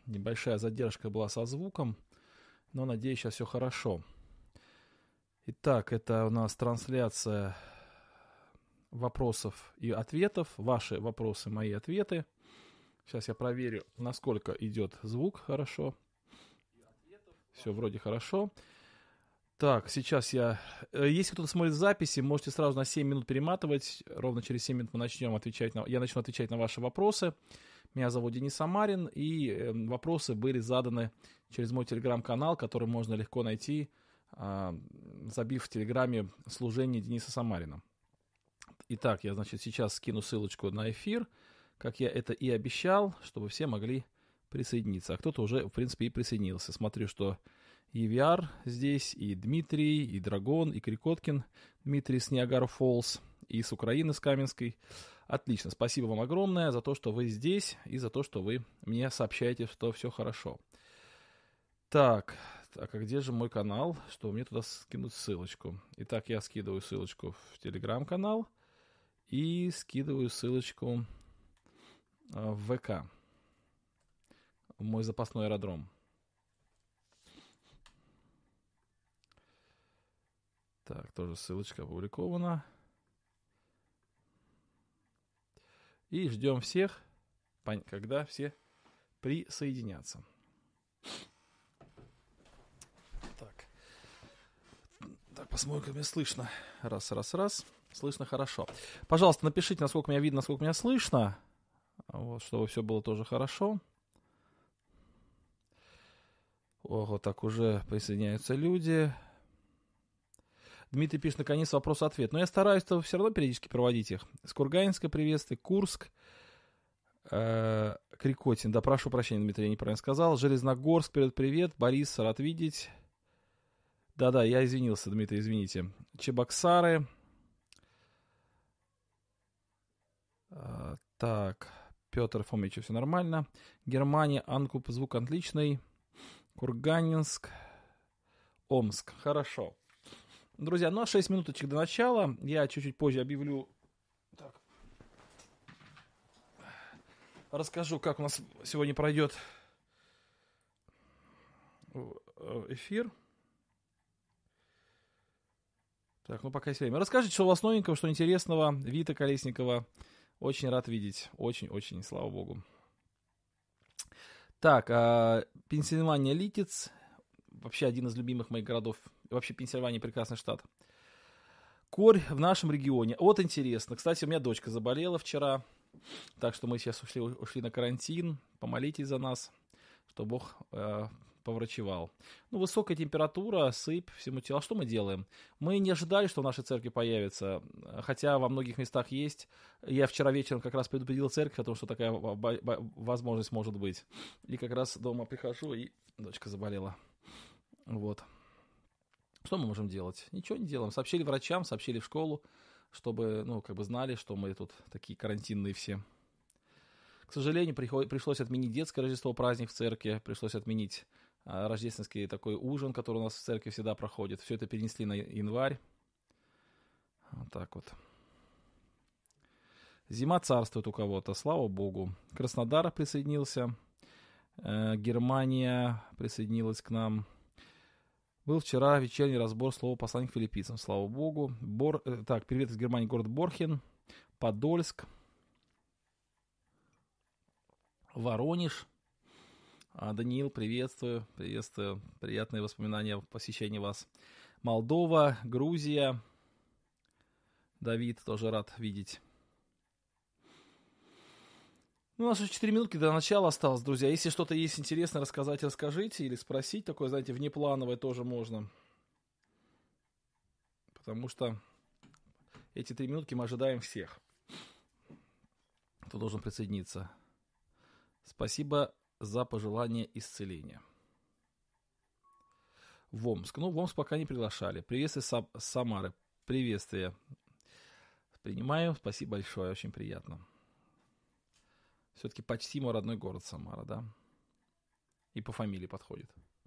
Небольшая задержка была со звуком, но надеюсь, сейчас все хорошо. Итак, это у нас трансляция вопросов и ответов. Ваши вопросы, мои ответы. Сейчас я проверю, насколько идет звук хорошо. Все вроде хорошо. Так, сейчас если кто-то смотрит записи, можете сразу на 7 минут перематывать. Ровно через 7 минут я начну отвечать на ваши вопросы. Меня зовут Денис Самарин, и вопросы были заданы через мой телеграм-канал, который можно легко найти, забив в телеграме «Служение Дениса Самарина». Итак, я, сейчас скину ссылочку на эфир, как я это и обещал, чтобы все могли присоединиться. А кто-то уже, в принципе, и присоединился. Смотрю, что EVR здесь, и Дмитрий, и Драгон, и Крикоткин Дмитрий с Ниагара Фоллс, и с Украины, с Каменской. Отлично, спасибо вам огромное за то, что вы здесь, и за то, что вы мне сообщаете, что все хорошо. Так, а где же мой канал, чтобы мне туда скинуть ссылочку? Итак, я скидываю ссылочку в телеграм-канал и скидываю ссылочку в ВК, в мой запасной аэродром. Так, тоже ссылочка опубликована. И ждем всех, когда все присоединятся. Так, посмотрим, как меня слышно. Раз. Слышно хорошо. Пожалуйста, напишите, насколько меня видно, насколько меня слышно. Вот, чтобы все было тоже хорошо. Ого, так уже присоединяются люди. Дмитрий пишет, наконец, вопрос-ответ. Но я стараюсь все равно периодически проводить их. С Курганинска приветствие, Курск, Крикотин. Да, прошу прощения, Дмитрий, я неправильно сказал. Железногорск, привет, Борис, рад видеть. Да, я извинился, Дмитрий, извините. Чебоксары. Так, Петр Фомич, все нормально. Германия, Анкуп, звук отличный. Курганинск, Омск. Хорошо. Друзья, 6 минуточек до начала. Я чуть-чуть позже объявлю. Так. Расскажу, как у нас сегодня пройдет эфир. Так, пока есть время. Расскажите, что у вас новенького, что интересного. Вита Колесникова. Очень рад видеть. Очень, слава богу. Так, Пенсильвания Литец. Вообще один из любимых моих городов. Вообще Пенсильвания прекрасный штат. Корь в нашем регионе. Вот интересно. Кстати, у меня дочка заболела вчера. Так что мы сейчас ушли на карантин. Помолитесь за нас, что Бог поврачевал. Высокая температура, сыпь, всему телу. А что мы делаем? Мы не ожидали, что в нашей церкви появится. Хотя во многих местах есть. Я вчера вечером как раз предупредил церковь о том, что такая возможность может быть. И как раз дома прихожу, и дочка заболела. Вот. Что мы можем делать? Ничего не делаем. Сообщили врачам, сообщили в школу, чтобы, знали, что мы тут такие карантинные все. К сожалению, пришлось отменить детское Рождество, праздник в церкви, пришлось отменить рождественский такой ужин, который у нас в церкви всегда проходит. Все это перенесли на январь. Вот так вот. Зима царствует у кого-то, слава богу. Краснодар присоединился. Германия присоединилась к нам. Был вчера вечерний разбор слова послания к филиппийцам, слава богу. Так, привет из Германии, город Борхен. Подольск. Воронеж. Даниил, приветствую. Приятные воспоминания о посещении вас. Молдова, Грузия. Давид, тоже рад видеть. У нас уже 4 минутки до начала осталось, друзья. Если что-то есть интересное рассказать, расскажите. Или спросить. Такое, знаете, внеплановое тоже можно. Потому что эти 3 минутки мы ожидаем всех, кто должен присоединиться. Спасибо за пожелание исцеления. В Омск. В Омск пока не приглашали. Приветствие с Самары. Приветствие. Принимаю. Спасибо большое. Очень приятно. Все-таки почти мой родной город Самара, да? И по фамилии подходит.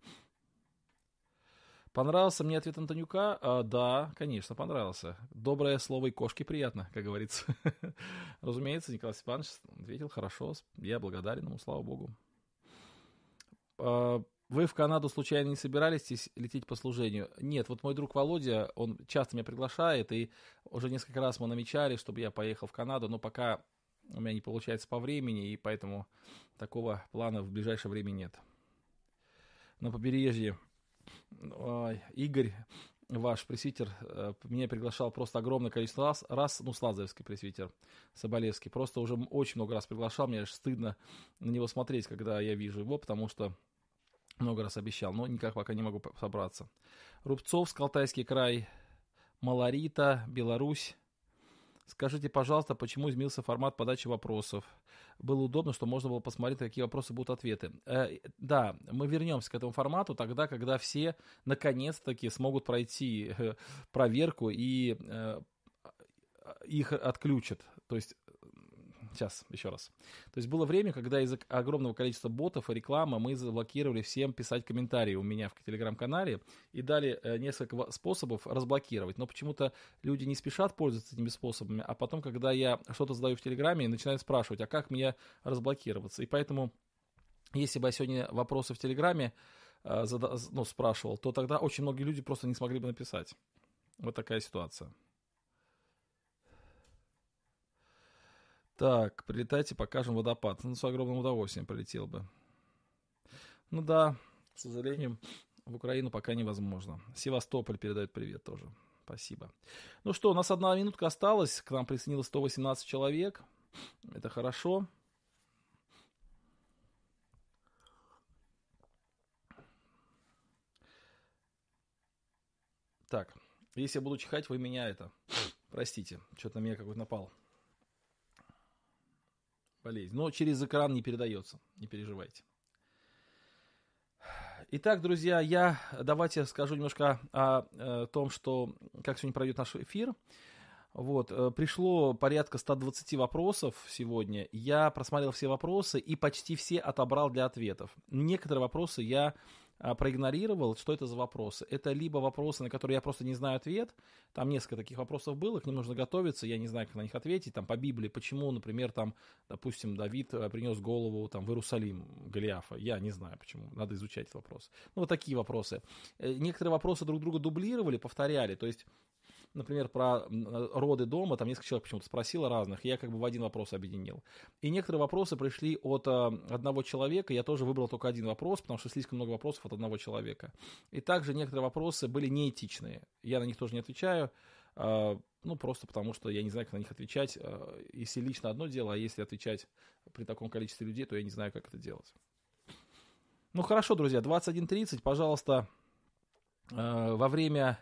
Понравился мне ответ Антонюка? Да, конечно, понравился. Доброе слово и кошке приятно, как говорится. Разумеется, Николай Степанович ответил хорошо. Я благодарен ему, слава богу. Вы в Канаду случайно не собирались лететь по служению? Нет, вот мой друг Володя, он часто меня приглашает, и уже несколько раз мы намечали, чтобы я поехал в Канаду, но пока у меня не получается по времени, и поэтому такого плана в ближайшее время нет. На побережье Игорь, ваш пресвитер, меня приглашал просто огромное количество раз, ну, Слазовский пресвитер, Соболевский, просто уже очень много раз приглашал, мне аж стыдно на него смотреть, когда я вижу его, потому что много раз обещал, но никак пока не могу собраться. Рубцовск, Алтайский край, Малорита, Беларусь. Скажите, пожалуйста, почему изменился формат подачи вопросов? Было удобно, что можно было посмотреть, какие вопросы будут ответы. Да, мы вернемся к этому формату тогда, когда все наконец-таки смогут пройти проверку и их отключат. То есть сейчас, еще раз. То есть было время, когда из-за огромного количества ботов и рекламы мы заблокировали всем писать комментарии у меня в телеграм-канале и дали несколько способов разблокировать. Но почему-то люди не спешат пользоваться этими способами, а потом, когда я что-то задаю в телеграме, начинают спрашивать, а как мне разблокироваться? И поэтому, если бы я сегодня вопросы в телеграме спрашивал, то тогда очень многие люди просто не смогли бы написать. Вот такая ситуация. Так, прилетайте, покажем водопад. Ну, с огромным удовольствием полетел бы. Ну да, к сожалению, в Украину пока невозможно. Севастополь передает привет тоже. Спасибо. Ну что, у нас 1 минутка осталась. К нам присоединилось 118 человек. Это хорошо. Так, если я буду чихать, вы меня простите, что-то на меня какой-то напал. Болезнь. Но через экран не передается, не переживайте. Итак, друзья, давайте скажу немножко о том, как сегодня пройдет наш эфир. Вот, пришло порядка 120 вопросов сегодня. Я просмотрел все вопросы и почти все отобрал для ответов. Некоторые вопросы я проигнорировал. Что это за вопросы? Это либо вопросы, на которые я просто не знаю ответ. Там несколько таких вопросов было, к ним нужно готовиться, я не знаю, как на них ответить. Там по Библии, почему, например, там, допустим, Давид принес голову там, в Иерусалим Голиафа. Я не знаю, почему. Надо изучать этот вопрос. Ну, вот такие вопросы. Некоторые вопросы друг друга дублировали, повторяли. То есть, например, про роды дома, там несколько человек почему-то спросило разных, и я как бы в один вопрос объединил. И некоторые вопросы пришли от одного человека, я тоже выбрал только один вопрос, потому что слишком много вопросов от одного человека. И также некоторые вопросы были неэтичные, я на них тоже не отвечаю, ну, просто потому что я не знаю, как на них отвечать. Если лично одно дело, а если отвечать при таком количестве людей, то я не знаю, как это делать. Ну, хорошо, друзья, 21:30, пожалуйста, во время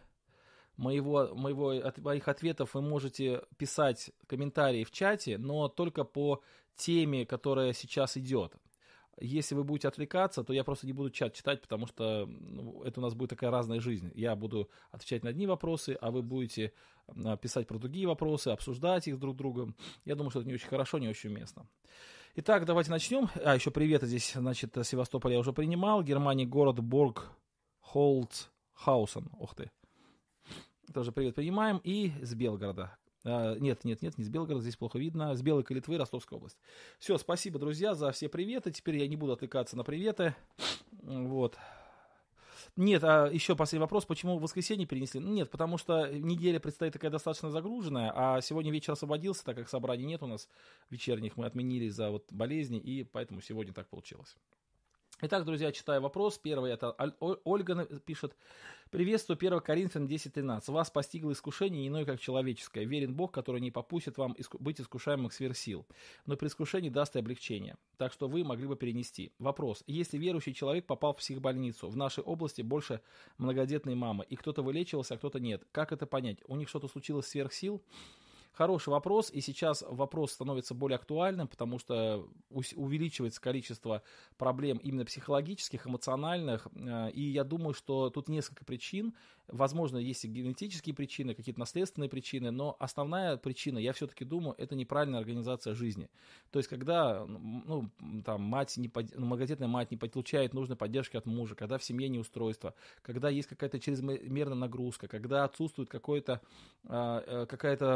моих ответов вы можете писать комментарии в чате, но только по теме, которая сейчас идет. Если вы будете отвлекаться, то я просто не буду чат читать, потому что это у нас будет такая разная жизнь. Я буду отвечать на одни вопросы, а вы будете писать про другие вопросы, обсуждать их друг с другом. Я думаю, что это не очень хорошо, не очень уместно. Итак, давайте начнем. Еще привет здесь, значит, Севастополь я уже принимал. Германия, город Борг-Холцхаузен. Ух ты. Тоже привет принимаем. И с Белгорода. Нет, не с Белгорода, здесь плохо видно. С Белой Калитвы, Ростовская область. Все, спасибо, друзья, за все приветы. Теперь я не буду отвлекаться на приветы. Вот. Нет, еще последний вопрос. Почему в воскресенье перенесли? Нет, потому что неделя предстоит такая достаточно загруженная, а сегодня вечер освободился, так как собраний нет у нас вечерних. Мы отменили из-за болезни, и поэтому сегодня так получилось. Итак, друзья, читаю вопрос. Первый это Ольга пишет. Приветствую, 1 Коринфянам 10:13. Вас постигло искушение не иное, как человеческое. Верен Бог, который не попустит вам быть искушаемым сверх сил, но при искушении даст и облегчение. Так что вы могли бы перенести. Вопрос. Если верующий человек попал в психбольницу, в нашей области больше многодетные мамы, и кто-то вылечивался, а кто-то нет. Как это понять? У них что-то случилось сверх сил? Хороший вопрос, и сейчас вопрос становится более актуальным, потому что увеличивается количество проблем именно психологических, эмоциональных, и я думаю, что тут несколько причин. Возможно, есть и генетические причины, какие-то наследственные причины, но основная причина, я все-таки думаю, это неправильная организация жизни. То есть, когда многодетная мать не получает нужной поддержки от мужа, когда в семье неустройство, когда есть какая-то чрезмерная нагрузка, когда отсутствует какая-то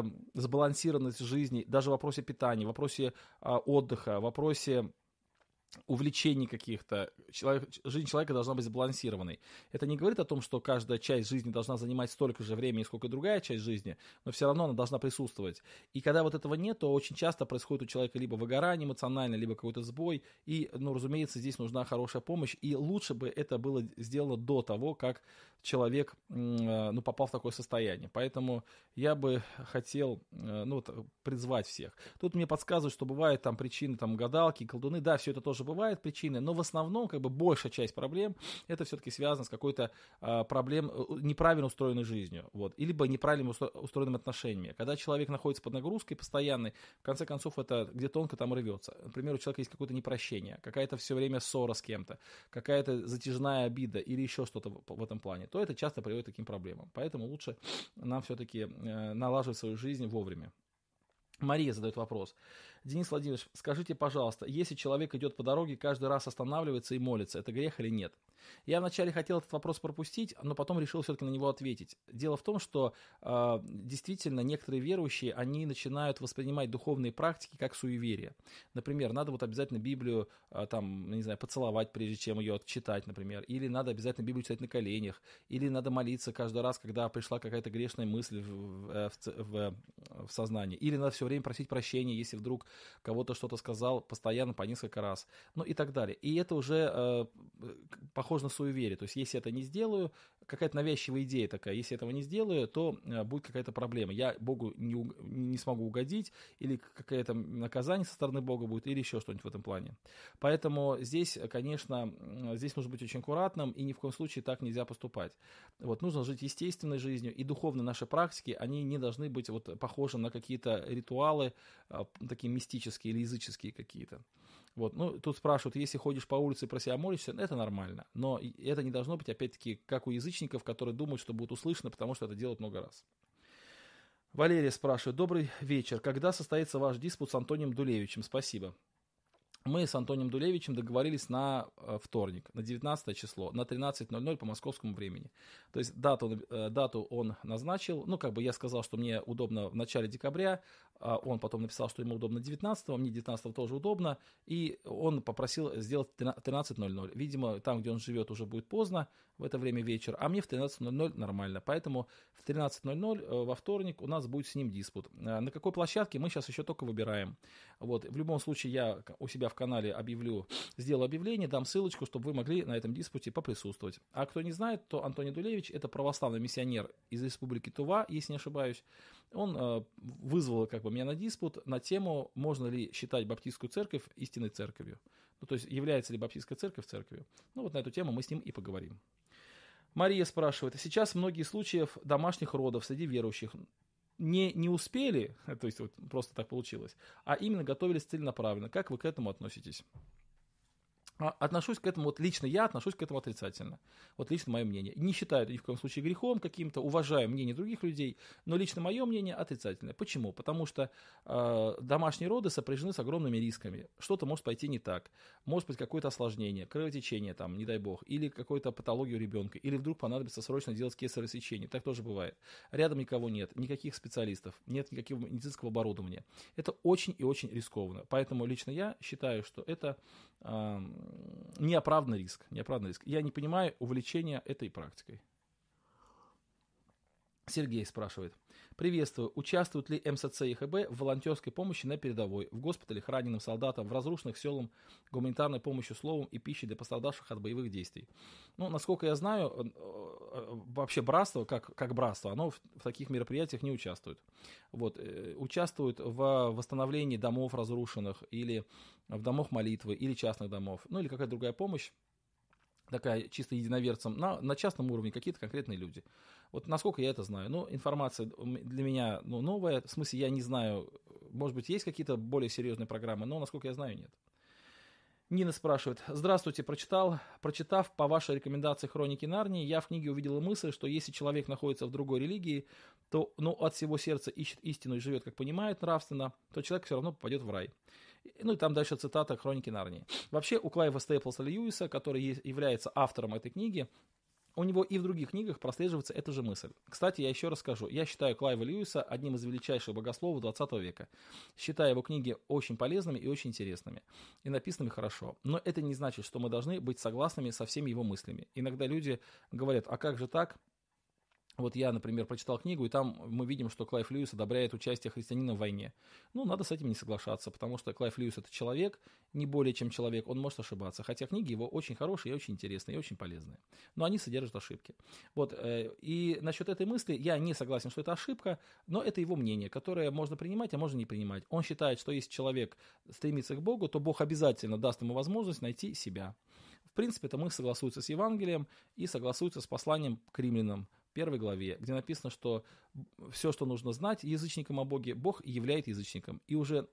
сбалансированность жизни, даже в вопросе питания, в вопросе отдыха, в вопросе увлечений каких-то. Жизнь человека должна быть сбалансированной. Это не говорит о том, что каждая часть жизни должна занимать столько же времени, сколько и другая часть жизни, но все равно она должна присутствовать. И когда вот этого нет, то очень часто происходит у человека либо выгорание эмоциональное, либо какой-то сбой. И, разумеется, здесь нужна хорошая помощь. И лучше бы это было сделано до того, как человек попал в такое состояние. Поэтому я бы хотел призвать всех. Тут мне подсказывают, что бывают там причины, там гадалки, колдуны. Да, все это тоже бывает причины, но в основном большая часть проблем это все-таки связано с какой-то неправильно устроенной жизнью, либо неправильно устроенными отношениями. Когда человек находится под нагрузкой постоянной, в конце концов это где тонко там рвется. Например, у человека есть какое-то непрощение, какая-то все время ссора с кем-то, какая-то затяжная обида или еще что-то в этом плане, то это часто приводит к таким проблемам. Поэтому лучше нам все-таки налаживать свою жизнь вовремя. Мария задает вопрос. Денис Владимирович, скажите, пожалуйста, если человек идет по дороге, каждый раз останавливается и молится, это грех или нет? Я вначале хотел этот вопрос пропустить, но потом решил все-таки на него ответить. Дело в том, что действительно некоторые верующие, они начинают воспринимать духовные практики как суеверие. Например, надо обязательно Библию поцеловать, прежде чем ее читать, например. Или надо обязательно Библию читать на коленях. Или надо молиться каждый раз, когда пришла какая-то грешная мысль в сознание. Или надо все время просить прощения, если вдруг кого-то что-то сказал постоянно по несколько раз. И так далее. И это уже похоже на суеверие. То есть, если я это не сделаю, какая-то навязчивая идея такая, если я этого не сделаю, то будет какая-то проблема. Я Богу не смогу угодить, или какое-то наказание со стороны Бога будет, или еще что-нибудь в этом плане. Поэтому здесь, конечно, нужно быть очень аккуратным, и ни в коем случае так нельзя поступать. Нужно жить естественной жизнью, и духовные наши практики, они не должны быть похожи на какие-то ритуалы, такие мистические или языческие какие-то. Тут спрашивают, если ходишь по улице и про себя молишься, это нормально. Но это не должно быть, опять-таки, как у язычников, которые думают, что будут услышаны, потому что это делают много раз. Валерия спрашивает, добрый вечер, когда состоится ваш диспут с Антонием Дулевичем? Спасибо. Мы с Антонием Дулевичем договорились на вторник, на 19 число, на 13:00 по московскому времени. То есть дату он назначил, я сказал, что мне удобно в начале декабря, он потом написал, что ему удобно 19-го, мне 19-го тоже удобно, и он попросил сделать 13:00. Видимо, там, где он живет, уже будет поздно, в это время вечер, а мне в 13:00 нормально, поэтому в 13:00 во вторник у нас будет с ним диспут. На какой площадке мы сейчас еще только выбираем. В любом случае я у себя в канале сделаю объявление, дам ссылочку, чтобы вы могли на этом диспуте поприсутствовать. А кто не знает, то Антоний Дулевич — это православный миссионер из республики Тува, если не ошибаюсь. Он вызвал меня на диспут на тему, можно ли считать баптистскую церковь истинной церковью. То есть, является ли баптистская церковь церковью. На эту тему мы с ним и поговорим. Мария спрашивает, сейчас многие случаи домашних родов среди верующих не успели, то есть просто так получилось, а именно готовились целенаправленно. Как вы к этому относитесь? Отношусь к этому, лично я отношусь к этому отрицательно. Лично мое мнение. Не считаю это ни в коем случае грехом каким-то, уважаю мнение других людей, но лично мое мнение отрицательное. Почему? Потому что домашние роды сопряжены с огромными рисками. Что-то может пойти не так. Может быть какое-то осложнение, кровотечение, не дай бог, или какую-то патологию ребенка, или вдруг понадобится срочно делать кесарево сечение. Так тоже бывает. Рядом никого нет, никаких специалистов, нет никакого медицинского оборудования. Это очень и очень рискованно. Поэтому лично я считаю, что это неоправданный риск. Я не понимаю увлечения этой практикой. Сергей спрашивает. Приветствую. Участвует ли МСЦ и ХБ в волонтерской помощи на передовой, в госпиталях раненым солдатам, в разрушенных селах, гуманитарной помощью словом и пищей для пострадавших от боевых действий? Насколько я знаю, вообще братство, как братство, оно в таких мероприятиях не участвует. Участвует в восстановлении домов разрушенных, или в домах молитвы, или частных домов, или какая-то другая помощь, такая чисто единоверцам, на частном уровне какие-то конкретные люди. Насколько я это знаю. Информация для меня новая, в смысле я не знаю, может быть есть какие-то более серьезные программы, но насколько я знаю, нет. Нина спрашивает. Здравствуйте, прочитав по вашей рекомендации «Хроники Нарнии», я в книге увидела мысль, что если человек находится в другой религии, то от всего сердца ищет истину и живет, как понимает, нравственно, то человек все равно попадет в рай. И там дальше цитата «Хроники Нарнии». Вообще у Клайва Стейплса Льюиса, который является автором этой книги, у него и в других книгах прослеживается эта же мысль. Кстати, я еще раз скажу, я считаю Клайва Льюиса одним из величайших богословов 20 века. Считаю его книги очень полезными и очень интересными. И написанными хорошо. Но это не значит, что мы должны быть согласными со всеми его мыслями. Иногда люди говорят, а как же так? Вот я, например, прочитал книгу, и там мы видим, что Клайв Льюис одобряет участие христианина в войне. Ну, надо с этим не соглашаться, потому что Клайв Льюис — это человек, не более чем человек, он может ошибаться. Хотя книги его очень хорошие, и очень интересные, и очень полезные. Но они содержат ошибки. Вот, и насчет этой мысли я не согласен, что это ошибка, но это его мнение, которое можно принимать, а можно не принимать. Он считает, что если человек стремится к Богу, то Бог обязательно даст ему возможность найти себя. В принципе, это мы согласуются с Евангелием и согласуются с посланием к римлянам, первой главе, где написано, что все, что нужно знать язычникам о Боге, Бог являет язычником. И уже,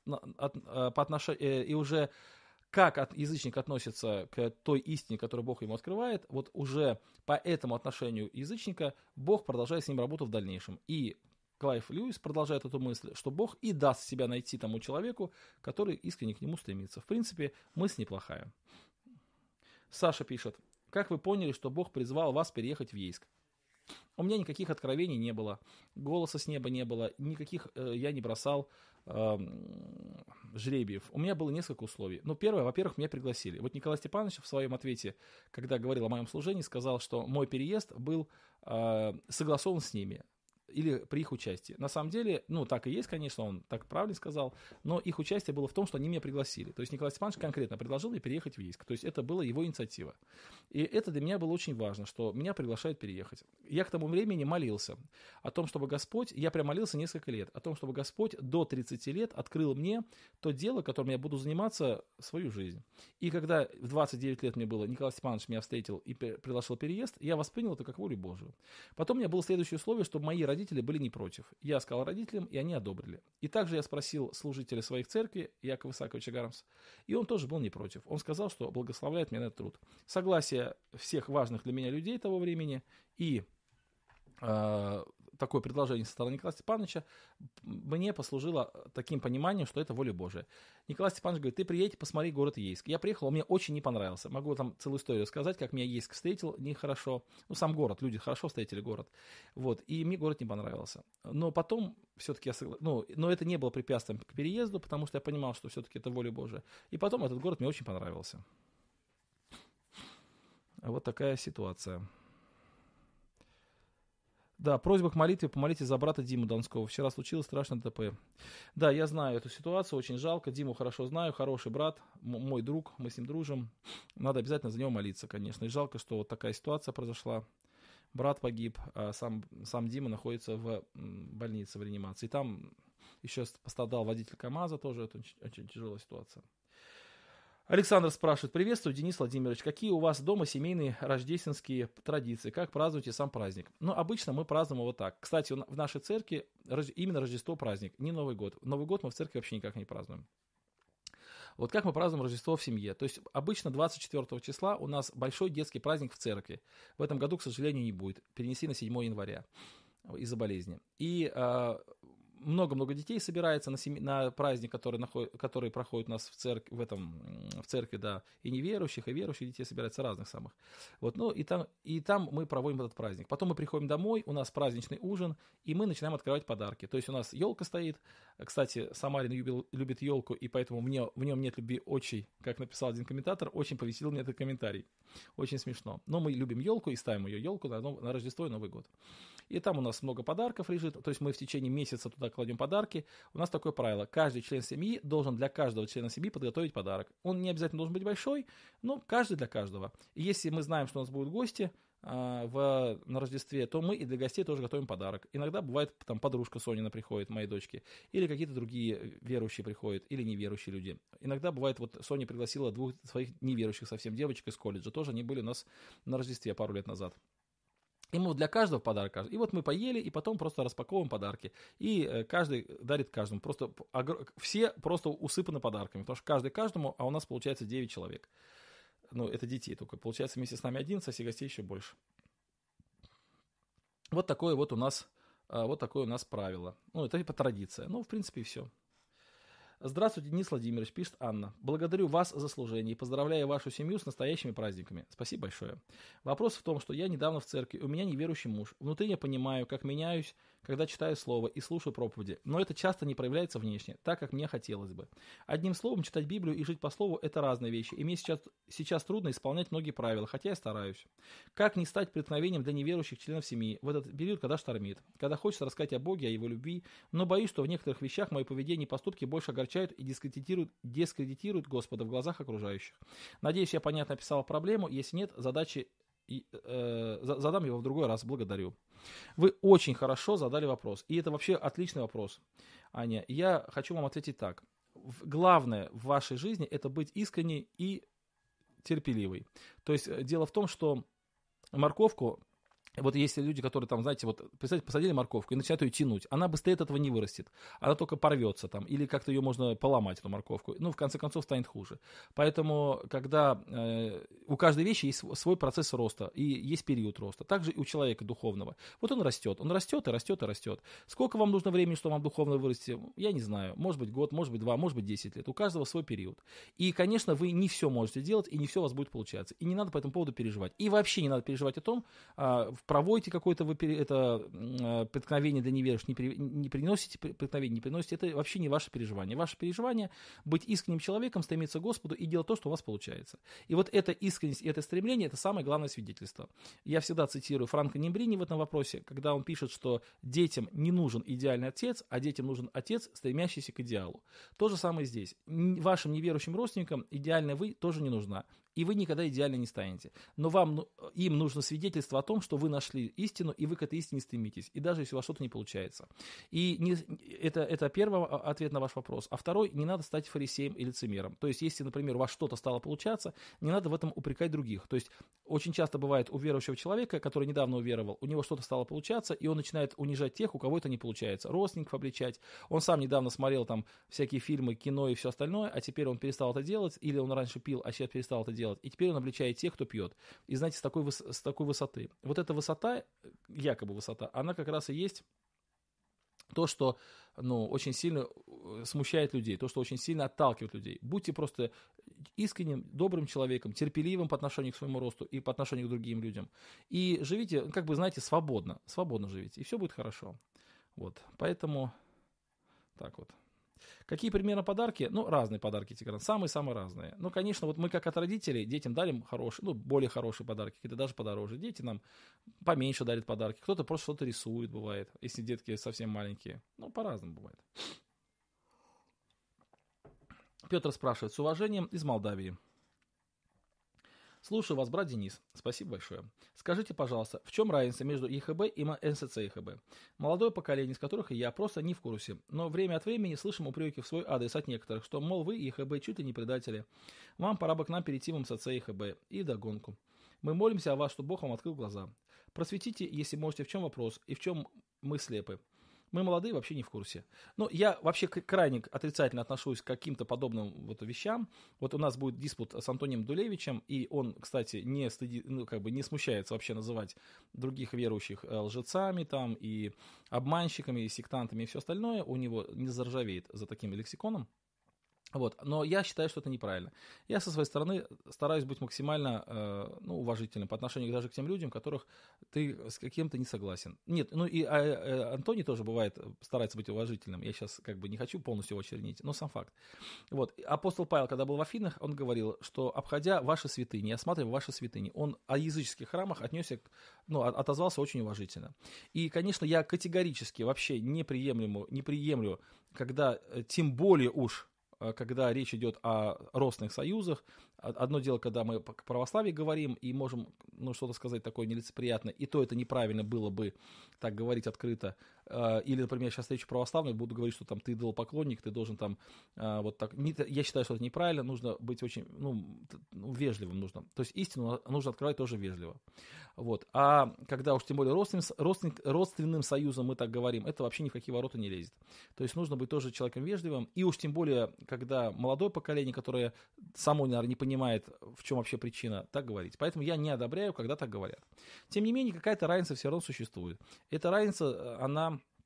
как язычник относится к той истине, которую Бог ему открывает, вот уже по этому отношению язычника Бог продолжает с ним работу в дальнейшем. И Клайв Льюис продолжает эту мысль, что Бог и даст себя найти тому человеку, который искренне к нему стремится. В принципе, мысль неплохая. Саша пишет: как вы поняли, что Бог призвал вас переехать в Ейск? У меня никаких откровений не было, голоса с неба не было, никаких я не бросал жребиев. У меня было несколько условий. Ну, первое, во-первых, меня пригласили. Вот Николай Степанович в своем ответе, когда говорил о моем служении, сказал, что мой переезд был согласован с ними. Или при их участии. На самом деле, ну, так и есть, конечно, он так правильно сказал, но их участие было в том, что они меня пригласили. То есть Николай Степанович конкретно предложил мне переехать в Ейск. То есть это была его инициатива. И это для меня было очень важно, что меня приглашают переехать. Я к тому времени молился о том, чтобы Господь, я прям молился несколько лет, о том, чтобы Господь до 30 лет открыл мне то дело, которым я буду заниматься свою жизнь. И когда в 29 лет мне было, Николай Степанович меня встретил и предложил переезд, я воспринял это как волю Божию. Потом у меня было следующее условие, чтобы мои родители были не против. Я сказал родителям, и они одобрили. И также я спросил служителя своих церкви, Якова Исааковича Гармса, и он тоже был не против. Он сказал, что благословляет меня на этот труд. Согласие всех важных для меня людей того времени и такое предложение со стороны Николая Степановича мне послужило таким пониманием, что это воля Божия. Николай Степанович говорит: ты приедь, посмотри город Ейск. Я приехал, он мне очень не понравился. Могу там целую историю сказать, как меня Ейск встретил нехорошо. Ну, сам город, люди хорошо встретили город. Вот, и мне город не понравился. Но потом все-таки но это не было препятствием к переезду, потому что я понимал, что все-таки это воля Божия. И потом этот город мне очень понравился. Вот такая ситуация. Да, просьба к молитве, помолитесь за брата Диму Донского. Вчера случилось страшное ДТП. Да, я знаю эту ситуацию, очень жалко. Диму хорошо знаю, хороший брат, мой друг, мы с ним дружим. Надо обязательно за него молиться, конечно. И жалко, что вот такая ситуация произошла. Брат погиб, а сам Дима находится в больнице, в реанимации. И там еще пострадал водитель КамАЗа, тоже это очень тяжелая ситуация. Александр спрашивает: приветствую, Денис Владимирович, какие у вас дома семейные рождественские традиции, как празднуете сам праздник? Ну, обычно мы празднуем вот так. Кстати, в нашей церкви именно Рождество праздник, не Новый год. Новый год мы в церкви вообще никак не празднуем. Вот как мы празднуем Рождество в семье. То есть обычно 24 числа у нас большой детский праздник в церкви. В этом году, к сожалению, не будет. Перенесли на 7 января из-за болезни. И много-много детей собирается на праздник, который проходит у нас в церкви, да, и неверующих, и верующих детей собирается разных самых. Вот, ну, и там мы проводим этот праздник. Потом мы приходим домой, у нас праздничный ужин, и мы начинаем открывать подарки. То есть у нас елка стоит. Кстати, Самарин любит елку, и поэтому в нем нет любви отчей, как написал один комментатор. Очень повеселил мне этот комментарий. Очень смешно. Но мы любим елку и ставим ее елку на Рождество и Новый год. И там у нас много подарков лежит, то есть мы в течение месяца туда кладем подарки. У нас такое правило: каждый член семьи должен для каждого члена семьи подготовить подарок. Он не обязательно должен быть большой, но каждый для каждого. И если мы знаем, что у нас будут гости на Рождестве, то мы и для гостей тоже готовим подарок. Иногда бывает, там подружка Сонина приходит, моей дочке, или какие-то другие верующие приходят, или неверующие люди. Иногда бывает, вот Соня пригласила 2 своих неверующих совсем девочек из колледжа, тоже они были у нас на Рождестве пару лет назад. И мы для каждого подарок. И вот мы поели, и потом просто распаковываем подарки. И каждый дарит каждому. Просто все просто усыпаны подарками. Потому что каждый каждому, а у нас получается 9 человек. Ну, это детей только. Получается вместе с нами 11, а все гостей еще больше. Вот такое вот у нас правило. Ну, это типа традиция. Ну, в принципе, и все. Здравствуйте, Денис Владимирович, пишет Анна. Благодарю вас за служение и поздравляю вашу семью с настоящими праздниками. Спасибо большое. Вопрос в том, что я недавно в церкви, у меня неверующий муж. Внутри я понимаю, как меняюсь, когда читаю слово и слушаю проповеди, но это часто не проявляется внешне, так как мне хотелось бы. Одним словом, читать Библию и жить по слову – это разные вещи, и мне сейчас трудно исполнять многие правила, хотя я стараюсь. Как не стать преткновением для неверующих членов семьи в этот период, когда штормит, когда хочется рассказать о Боге, о Его любви, но боюсь, что в некоторых вещах мое поведение и поступки больше огорчают и дискредитируют Господа в глазах окружающих. Надеюсь, я понятно описал проблему, если нет, задам его в другой раз, благодарю. Вы очень хорошо задали вопрос. И это вообще отличный вопрос, Аня. Я хочу вам ответить так. Главное в вашей жизни – это быть искренней и терпеливой. То есть дело в том, что морковку, вот есть люди, которые там, знаете, вот, представьте, посадили морковку и начинают ее тянуть, она быстрее от этого не вырастет, она только порвется там, или как-то ее можно поломать, эту морковку, ну, в конце концов, станет хуже. Поэтому, когда у каждой вещи есть свой процесс роста, и есть период роста, также и у человека духовного. Вот он растет и растет и растет. Сколько вам нужно времени, чтобы вам духовно вырасти, я не знаю, может быть год, может быть 2, может быть 10 лет, у каждого свой период. И, конечно, вы не все можете делать, и не все у вас будет получаться, и не надо по этому поводу переживать. И вообще не надо переживать о том, проводите какое-то преткновение для неверующих, не приносите преткновение, не приносите, это вообще не ваше переживание. Ваше переживание – быть искренним человеком, стремиться к Господу и делать то, что у вас получается. И вот эта искренность и это стремление – это самое главное свидетельство. Я всегда цитирую Франко Нембрини в этом вопросе, когда он пишет, что детям не нужен идеальный отец, а детям нужен отец, стремящийся к идеалу. То же самое здесь. Вашим неверующим родственникам идеальная вы тоже не нужна. И вы никогда идеально не станете. Но им нужно свидетельство о том, что вы нашли истину, и вы к этой истине стремитесь. И даже если у вас что-то не получается. Это первый ответ на ваш вопрос. А второй, не надо стать фарисеем и лицемером. То есть, если, например, у вас что-то стало получаться, не надо в этом упрекать других. То есть, очень часто бывает у верующего человека, который недавно уверовал, у него что-то стало получаться, и он начинает унижать тех, у кого это не получается. Родственников обличать. Он сам недавно смотрел там всякие фильмы, кино и все остальное, а теперь он перестал это делать, или он раньше пил, а сейчас перестал это делать. И теперь он обличает тех, кто пьет. И знаете, с такой высоты. Вот эта высота, якобы высота, она как раз и есть то, что очень сильно смущает людей, то, что очень сильно отталкивает людей. Будьте просто искренним, добрым человеком, терпеливым по отношению к своему росту и по отношению к другим людям. И живите, знаете, свободно живите, и все будет хорошо. Вот, поэтому так вот. Какие примерно подарки? Разные подарки, самые-самые разные. Конечно, вот мы как от родителей детям дарим хорошие, более хорошие подарки, какие-то даже подороже. Дети нам поменьше дарят подарки, кто-то просто что-то рисует, бывает, если детки совсем маленькие. По-разному бывает. Петр спрашивает, с уважением, из Молдавии. Слушаю вас, брат Денис. Спасибо большое. Скажите, пожалуйста, в чем разница между ЕХБ и НСЦ ЕХБ? Молодое поколение, из которых я просто не в курсе, но время от времени слышим упреки в свой адрес от некоторых, что, мол, вы, ЕХБ, чуть ли не предатели. Вам пора бы к нам перейти в МСЦ ЕХБ. И вдогонку. Мы молимся о вас, чтобы Бог вам открыл глаза. Просветите, если можете, в чем вопрос и в чем мы слепы. Мы молодые, вообще не в курсе. Я вообще крайне отрицательно отношусь к каким-то подобным вещам. Вот у нас будет диспут с Антонием Дулевичем, и он, кстати, не смущается вообще называть других верующих лжецами и обманщиками, и сектантами, и все остальное. У него не заржавеет за таким лексиконом. Но я считаю, что это неправильно. Я со своей стороны стараюсь быть максимально уважительным по отношению даже к тем людям, которых ты с кем-то не согласен. Нет, Антоний тоже бывает, старается быть уважительным. Я сейчас не хочу полностью его чернить, но сам факт. Апостол Павел, когда был в Афинах, он говорил, что обходя ваши святыни, осматривая ваши святыни, он о языческих храмах отозвался очень уважительно. И, конечно, я категорически вообще не приемлю, когда тем более уж когда речь идет о родственных союзах. Одно дело, когда мы к православию говорим и можем что-то сказать такое нелицеприятное, и то это неправильно было бы так говорить открыто. Или, например, сейчас встречу православную, буду говорить, что ты идолопоклонник, ты должен вот так. Я считаю, что это неправильно, нужно быть очень вежливым. То есть истину нужно открывать тоже вежливо. А когда уж тем более родственным союзом мы так говорим, это вообще ни в какие ворота не лезет. То есть нужно быть тоже человеком вежливым, и уж тем более, когда молодое поколение, которое само, наверное, не понимает, в чем вообще причина, так говорить. Поэтому я не одобряю, когда так говорят. Тем не менее, какая-то разница все равно существует. Эта разница, она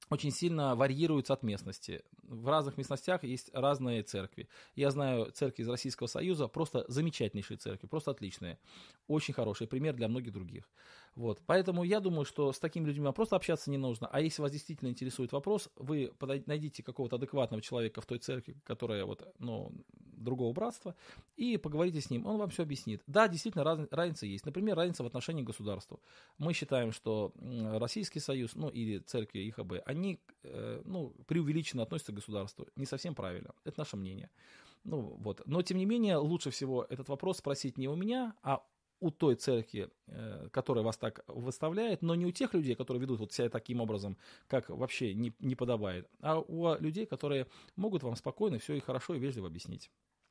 очень сильно варьируются от местности. В разных местностях есть разные церкви. Я знаю церкви из Российского Союза, просто замечательнейшие церкви, просто отличные. Очень хороший пример для многих других. Вот. Поэтому я думаю, что с такими людьми просто общаться не нужно. А если вас действительно интересует вопрос, вы найдите какого-то адекватного человека в той церкви, которая вот, ну, другого братства, и поговорите с ним, он вам все объяснит. Да, действительно, разница есть. Например, разница в отношении к государству. Мы считаем, что Российский Союз, ну, или церкви ИХБ, они, ну, преувеличенно относятся к государству. Не совсем правильно. Это наше мнение. Ну, вот. Но, тем не менее, лучше всего этот вопрос спросить не у меня, а у той церкви, которая вас так выставляет, но не у тех людей, которые ведут вот себя таким образом, как вообще не подобает, а у людей, которые могут вам спокойно все и хорошо и вежливо объяснить.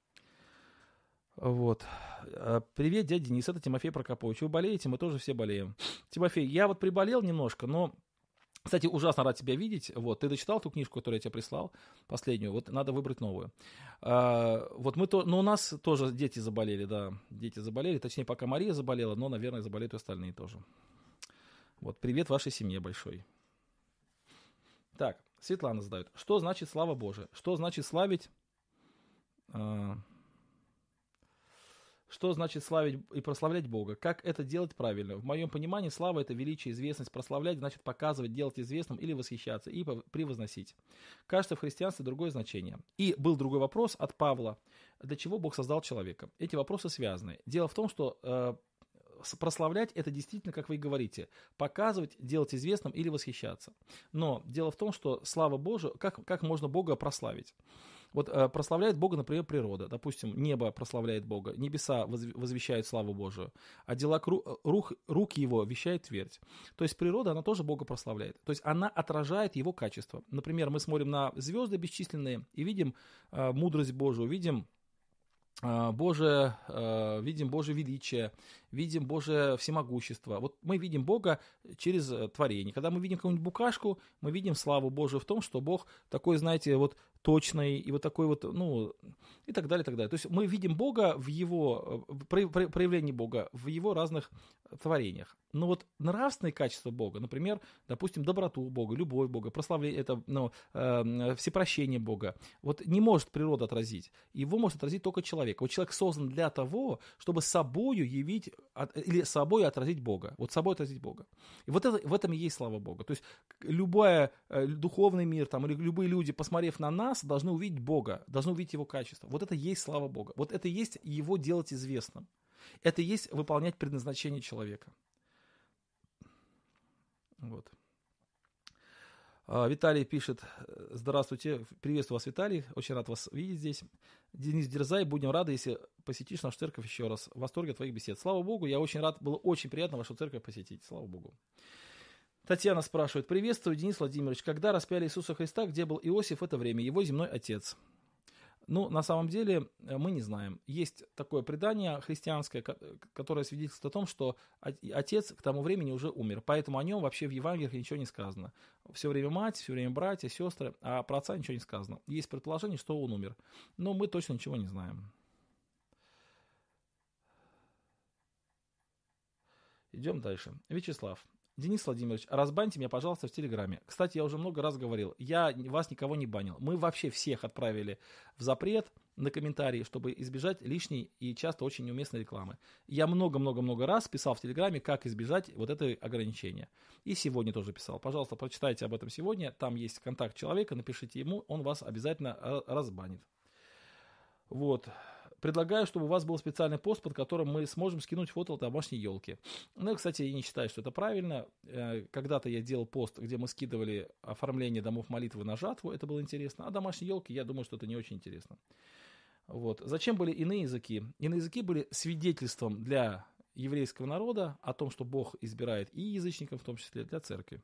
Вот. Привет, дядя Денис, это Тимофей Прокопович. Вы болеете? Мы тоже все болеем. Тимофей, я вот приболел немножко, но, кстати, ужасно рад тебя видеть. Вот, ты дочитал ту книжку, которую я тебе прислал, последнюю? Вот, надо выбрать новую. Вот мы но у нас тоже дети заболели, да, дети заболели. Точнее, пока Мария заболела, но, наверное, заболеют и остальные тоже. Вот, привет вашей семье большой. Так, Светлана задает. Что значит слава Божия? Что значит славить... Что значит славить и прославлять Бога? Как это делать правильно? В моем понимании слава — это величие, известность. Прославлять значит показывать, делать известным или восхищаться и превозносить. Кажется, в христианстве другое значение. И был другой вопрос от Павла. Для чего Бог создал человека? Эти вопросы связаны. Дело в том, что прославлять — это действительно, как вы и говорите, показывать, делать известным или восхищаться. Но дело в том, что слава Божия, как можно Бога прославить? Вот прославляет Бога, например, природа. Допустим, небо прославляет Бога, небеса возвещают славу Божию, а дела рук его вещает твердь. То есть природа, она тоже Бога прославляет. То есть она отражает его качество. Например, мы смотрим на звезды бесчисленные и видим мудрость Божию, видим Божие величие, видим Божие всемогущество. Вот мы видим Бога через творение. Когда мы видим какую-нибудь букашку, мы видим славу Божию в том, что Бог такой, знаете, вот точный, и вот такой вот, ну, и так далее, и так далее. То есть мы видим Бога в его, проявлении Бога в его разных творениях. Но вот нравственные качества Бога, например, допустим, доброту Бога, любовь Бога, прославление, это, всепрощение Бога, вот не может природа отразить. Его может отразить только человек. Вот человек создан для того, чтобы собою явить, или собой отразить Бога. Вот собой отразить Бога. И вот это, в этом и есть слава Бога. То есть любой духовный мир там, или любые люди, посмотрев на нас, должны увидеть Бога, должны увидеть его качество. Вот это и есть слава Бога. Вот это и есть его делать известным. Это и есть выполнять предназначение человека. Вот. Виталий пишет: здравствуйте, приветствую вас, Виталий, очень рад вас видеть здесь. Денис, дерзай, будем рады, если посетишь нашу церковь еще раз. В восторге от твоих бесед. Слава Богу, я очень рад, было очень приятно вашу церковь посетить, слава Богу. Татьяна спрашивает: приветствую, Денис Владимирович, когда распяли Иисуса Христа, где был Иосиф в это время, его земной отец? Ну, на самом деле, мы не знаем. Есть такое предание христианское, которое свидетельствует о том, что отец к тому времени уже умер. Поэтому о нем вообще в Евангелиях ничего не сказано. Все время мать, все время братья, сестры, а про отца ничего не сказано. Есть предположение, что он умер. Но мы точно ничего не знаем. Идем дальше. Вячеслав. Денис Владимирович, разбаньте меня, пожалуйста, в Телеграме. Кстати, я уже много раз говорил, я вас никого не банил. Мы вообще всех отправили в запрет на комментарии, чтобы избежать лишней и часто очень неуместной рекламы. Я много-много-много раз писал в Телеграме, как избежать вот этого ограничения. И сегодня тоже писал. Пожалуйста, прочитайте об этом сегодня. Там есть контакт человека, напишите ему, он вас обязательно разбанит. Вот. Предлагаю, чтобы у вас был специальный пост, под которым мы сможем скинуть фото домашней елки. Ну, я, кстати, не считаю, что это правильно. Когда-то я делал пост, где мы скидывали оформление домов молитвы на жатву, это было интересно. А домашние елки, я думаю, что это не очень интересно. Вот. Зачем были иные языки? Иные языки были свидетельством для еврейского народа о том, что Бог избирает и язычников, в том числе для церкви.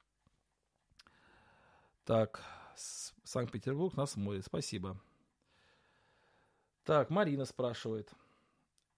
Так, Санкт-Петербург нас смотрит, спасибо. Так, Марина спрашивает.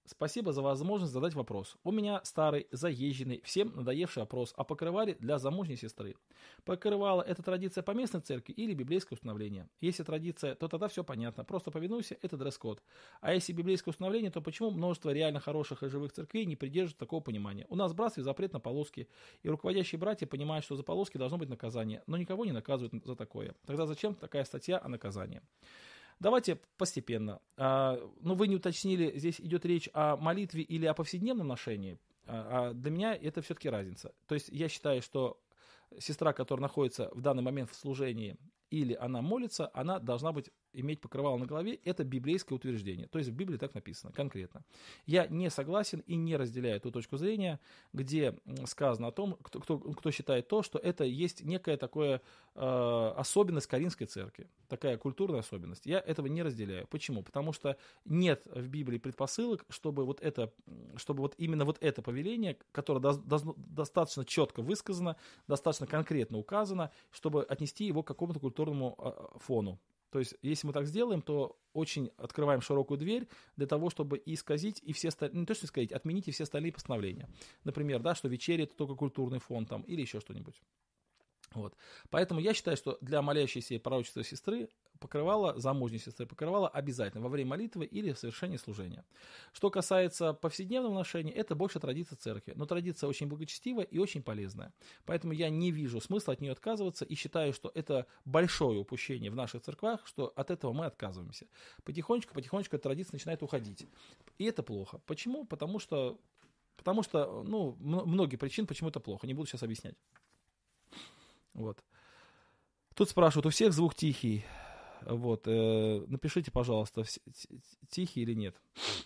Спасибо за возможность задать вопрос. У меня старый, заезженный, всем надоевший вопрос о покрывале для замужней сестры. Покрывало – это традиция поместной церкви или библейское установление? Если традиция, то тогда все понятно. Просто повинуйся – это дресс-код. А если библейское установление, то почему множество реально хороших и живых церквей не придерживают такого понимания? У нас в братстве запрет на полоски, и руководящие братья понимают, что за полоски должно быть наказание, но никого не наказывают за такое. Тогда зачем такая статья о наказании? Давайте постепенно. Вы не уточнили, здесь идет речь о молитве или о повседневном ношении. Для меня это все-таки разница. То есть я считаю, что сестра, которая находится в данный момент в служении, или она молится, она должна иметь покрывало на голове. Это библейское утверждение. То есть в Библии так написано конкретно. Я не согласен и не разделяю ту точку зрения, где сказано о том, кто считает то, что это есть некая такая особенность Коринфской церкви. Такая культурная особенность. Я этого не разделяю. Почему? Потому что нет в Библии предпосылок, чтобы именно это повеление, которое достаточно четко высказано, достаточно конкретно указано, чтобы отнести его к какому-то культурному фону. То есть, если мы так сделаем, то очень открываем широкую дверь для того, чтобы исказить и все остальные, не то что исказить, отменить и все остальные постановления. Например, что вечеря это только культурный фон там, или еще что-нибудь. Вот. Поэтому я считаю, что для молящейся пророчества сестры замужней сестры покрывало обязательно во время молитвы или в совершении служения. Что касается повседневного ношения, это больше традиция церкви. Но традиция очень благочестивая и очень полезная. Поэтому я не вижу смысла от нее отказываться и считаю, что это большое упущение в наших церквах, что от этого мы отказываемся. Потихонечку эта традиция начинает уходить. И это плохо. Почему? Потому что многие причины, почему это плохо. Не буду сейчас объяснять. Вот. Тут спрашивают, у всех звук тихий. Вот. Напишите, пожалуйста, тихий или нет.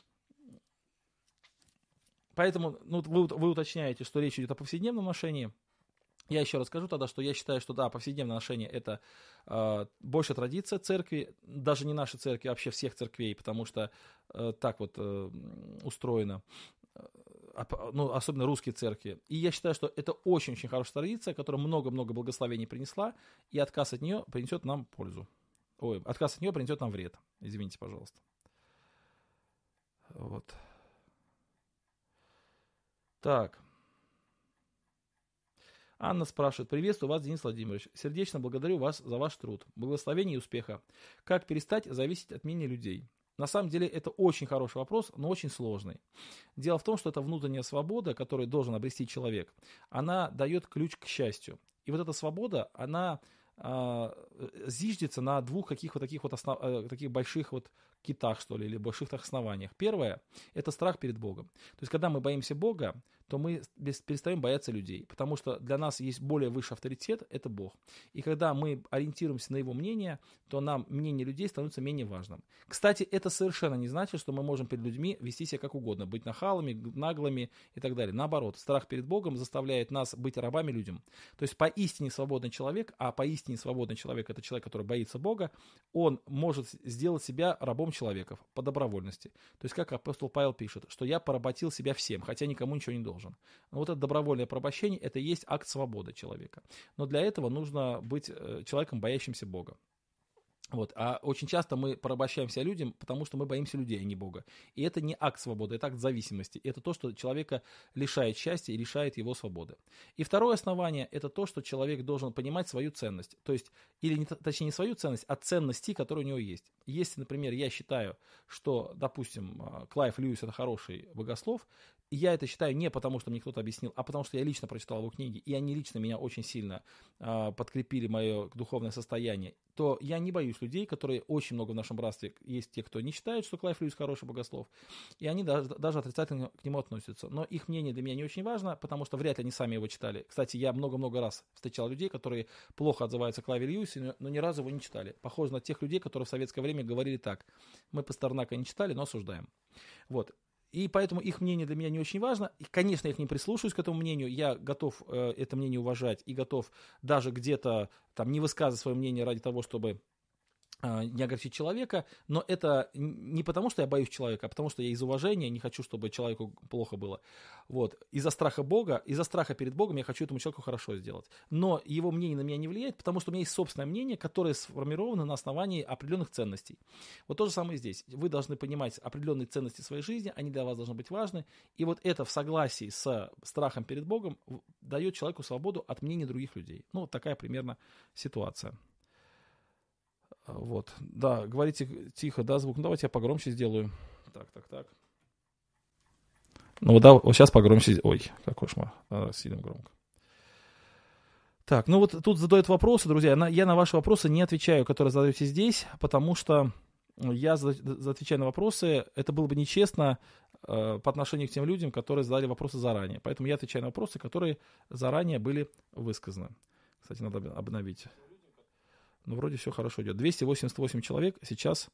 Поэтому вы уточняете, что речь идет о повседневном ношении. Я еще расскажу тогда, что я считаю, что да, повседневное ношение это больше традиция церкви, даже не нашей церкви, а вообще всех церквей, потому что так устроено. Особенно русские церкви. И я считаю, что это очень-очень хорошая традиция, которая много-много благословений принесла, и отказ от нее принесет нам пользу. Отказ от нее принесет нам вред. Извините, пожалуйста. Вот. Так. Анна спрашивает. Приветствую вас, Денис Владимирович. Сердечно благодарю вас за ваш труд. Благословения и успеха. Как перестать зависеть от мнения людей? На самом деле это очень хороший вопрос, но очень сложный. Дело в том, что это внутренняя свобода, которую должен обрести человек, она дает ключ к счастью. И вот эта свобода, она зиждется на двух таких больших китах, что ли, или больших основаниях. Первое – это страх перед Богом. То есть, когда мы боимся Бога, то мы перестаем бояться людей, потому что для нас есть более высший авторитет – это Бог. И когда мы ориентируемся на Его мнение, то нам мнение людей становится менее важным. Кстати, это совершенно не значит, что мы можем перед людьми вести себя как угодно, быть нахалами, наглыми и так далее. Наоборот, страх перед Богом заставляет нас быть рабами людям. То есть, поистине свободный человек, а поистине свободный человек – это человек, который боится Бога, он может сделать себя рабом человеков по добровольности. То есть, как апостол Павел пишет, что я поработил себя всем, хотя никому ничего не должен. Но вот это добровольное порабощение – это и есть акт свободы человека. Но для этого нужно быть человеком, боящимся Бога. Вот. А очень часто мы порабощаемся людям, потому что мы боимся людей, а не Бога. И это не акт свободы, это акт зависимости. Это то, что человека лишает счастья и лишает его свободы. И второе основание – это то, что человек должен понимать свою ценность. То есть, точнее не свою ценность, а ценности, которые у него есть. Если, например, я считаю, что, допустим, Клайв Льюис – это хороший богослов, и я это считаю не потому, что мне кто-то объяснил, а потому, что я лично прочитал его книги, и они лично меня очень сильно подкрепили мое духовное состояние, то я не боюсь людей, которые очень много в нашем братстве есть те, кто не считает, что Клайв Льюис хороший богослов, и они даже отрицательно к нему относятся. Но их мнение для меня не очень важно, потому что вряд ли они сами его читали. Кстати, я много-много раз встречал людей, которые плохо отзываются о Клайве Льюисе, но ни разу его не читали. Похоже на тех людей, которые в советское время говорили так: мы Пастернака не читали, но осуждаем. Вот. И поэтому их мнение для меня не очень важно. И, конечно, я к ним прислушиваюсь, к этому мнению. Я готов это мнение уважать и готов даже где-то там не высказывать свое мнение ради того, чтобы не огорчить человека, но это не потому, что я боюсь человека, а потому, что я из уважения не хочу, чтобы человеку плохо было. Вот. Из-за страха Бога, из-за страха перед Богом я хочу этому человеку хорошо сделать. Но его мнение на меня не влияет, потому что у меня есть собственное мнение, которое сформировано на основании определенных ценностей. Вот то же самое здесь. Вы должны понимать определенные ценности своей жизни, они для вас должны быть важны, и вот это в согласии с страхом перед Богом дает человеку свободу от мнений других людей. Ну, вот такая примерно ситуация. Вот, да, говорите тихо, да, звук. Ну, давайте я погромче сделаю. Так. Ну, да, вот сейчас погромче. Ой, какой кошмар. Сильно громко. Так, ну вот тут задают вопросы, друзья. Я на ваши вопросы не отвечаю, которые задаете здесь, потому что я отвечаю на вопросы. Это было бы нечестно по отношению к тем людям, которые задали вопросы заранее. Поэтому я отвечаю на вопросы, которые заранее были высказаны. Кстати, надо обновить. Ну, вроде все хорошо идет. 288 человек сейчас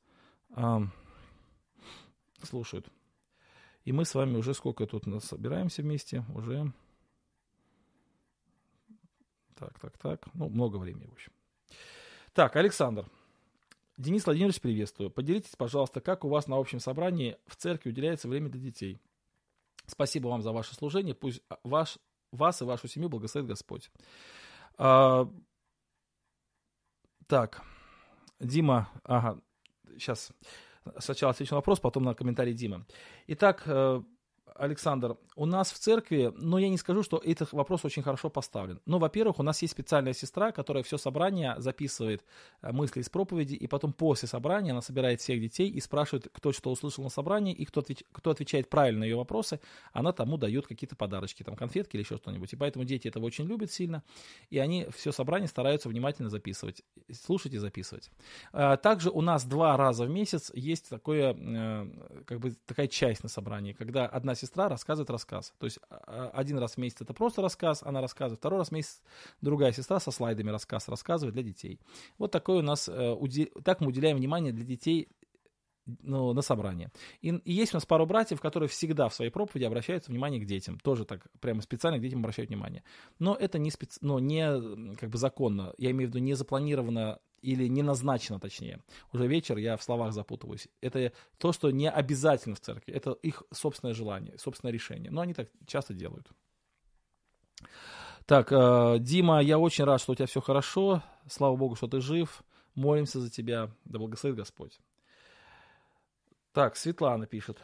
слушают. И мы с вами уже сколько тут нас собираемся вместе? Уже... Так. Ну, много времени, в общем. Так, Александр. Денис Владимирович, приветствую. Поделитесь, пожалуйста, как у вас на общем собрании в церкви уделяется время для детей. Спасибо вам за ваше служение. Пусть вас и вашу семью благословит Господь. Так, Дима, сейчас сначала отвечу на вопрос, потом на комментарий Димы. Итак, Александр, у нас в церкви, но я не скажу, что этот вопрос очень хорошо поставлен. Но, во-первых, у нас есть специальная сестра, которая все собрание записывает мысли из проповеди, и потом после собрания она собирает всех детей и спрашивает, кто что услышал на собрании, и кто отвечает правильно на ее вопросы, она тому дает какие-то подарочки, там конфетки или еще что-нибудь. И поэтому дети этого очень любят сильно, и они все собрание стараются внимательно записывать, слушать и записывать. Также у нас 2 раза в месяц есть такая часть на собрании, когда одна сестра рассказывает рассказ. То есть 1 раз в месяц это просто рассказ, она рассказывает, 2 раз в месяц другая сестра со слайдами рассказ рассказывает для детей. Вот такой у нас, так мы уделяем внимание для детей на собрание. И есть у нас пару братьев, которые всегда в своей проповеди обращаются внимание к детям. Тоже так прямо специально к детям обращают внимание. Но это не законно. Я имею в виду не запланировано или не назначено, точнее. Уже вечер, я в словах запутываюсь. Это то, что не обязательно в церкви. Это их собственное желание, собственное решение. Но они так часто делают. Так, Дима, я очень рад, что у тебя все хорошо. Слава Богу, что ты жив. Молимся за тебя. Да благословит Господь. Так, Светлана пишет.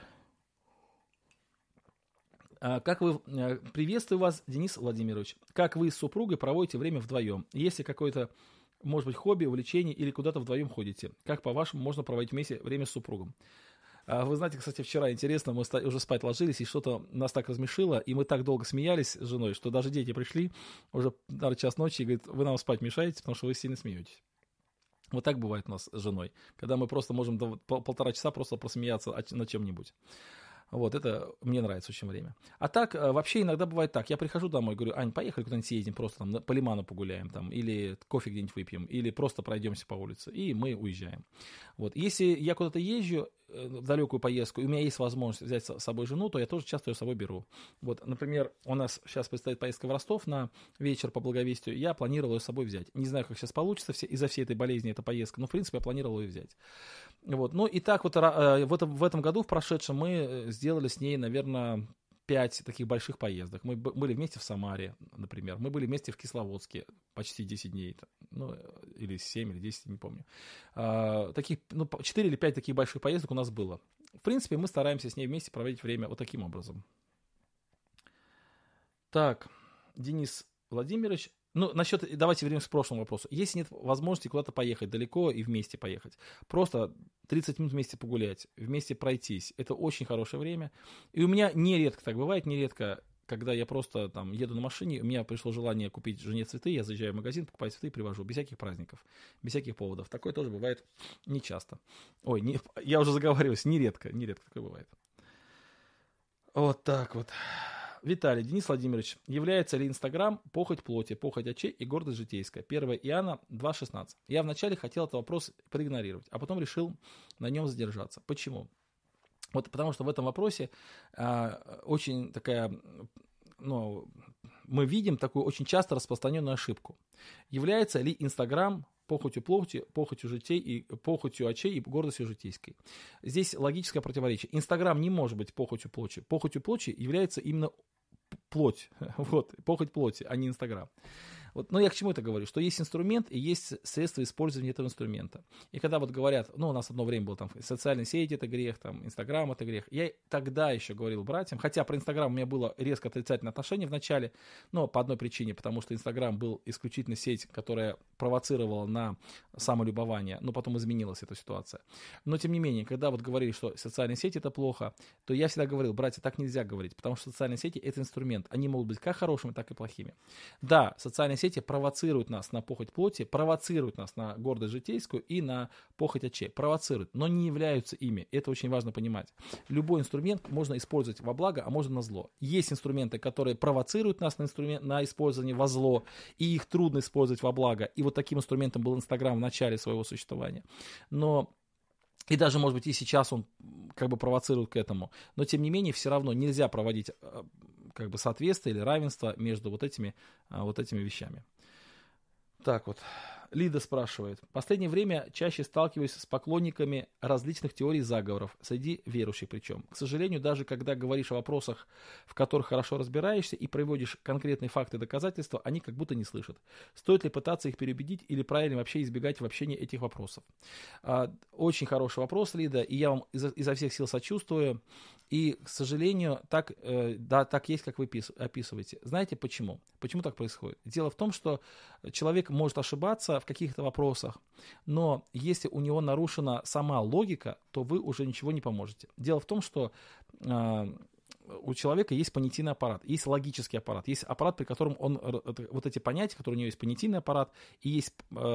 Приветствую вас, Денис Владимирович. Как вы с супругой проводите время вдвоем? Есть ли какое-то, может быть, хобби, увлечение или куда-то вдвоем ходите? Как, по-вашему, можно проводить вместе время с супругом? Вы знаете, кстати, вчера интересно, мы уже спать ложились, и что-то нас так размешило, и мы так долго смеялись с женой, что даже дети пришли уже, наверное, 1:00 ночи и говорят, вы нам спать мешаете, потому что вы сильно смеетесь. Вот так бывает у нас с женой, когда мы просто можем 1,5 часа просто посмеяться над чем-нибудь. Вот, это мне нравится очень время. А так, вообще иногда бывает так. Я прихожу домой, говорю, Ань, поехали куда-нибудь съездим, просто там по лиману погуляем, там, или кофе где-нибудь выпьем, или просто пройдемся по улице, и мы уезжаем. Вот. Если я куда-то езжу в далекую поездку, и у меня есть возможность взять с собой жену, то я тоже часто ее с собой беру. Вот, например, у нас сейчас предстоит поездка в Ростов на вечер по благовестию, я планировал ее с собой взять. Не знаю, как сейчас получится, из-за всей этой болезни эта поездка, но, в принципе, я планировал ее взять. Вот. Ну и так вот в этом году, в прошедшем, мы сделали с ней, наверное, 5 таких больших поездок. Мы были вместе в Самаре, например. Мы были вместе в Кисловодске почти 10 дней. Ну, или 7, или 10, не помню. 4 или 5 таких больших поездок у нас было. В принципе, мы стараемся с ней вместе проводить время вот таким образом. Так, Денис Владимирович. Ну, давайте вернемся к прошлому вопросу. Если нет возможности куда-то поехать далеко и вместе поехать, просто 30 минут вместе погулять, вместе пройтись, это очень хорошее время. И у меня нередко так бывает, когда я просто там еду на машине, у меня пришло желание купить жене цветы, я заезжаю в магазин, покупаю цветы и привожу, без всяких праздников, без всяких поводов. Такое тоже бывает нечасто. Я уже заговариваюсь, нередко такое бывает. Вот так вот. Виталий, Денис Владимирович, является ли Инстаграм похоть плоти, похоть очей и гордость житейская? 1 Иоанна 2,16. Я вначале хотел этот вопрос проигнорировать, а потом решил на нем задержаться. Почему? Вот потому что в этом вопросе очень такая, мы видим такую очень часто распространенную ошибку. Является ли Инстаграм похотью очей и гордостью житейской. Здесь логическое противоречие. Инстаграм не может быть похотью плоти. Похотью плоти является именно плоть. Вот, похоть плоти, а не Инстаграм. Вот, но я к чему это говорю? Что есть инструмент и есть средства использования этого инструмента. И когда вот говорят, ну, у нас одно время было там социальные сети это грех, там, Инстаграм это грех. Я тогда еще говорил братьям, хотя про Инстаграм у меня было резко отрицательное отношение в начале, но по одной причине, потому что Инстаграм был исключительно сеть, которая провоцировала на самолюбование, но потом изменилась эта ситуация. Но тем не менее, когда вот говорили, что социальные сети это плохо, то я всегда говорил, братья, так нельзя говорить, потому что социальные сети это инструмент, они могут быть как хорошими, так и плохими. Да, социальные сети провоцируют нас на похоть плоти, провоцируют нас на гордость житейскую и на похоть очей. Провоцируют, но не являются ими. Это очень важно понимать. Любой инструмент можно использовать во благо, а можно на зло. Есть инструменты, которые провоцируют нас на использование во зло, и их трудно использовать во благо. И вот таким инструментом был Инстаграм в начале своего существования. Но и даже, может быть, и сейчас он как бы провоцирует к этому. Но, тем не менее, все равно нельзя проводить как бы соответствие или равенство между вот этими вещами. Так вот, Лида спрашивает. В последнее время чаще сталкиваюсь с поклонниками различных теорий заговоров, среди верующих причем. К сожалению, даже когда говоришь о вопросах, в которых хорошо разбираешься и приводишь конкретные факты и доказательства, они как будто не слышат. Стоит ли пытаться их переубедить или правильно вообще избегать в общении этих вопросов? Очень хороший вопрос, Лида, и я вам изо всех сил сочувствую. И, к сожалению, так есть, как вы описываете. Знаете почему? Почему так происходит? Дело в том, что человек может ошибаться в каких-то вопросах, но если у него нарушена сама логика, то вы уже ничего не поможете. Дело в том, что у человека есть понятийный аппарат, есть логический аппарат, есть аппарат, при котором он, вот эти понятия, которые у него есть понятийный аппарат, и есть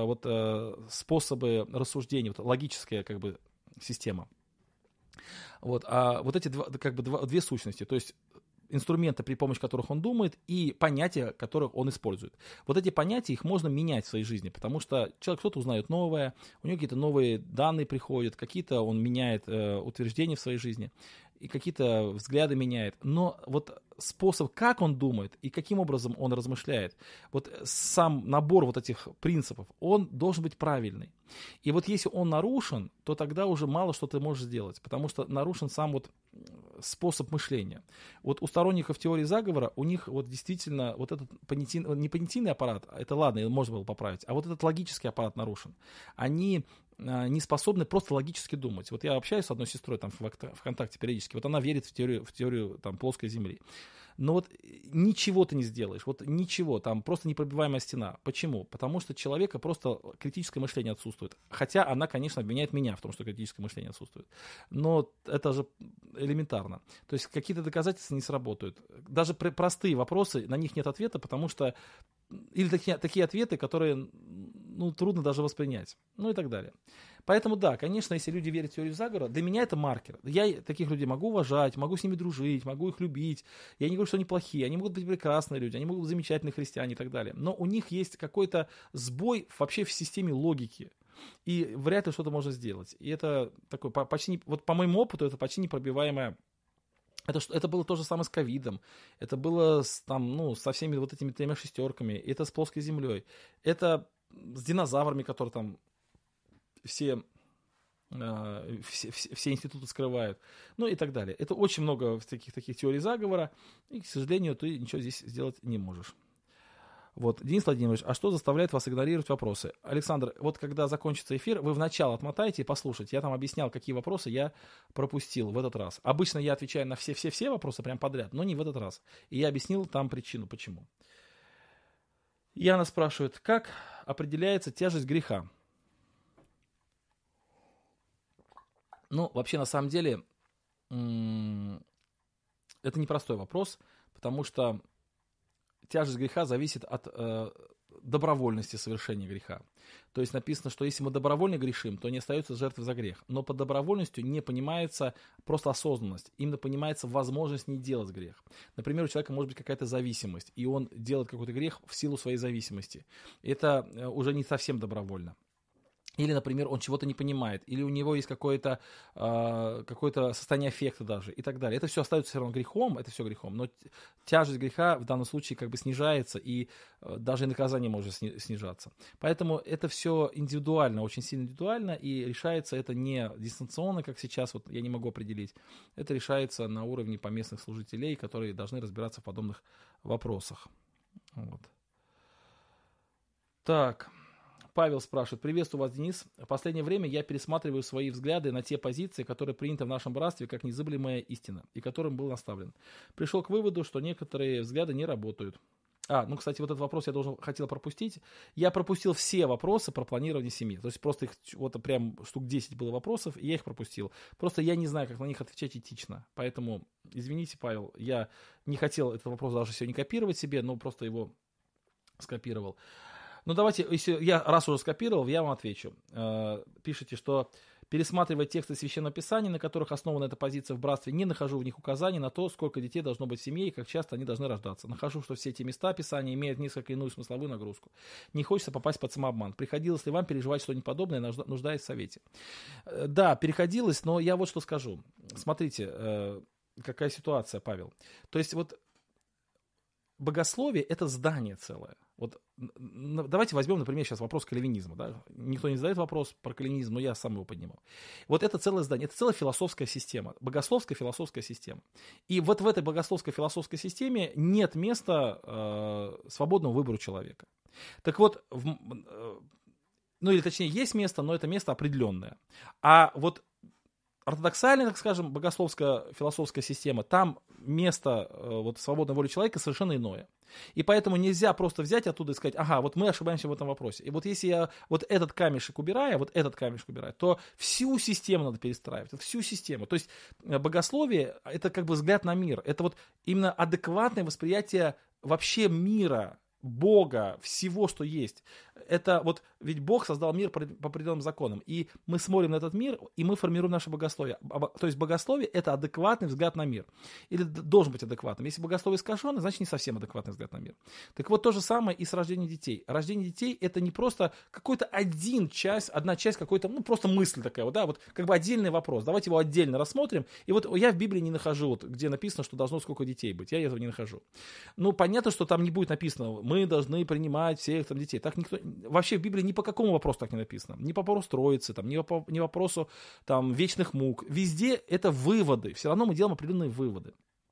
способы рассуждения, вот логическая как бы система. Вот, а вот эти две сущности, то есть инструменты, при помощи которых он думает, и понятия, которых он использует. Вот эти понятия, их можно менять в своей жизни, потому что человек кто-то узнает новое, у него какие-то новые данные приходят, какие-то он меняет утверждения в своей жизни, и какие-то взгляды меняет. Но вот способ, как он думает и каким образом он размышляет, вот сам набор вот этих принципов, он должен быть правильный. И вот если он нарушен, то тогда уже мало что ты можешь сделать, потому что нарушен сам вот способ мышления. Вот у сторонников теории заговора, у них вот действительно вот этот не понятийный аппарат, это ладно, можно было поправить, а вот этот логический аппарат нарушен. Они не способны просто логически думать. Вот я общаюсь с одной сестрой там ВКонтакте периодически, вот она верит в теорию там, плоской земли. Но вот ничего ты не сделаешь, вот ничего, там просто непробиваемая стена. Почему? Потому что человека просто критическое мышление отсутствует. Хотя она, конечно, обвиняет меня в том, что критическое мышление отсутствует. Но это же элементарно. То есть какие-то доказательства не сработают. Даже простые вопросы, на них нет ответа, потому что или такие ответы, которые трудно даже воспринять, ну и так далее. Поэтому да, конечно, если люди верят в теорию заговора, для меня это маркер. Я таких людей могу уважать, могу с ними дружить, могу их любить. Я не говорю, что они плохие, они могут быть прекрасные люди, они могут быть замечательные христиане и так далее. Но у них есть какой-то сбой вообще в системе логики. И вряд ли что-то можно сделать. И это такой почти, вот по моему опыту, это почти непробиваемое. Это было то же самое с ковидом, это было со всеми вот этими 3 шестерками, это с плоской землей, это с динозаврами, которые там все институты скрывают, ну и так далее. Это очень много таких теорий заговора, и, к сожалению, ты ничего здесь сделать не можешь. Вот, Денис Владимирович, а что заставляет вас игнорировать вопросы? Александр, вот когда закончится эфир, вы вначале отмотаете и послушайте. Я там объяснял, какие вопросы я пропустил в этот раз. Обычно я отвечаю на все вопросы прям подряд, но не в этот раз. И я объяснил там причину, почему. Яна спрашивает, как определяется тяжесть греха? Ну, вообще, на самом деле, это непростой вопрос, потому что тяжесть греха зависит от добровольности совершения греха. То есть написано, что если мы добровольно грешим, то не остается жертвы за грех. Но под добровольностью не понимается просто осознанность. Именно понимается возможность не делать грех. Например, у человека может быть какая-то зависимость, и он делает какой-то грех в силу своей зависимости. Это уже не совсем добровольно. Или, например, он чего-то не понимает, или у него есть какое-то состояние аффекта даже и так далее. Это все остается все равно грехом, это все грехом, но тяжесть греха в данном случае как бы снижается, и даже и наказание может снижаться. Поэтому это все индивидуально, очень сильно индивидуально, и решается это не дистанционно, как сейчас, вот я не могу определить. Это решается на уровне поместных служителей, которые должны разбираться в подобных вопросах. Вот. Так. Павел спрашивает: приветствую вас, Денис. В последнее время я пересматриваю свои взгляды на те позиции, которые приняты в нашем братстве как незыблемая истина, и которым был наставлен. Пришел к выводу, что некоторые взгляды не работают. Кстати, вот этот вопрос я хотел пропустить. Я пропустил все вопросы про планирование семьи. То есть просто их вот прям штук 10 было вопросов, и я их пропустил. Просто я не знаю, как на них отвечать этично. Поэтому, извините, Павел, я не хотел этот вопрос даже сегодня копировать себе, но просто его скопировал. Ну, давайте, если я раз уже скопировал, я вам отвечу. Пишите, что пересматривая тексты Священного Писания, на которых основана эта позиция в братстве, не нахожу в них указаний на то, сколько детей должно быть в семье и как часто они должны рождаться. Нахожу, что все эти места Писания имеют несколько иную смысловую нагрузку. Не хочется попасть под самообман. Приходилось ли вам переживать что-нибудь подобное, нуждаясь в совете? Да, переходилось, но я вот что скажу. Смотрите, какая ситуация, Павел. То есть вот богословие – это здание целое. Вот давайте возьмем, например, сейчас вопрос кальвинизма. Да? Никто не задает вопрос про кальвинизм, но я сам его поднимал. Вот это целое здание, это целая философская система, богословская философская система. И вот в этой богословской философской системе нет места свободному выбору человека. Так вот, или точнее есть место, но это место определенное. А вот ортодоксальная, так скажем, богословская философская система, там место свободной воли человека совершенно иное. И поэтому нельзя просто взять оттуда и сказать: ага, вот мы ошибаемся в этом вопросе. И вот если я вот этот камешек убираю, то всю систему надо перестраивать. Всю систему. То есть богословие – это как бы взгляд на мир. Это вот именно адекватное восприятие вообще мира, Бога, всего, что есть. Это вот, ведь Бог создал мир по определенным законам, и мы смотрим на этот мир, и мы формируем наше богословие. То есть богословие – это адекватный взгляд на мир. Или должен быть адекватным. Если богословие искажено, значит не совсем адекватный взгляд на мир. Так вот, то же самое и с рождением детей. Рождение детей – это не просто какой-то одна часть какой-то, просто мысль такая, вот как бы отдельный вопрос. Давайте его отдельно рассмотрим. И вот я в Библии не нахожу, где написано, что должно сколько детей быть. Я этого не нахожу. Понятно, что там не будет написано: мы должны принимать всех там детей. Так никто... Вообще в Библии ни по какому вопросу так не написано. Ни по вопросу Троицы, ни по вопросу вечных мук. Везде это выводы. Все равно мы делаем определенные выводы.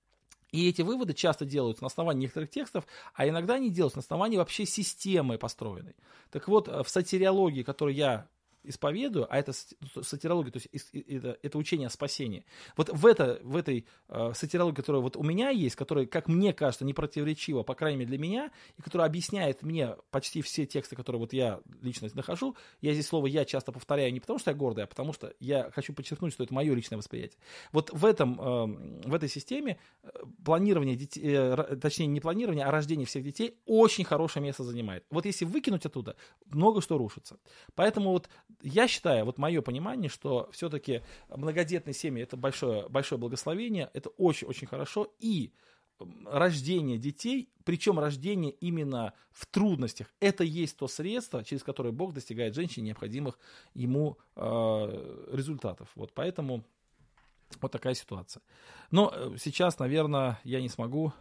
И эти выводы часто делаются на основании некоторых текстов, а иногда они делаются на основании вообще системы построенной. Так вот, в сотириологии, которую я исповедую, а это сотириология, то есть это учение о спасении. Вот в этой сотириологии, которая вот у меня есть, которая, как мне кажется, не противоречива, по крайней мере для меня, и которая объясняет мне почти все тексты, которые вот я лично нахожу. Я здесь слово «я» часто повторяю не потому, что я гордый, а потому что я хочу подчеркнуть, что это мое личное восприятие. Вот в этой системе планирование детей, точнее не планирование, а рождение всех детей очень хорошее место занимает. Вот если выкинуть оттуда, много что рушится. Поэтому вот я считаю, вот мое понимание, что все-таки многодетные семьи – это большое, большое благословение, это очень-очень хорошо, и рождение детей, причем рождение именно в трудностях, это есть то средство, через которое Бог достигает женщине необходимых ему результатов. Вот поэтому вот такая ситуация. Но сейчас, наверное, я не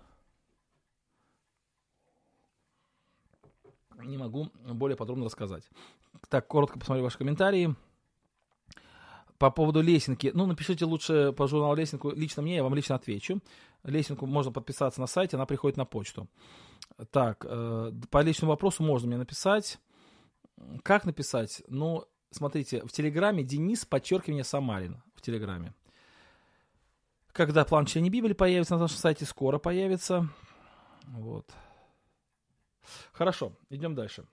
могу более подробно рассказать. Так, коротко посмотрю ваши комментарии. По поводу лесенки. Напишите лучше по журналу «Лесенку» лично мне, я вам лично отвечу. Лесенку можно подписаться на сайте, она приходит на почту. Так, по личному вопросу можно мне написать. Как написать? Смотрите, в Телеграме Денис _Самарин в Телеграме. Когда план чтения Библии появится на нашем сайте, скоро появится. Вот. Хорошо, идем дальше.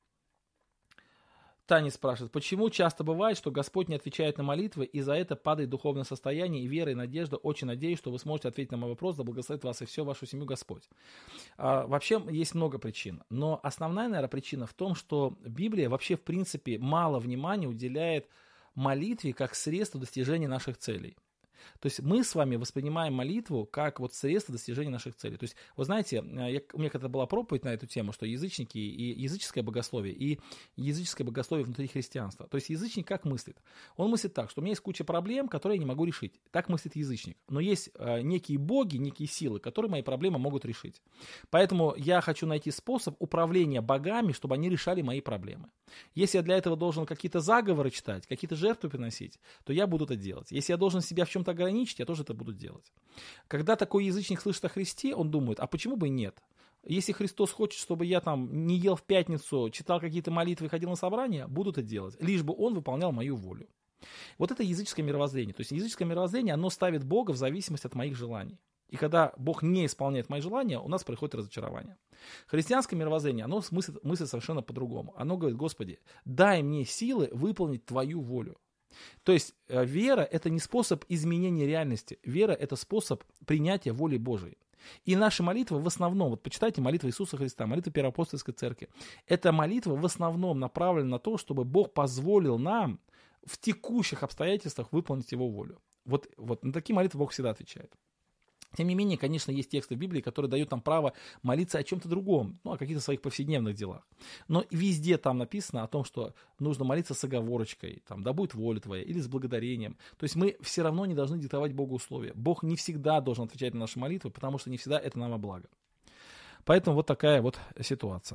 Таня спрашивает: почему часто бывает, что Господь не отвечает на молитвы, и за это падает духовное состояние и вера, и надежда? Очень надеюсь, что вы сможете ответить на мой вопрос, да благословит вас и всю вашу семью Господь. Вообще есть много причин, но основная, наверное, причина в том, что Библия вообще в принципе мало внимания уделяет молитве как средству достижения наших целей. То есть мы с вами воспринимаем молитву как вот средство достижения наших целей. То есть, вы знаете, у меня когда-то была проповедь на эту тему, что язычники и языческое богословие внутри христианства. То есть язычник как мыслит? Он мыслит так, что у меня есть куча проблем, которые я не могу решить. Так мыслит язычник. Но есть некие боги, некие силы, которые мои проблемы могут решить. Поэтому я хочу найти способ управления богами, чтобы они решали мои проблемы. Если я для этого должен какие-то заговоры читать, какие-то жертвы приносить, то я буду это делать. Если я должен себя в чем-то ограничить, я тоже это буду делать. Когда такой язычник слышит о Христе, он думает, а почему бы и нет? Если Христос хочет, чтобы я там не ел в пятницу, читал какие-то молитвы и ходил на собрания, буду это делать, лишь бы он выполнял мою волю. Вот это языческое мировоззрение. То есть языческое мировоззрение, оно ставит Бога в зависимость от моих желаний. И когда Бог не исполняет мои желания, у нас происходит разочарование. Христианское мировоззрение, оно мыслит совершенно по-другому. Оно говорит, Господи, дай мне силы выполнить Твою волю. То есть вера – это не способ изменения реальности. Вера – это способ принятия воли Божией. И наши молитвы в основном, вот почитайте молитвы Иисуса Христа, молитвы Первоапостольской церкви. Эта молитва в основном направлена на то, чтобы Бог позволил нам в текущих обстоятельствах выполнить Его волю. Вот на такие молитвы Бог всегда отвечает. Тем не менее, конечно, есть тексты в Библии, которые дают нам право молиться о чем-то другом, о каких-то своих повседневных делах. Но везде там написано о том, что нужно молиться с оговорочкой, да будет воля Твоя, или с благодарением. То есть мы все равно не должны диктовать Богу условия. Бог не всегда должен отвечать на наши молитвы, потому что не всегда это нам во благо. Поэтому вот такая вот ситуация.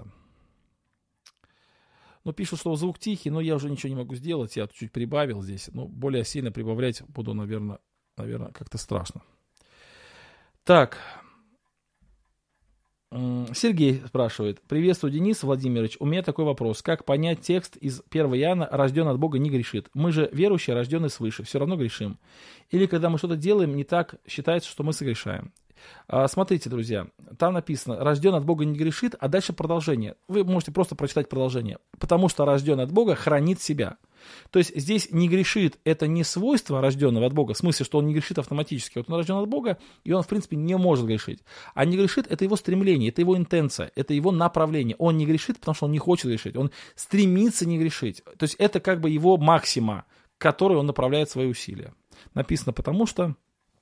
Пишут, что звук тихий, но я уже ничего не могу сделать, я чуть прибавил здесь, более сильно прибавлять буду, наверное, как-то страшно. Так, Сергей спрашивает. Приветствую, Денис Владимирович. У меня такой вопрос. Как понять текст из 1 Иоанна «Рожден от Бога не грешит»? Мы же верующие, рожденные свыше, все равно грешим. Или когда мы что-то делаем не так, считается, что мы согрешаем. Смотрите, друзья, там написано «Рожден от Бога не грешит», а дальше продолжение. Вы можете просто прочитать продолжение. Потому что рожден от Бога хранит себя. То есть здесь не грешит, это не свойство рожденного от Бога, в смысле, что он не грешит автоматически. Вот он рожден от Бога, и он, в принципе, не может грешить. А не грешит, это его стремление, это его интенция, это его направление. Он не грешит, потому что он не хочет грешить, он стремится не грешить. То есть это как бы его максима, к которой он направляет свои усилия. Написано потому что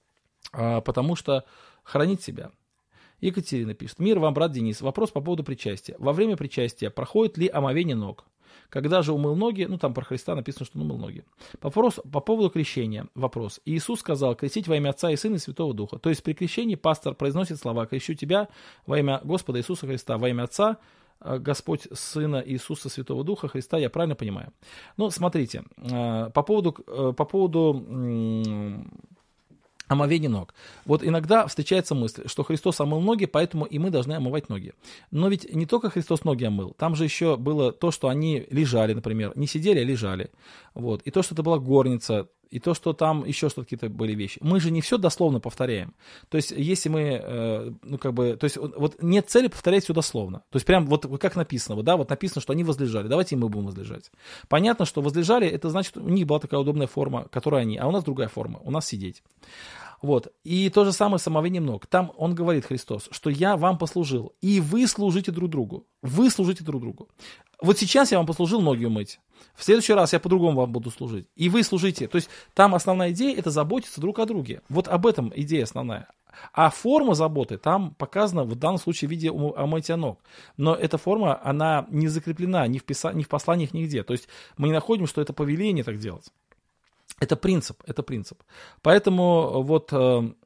хранит себя. Екатерина пишет. Мир вам, брат Денис. Вопрос по поводу причастия. Во время причастия проходит ли омовение ног? Когда же умыл ноги, там про Христа написано, что он умыл ноги. По поводу крещения вопрос. Иисус сказал, крестить во имя Отца и Сына и Святого Духа. То есть при крещении пастор произносит слова, крещу тебя во имя Господа Иисуса Христа, во имя Отца, Господь, Сына, Иисуса, Святого Духа, Христа, я правильно понимаю? Смотрите, по поводу омовение ног. Вот иногда встречается мысль, что Христос омыл ноги, поэтому и мы должны омывать ноги. Но ведь не только Христос ноги омыл, там же еще было то, что они лежали, например, не сидели, а лежали. Вот. И то, что это была горница, и то, что там еще что-то какие-то были вещи. Мы же не все дословно повторяем. То есть, если мы, то есть, вот нет цели повторять все дословно. То есть, прям вот как написано, вот написано, что они возлежали. Давайте и мы будем возлежать. Понятно, что возлежали, это значит, у них была такая удобная форма, которая они, а у нас другая форма, у нас сидеть. Вот. И то же самое с омовением ног. Там он говорит, Христос, что я вам послужил, и вы служите друг другу. Вы служите друг другу. Вот сейчас я вам послужил ноги умыть. В следующий раз я по-другому вам буду служить. И вы служите. То есть там основная идея – это заботиться друг о друге. Вот об этом идея основная. А форма заботы там показана в данном случае в виде омытия ног. Но эта форма, она не закреплена ни в посланиях, нигде. То есть мы не находим, что это повеление так делать. Это принцип. Поэтому вот мы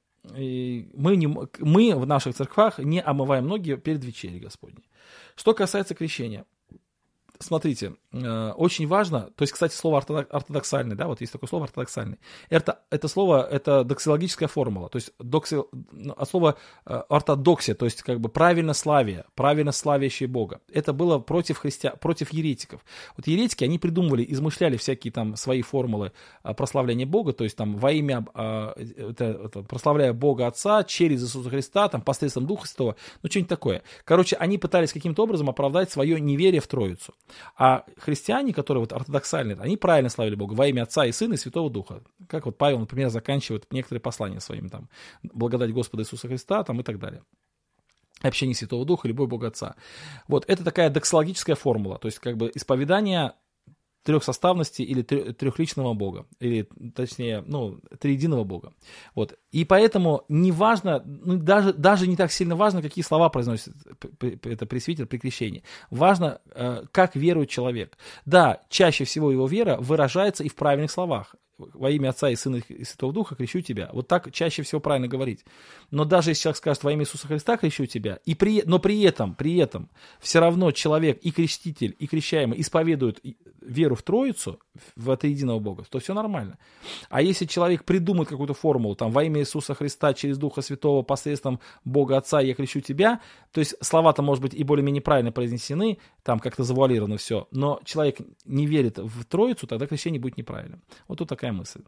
в наших церквах не омываем ноги перед вечерей Господней. Что касается крещения. Смотрите, очень важно, то есть, кстати, слово ортодоксальный, да, вот есть такое слово ортодоксальный. Это слово, это доксилогическая формула, то есть от слова ортодоксия, то есть как бы правильно славящие Бога. Это было против еретиков. Вот еретики, они придумывали, измышляли всякие там свои формулы прославления Бога, то есть там во имя, прославляя Бога Отца через Иисуса Христа, там посредством Духа Святого, что-нибудь такое. Короче, они пытались каким-то образом оправдать свое неверие в Троицу. А христиане, которые вот ортодоксальные, они правильно славили Бога во имя Отца и Сына и Святого Духа. Как вот Павел, например, заканчивает некоторые послания своими, там, благодать Господа Иисуса Христа, там, и так далее. Общение Святого Духа, любовь Бога Отца. Вот, это такая доксологическая формула, то есть, как бы, исповедание трехсоставности или трехличного Бога, или, точнее, триединого Бога. Вот. И поэтому не важно, даже не так сильно важно, какие слова произносит это пресвитер при крещении. Важно, как верует человек. Да, чаще всего его вера выражается и в правильных словах. Во имя Отца и Сына и Святого Духа крещу тебя. Вот так чаще всего правильно говорить. Но даже если человек скажет во имя Иисуса Христа крещу тебя, но при этом все равно человек и креститель, и крещаемый исповедуют веру в Троицу, в триединого Бога, то все нормально. А если человек придумает какую-то формулу, там, во имя Иисуса Христа, через Духа Святого, посредством Бога Отца я крещу тебя, то есть слова-то, может быть, и более-менее правильно произнесены, там как-то завуалировано все, но человек не верит в Троицу, тогда крещение будет неправильным. Вот тут такая мысль.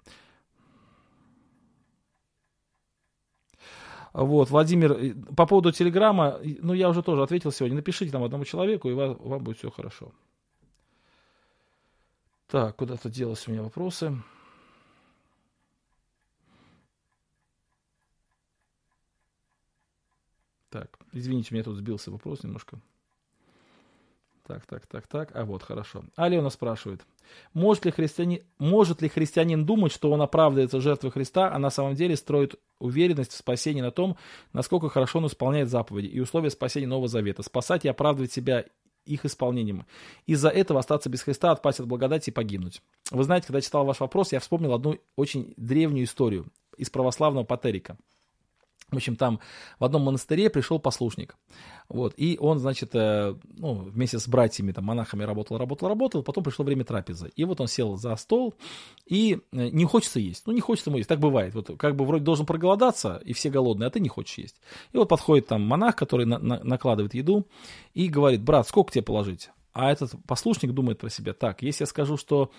Вот, Владимир, по поводу Телеграма, я уже тоже ответил сегодня, напишите там одному человеку, и вам будет все хорошо. Так, куда-то делись у меня вопросы. Так, извините, у меня тут сбился вопрос немножко. Так. А вот, хорошо. Алена спрашивает. Может ли христианин думать, что он оправдывается жертвой Христа, а на самом деле строит уверенность в спасении на том, насколько хорошо он исполняет заповеди и условия спасения Нового Завета, спасать и оправдывать себя их исполнением. Из-за этого остаться без Христа, отпасть от благодати и погибнуть. Вы знаете, когда читал ваш вопрос, я вспомнил одну очень древнюю историю из православного патерика. В общем, там в одном монастыре пришел послушник. Вот, и он, значит, вместе с братьями, там, монахами работал, потом пришло время трапезы. И вот он сел за стол, и не хочется есть. Не хочется ему есть, так бывает. Вот как бы вроде должен проголодаться, и все голодные, а ты не хочешь есть. И вот подходит там монах, который накладывает еду, и говорит: брат, сколько тебе положить? А этот послушник думает про себя: так, если я скажу, что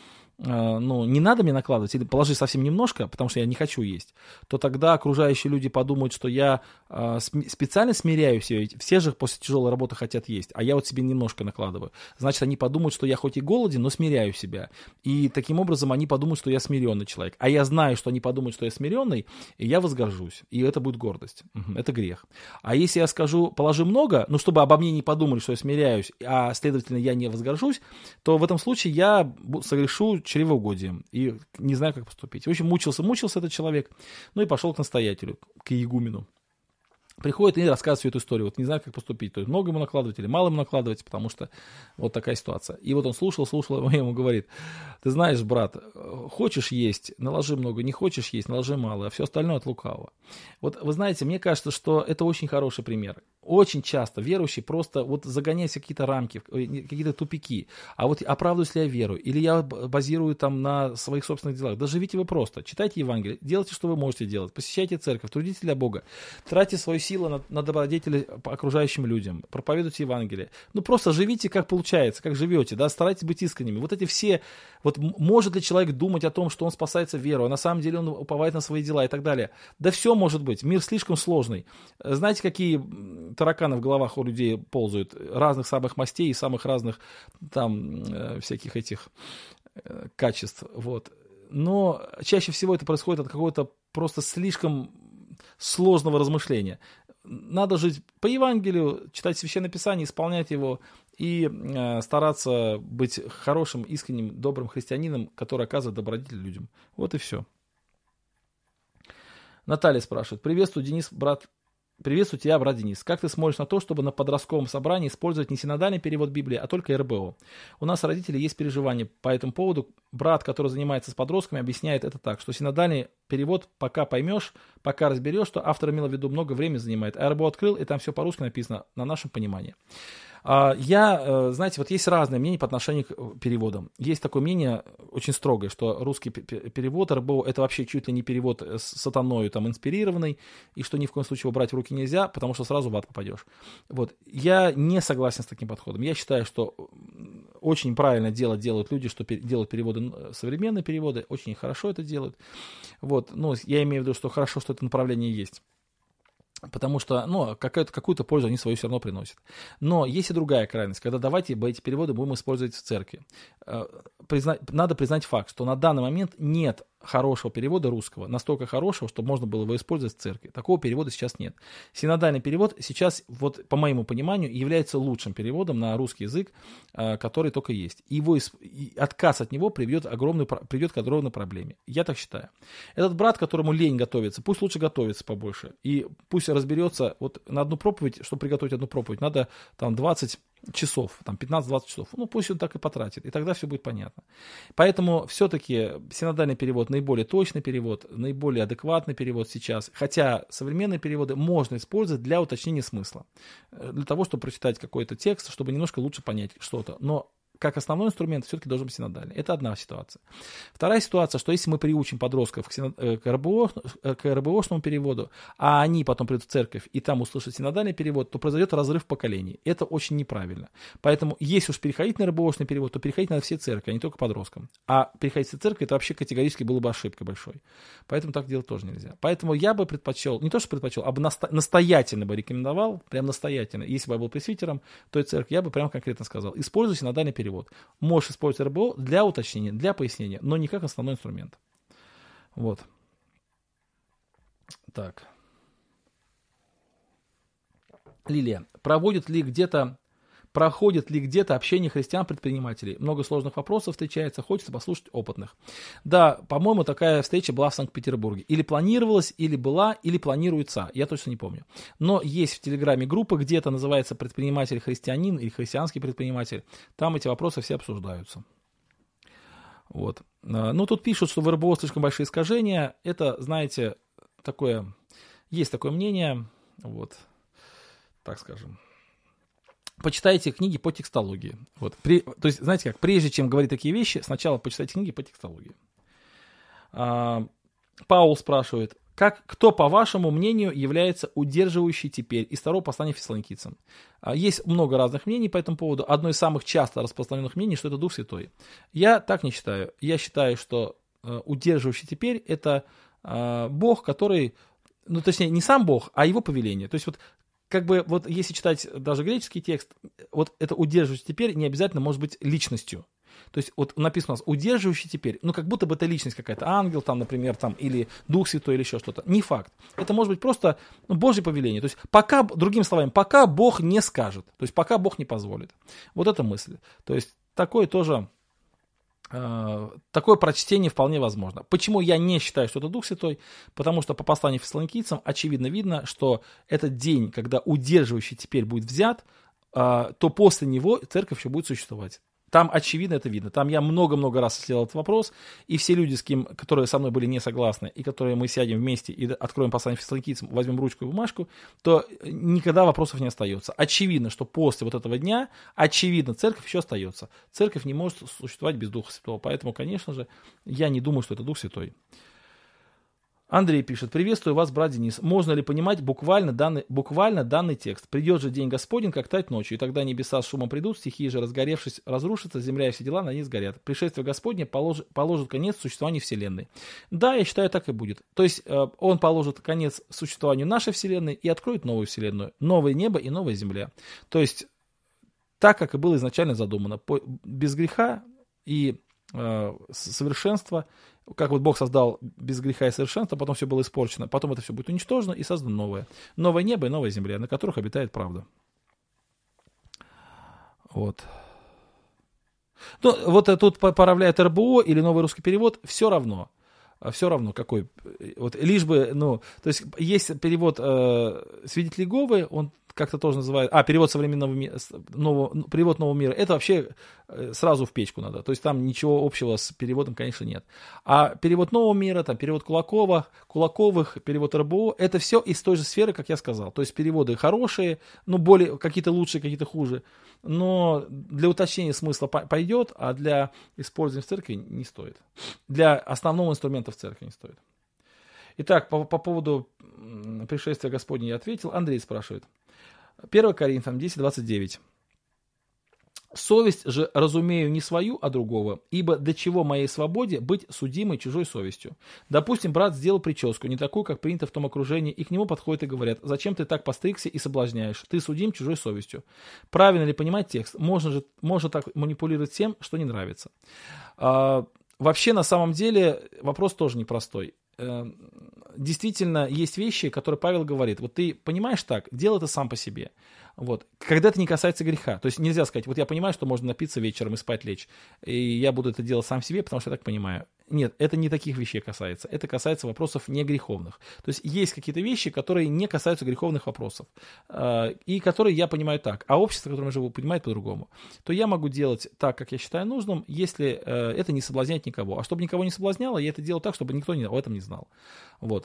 не надо мне накладывать, или положи совсем немножко, потому что я не хочу есть, то тогда окружающие люди подумают, что я специально смиряю себя, ведь все же после тяжелой работы хотят есть, а я вот себе немножко накладываю. Значит, они подумают, что я хоть и голоден, но смиряю себя. И таким образом они подумают, что я смиренный человек. А я знаю, что они подумают, что я смиренный, и я возгоржусь. И это будет гордость. Это грех. А если я скажу: положи много, чтобы обо мне не подумали, что я смиряюсь, а следовательно я не возгоржусь, то в этом случае я согрешу чревоугодием и не знаю, как поступить. В общем, мучился этот человек, и пошел к настоятелю, к игумену. Приходит и рассказывает всю эту историю. Вот не знаю, как поступить. То есть много ему накладывать или мало ему накладывать, потому что вот такая ситуация. И вот он слушал, и ему говорит: ты знаешь, брат, хочешь есть, наложи много, не хочешь есть, наложи мало, а все остальное от лукавого. Вот вы знаете, мне кажется, что это очень хороший пример. Очень часто верующий просто загоняется в какие-то рамки, какие-то тупики. А вот оправдываюсь ли я веру? Или я базирую там на своих собственных делах? Да живите вы просто. Читайте Евангелие, делайте, что вы можете делать. Посещайте церковь, трудитесь для Бога. Тратьте свою силу на добродетели окружающим людям. Проповедуйте Евангелие. Просто живите, как получается, как живете. Да? Старайтесь быть искренними. Вот эти все... может ли человек думать о том, что он спасается верой, а на самом деле он уповает на свои дела и так далее? Да все может быть. Мир слишком сложный. Знаете, какие тараканы в головах у людей ползают? Разных самых мастей и самых разных там всяких этих качеств. Вот. Но чаще всего это происходит от какого-то просто слишком сложного размышления. Надо жить по Евангелию, читать Священное Писание, исполнять его и стараться быть хорошим, искренним, добрым христианином, который оказывает добродетель людям. Вот и все. Наталья спрашивает: приветствую, Денис, брат. Приветствую тебя, брат Денис. Как ты смотришь на то, чтобы на подростковом собрании использовать не синодальный перевод Библии, а только РБО? У нас, родители, есть переживания по этому поводу. Брат, который занимается с подростками, объясняет это так, что синодальный перевод пока поймешь, пока разберешь, что автор имел в виду, много времени занимает. А РБО открыл, и там все по-русски написано на нашем понимании. Знаете, вот есть разные мнения по отношению к переводам. Есть такое мнение очень строгое, что русский перевод РБО это вообще чуть ли не перевод с сатаною там инспирированный, и что ни в коем случае его брать в руки нельзя, потому что сразу в ад попадешь. Вот. Я не согласен с таким подходом. Я считаю, что очень правильно делают люди, что делают переводы, современные переводы, очень хорошо это делают. Вот. Я имею в виду, что хорошо, что это направление есть. Потому что, какую-то пользу они свою все равно приносят. Но есть и другая крайность, когда давайте эти переводы будем использовать в церкви. Надо признать факт, что на данный момент нет хорошего перевода русского, настолько хорошего, чтобы можно было его использовать в церкви. Такого перевода сейчас нет. Синодальный перевод сейчас, вот по моему пониманию, является лучшим переводом на русский язык, который только есть. И отказ от него приведет к огромной проблеме. Я так считаю. Этот брат, которому лень готовиться, пусть лучше готовится побольше. И пусть разберется, вот на одну проповедь, чтобы приготовить одну проповедь, надо там 20 часов, там 15-20 часов. Ну, пусть он так и потратит, и тогда все будет понятно. Поэтому все-таки синодальный перевод наиболее точный перевод, наиболее адекватный перевод сейчас. Хотя современные переводы можно использовать для уточнения смысла. Для того, чтобы прочитать какой-то текст, чтобы немножко лучше понять что-то. Но как основной инструмент все-таки должен быть синодальный. Это одна ситуация. Вторая ситуация, что если мы приучим подростков к РБОшному переводу, а они потом придут в церковь и там услышат синодальный перевод, то произойдет разрыв поколений. Это очень неправильно. Поэтому если уж переходить на РБОшный перевод, то переходить надо все церкви, а не только подросткам. А переходить в церковь, это вообще категорически было бы ошибкой большой. Поэтому так делать тоже нельзя. Поэтому я бы предпочел, не то что предпочел, а бы настоятельно бы рекомендовал, прям настоятельно, если бы я был пресвитером той церкви, я бы прям конкретно сказал, используй синодальный перевод. Можешь использовать РБО для уточнения, для пояснения, но не как основной инструмент. Вот. Так. Лилия. Проходит ли где-то общение христиан-предпринимателей? Много сложных вопросов встречается, хочется послушать опытных. Да, по-моему, такая встреча была в Санкт-Петербурге. Или планировалась, или была, или планируется. Я точно не помню. Но есть в Телеграме группа где-то, называется «Предприниматель-христианин» или «Христианский предприниматель». Там эти вопросы все обсуждаются. Вот. Ну, тут пишут, что в РБО слишком большие искажения. Это, знаете, есть такое мнение, вот, так скажем. Почитайте книги по текстологии. Вот. То есть, знаете как, прежде чем говорить такие вещи, сначала почитайте книги по текстологии. Паул спрашивает, кто, по вашему мнению, является удерживающей теперь из второго послания Фессалоникийцам? Есть много разных мнений по этому поводу. Одно из самых часто распространенных мнений, что это Дух Святой. Я так не считаю. Я считаю, что удерживающий теперь это Бог, который, ну точнее не сам Бог, а его повеление. То есть вот если читать даже греческий текст, вот это удерживающий теперь не обязательно может быть личностью. То есть вот написано у нас удерживающий теперь, ну как будто бы это личность какая-то, ангел там, например, там, или Дух Святой, или еще что-то. Не факт. Это может быть просто Божье повеление. То есть пока, другими словами, пока Бог не скажет, то есть пока Бог не позволит. Вот эта мысль. То есть такое прочтение вполне возможно. Почему я не считаю, что это Дух Святой? Потому что по посланию Фессалоникийцам очевидно видно, что этот день, когда удерживающий теперь будет взят, то после него церковь еще будет существовать. Там очевидно это видно. Там я много-много раз исследовал этот вопрос, и все люди, которые со мной были не согласны, и которые мы сядем вместе и откроем послание Фессалоникийцам, возьмем ручку и бумажку, то никогда вопросов не остается. Очевидно, что после вот этого дня, церковь еще остается. Церковь не может существовать без Духа Святого. Поэтому, конечно же, я не думаю, что это Дух Святой. Андрей пишет, приветствую вас, брат Денис. Можно ли понимать буквально данный текст? Придет же день Господень, как тать ночью, и тогда небеса с шумом придут, стихии же, разгоревшись, разрушатся, земля и все дела на ней сгорят. Пришествие Господне положит конец существованию Вселенной. Да, я считаю, так и будет. То есть он положит конец существованию нашей Вселенной и откроет новую Вселенную, новое небо и новая земля. То есть так, как и было изначально задумано, без греха и совершенства, как вот Бог создал без греха и совершенства, потом все было испорчено, потом это все будет уничтожено и создано новое. Новое небо и новая земля, на которых обитает правда. Вот. Ну, вот тут поправляет РБО или новый русский перевод, все равно какой. Вот, лишь бы, то есть есть перевод свидетель Иеговы, он как-то тоже называют, перевод современного мира, перевод нового мира, это вообще сразу в печку надо, то есть там ничего общего с переводом, конечно, нет. А перевод нового мира, там перевод Кулаковых, перевод РБО, это все из той же сферы, как я сказал, то есть переводы хорошие, более, какие-то лучшие, какие-то хуже, но для уточнения смысла пойдет, а для использования в церкви не стоит. Для основного инструмента в церкви не стоит. Итак, по поводу пришествия Господня я ответил. Андрей спрашивает. 1 Коринфянам 10:29. «Совесть же разумею не свою, а другого, ибо до чего моей свободе быть судимой чужой совестью? Допустим, брат сделал прическу, не такую, как принято в том окружении, и к нему подходят и говорят, зачем ты так постригся и соблазняешь? Ты судим чужой совестью». Правильно ли понимать текст? Можно так манипулировать тем, что не нравится. вообще, на самом деле, вопрос тоже непростой. Действительно, есть вещи, которые Павел говорит. Вот ты понимаешь так, делай это сам по себе. Вот. Когда это не касается греха. То есть нельзя сказать, вот я понимаю, что можно напиться вечером и спать лечь, и я буду это делать сам себе, потому что я так понимаю. Нет, это не таких вещей касается. Это касается вопросов не греховных. То есть есть какие-то вещи, которые не касаются греховных вопросов, и которые я понимаю так, а общество, в котором я живу, понимает по-другому. То я могу делать так, как я считаю нужным, если это не соблазняет никого. А чтобы никого не соблазняло, я это делаю так, чтобы никто об этом не знал. Вот.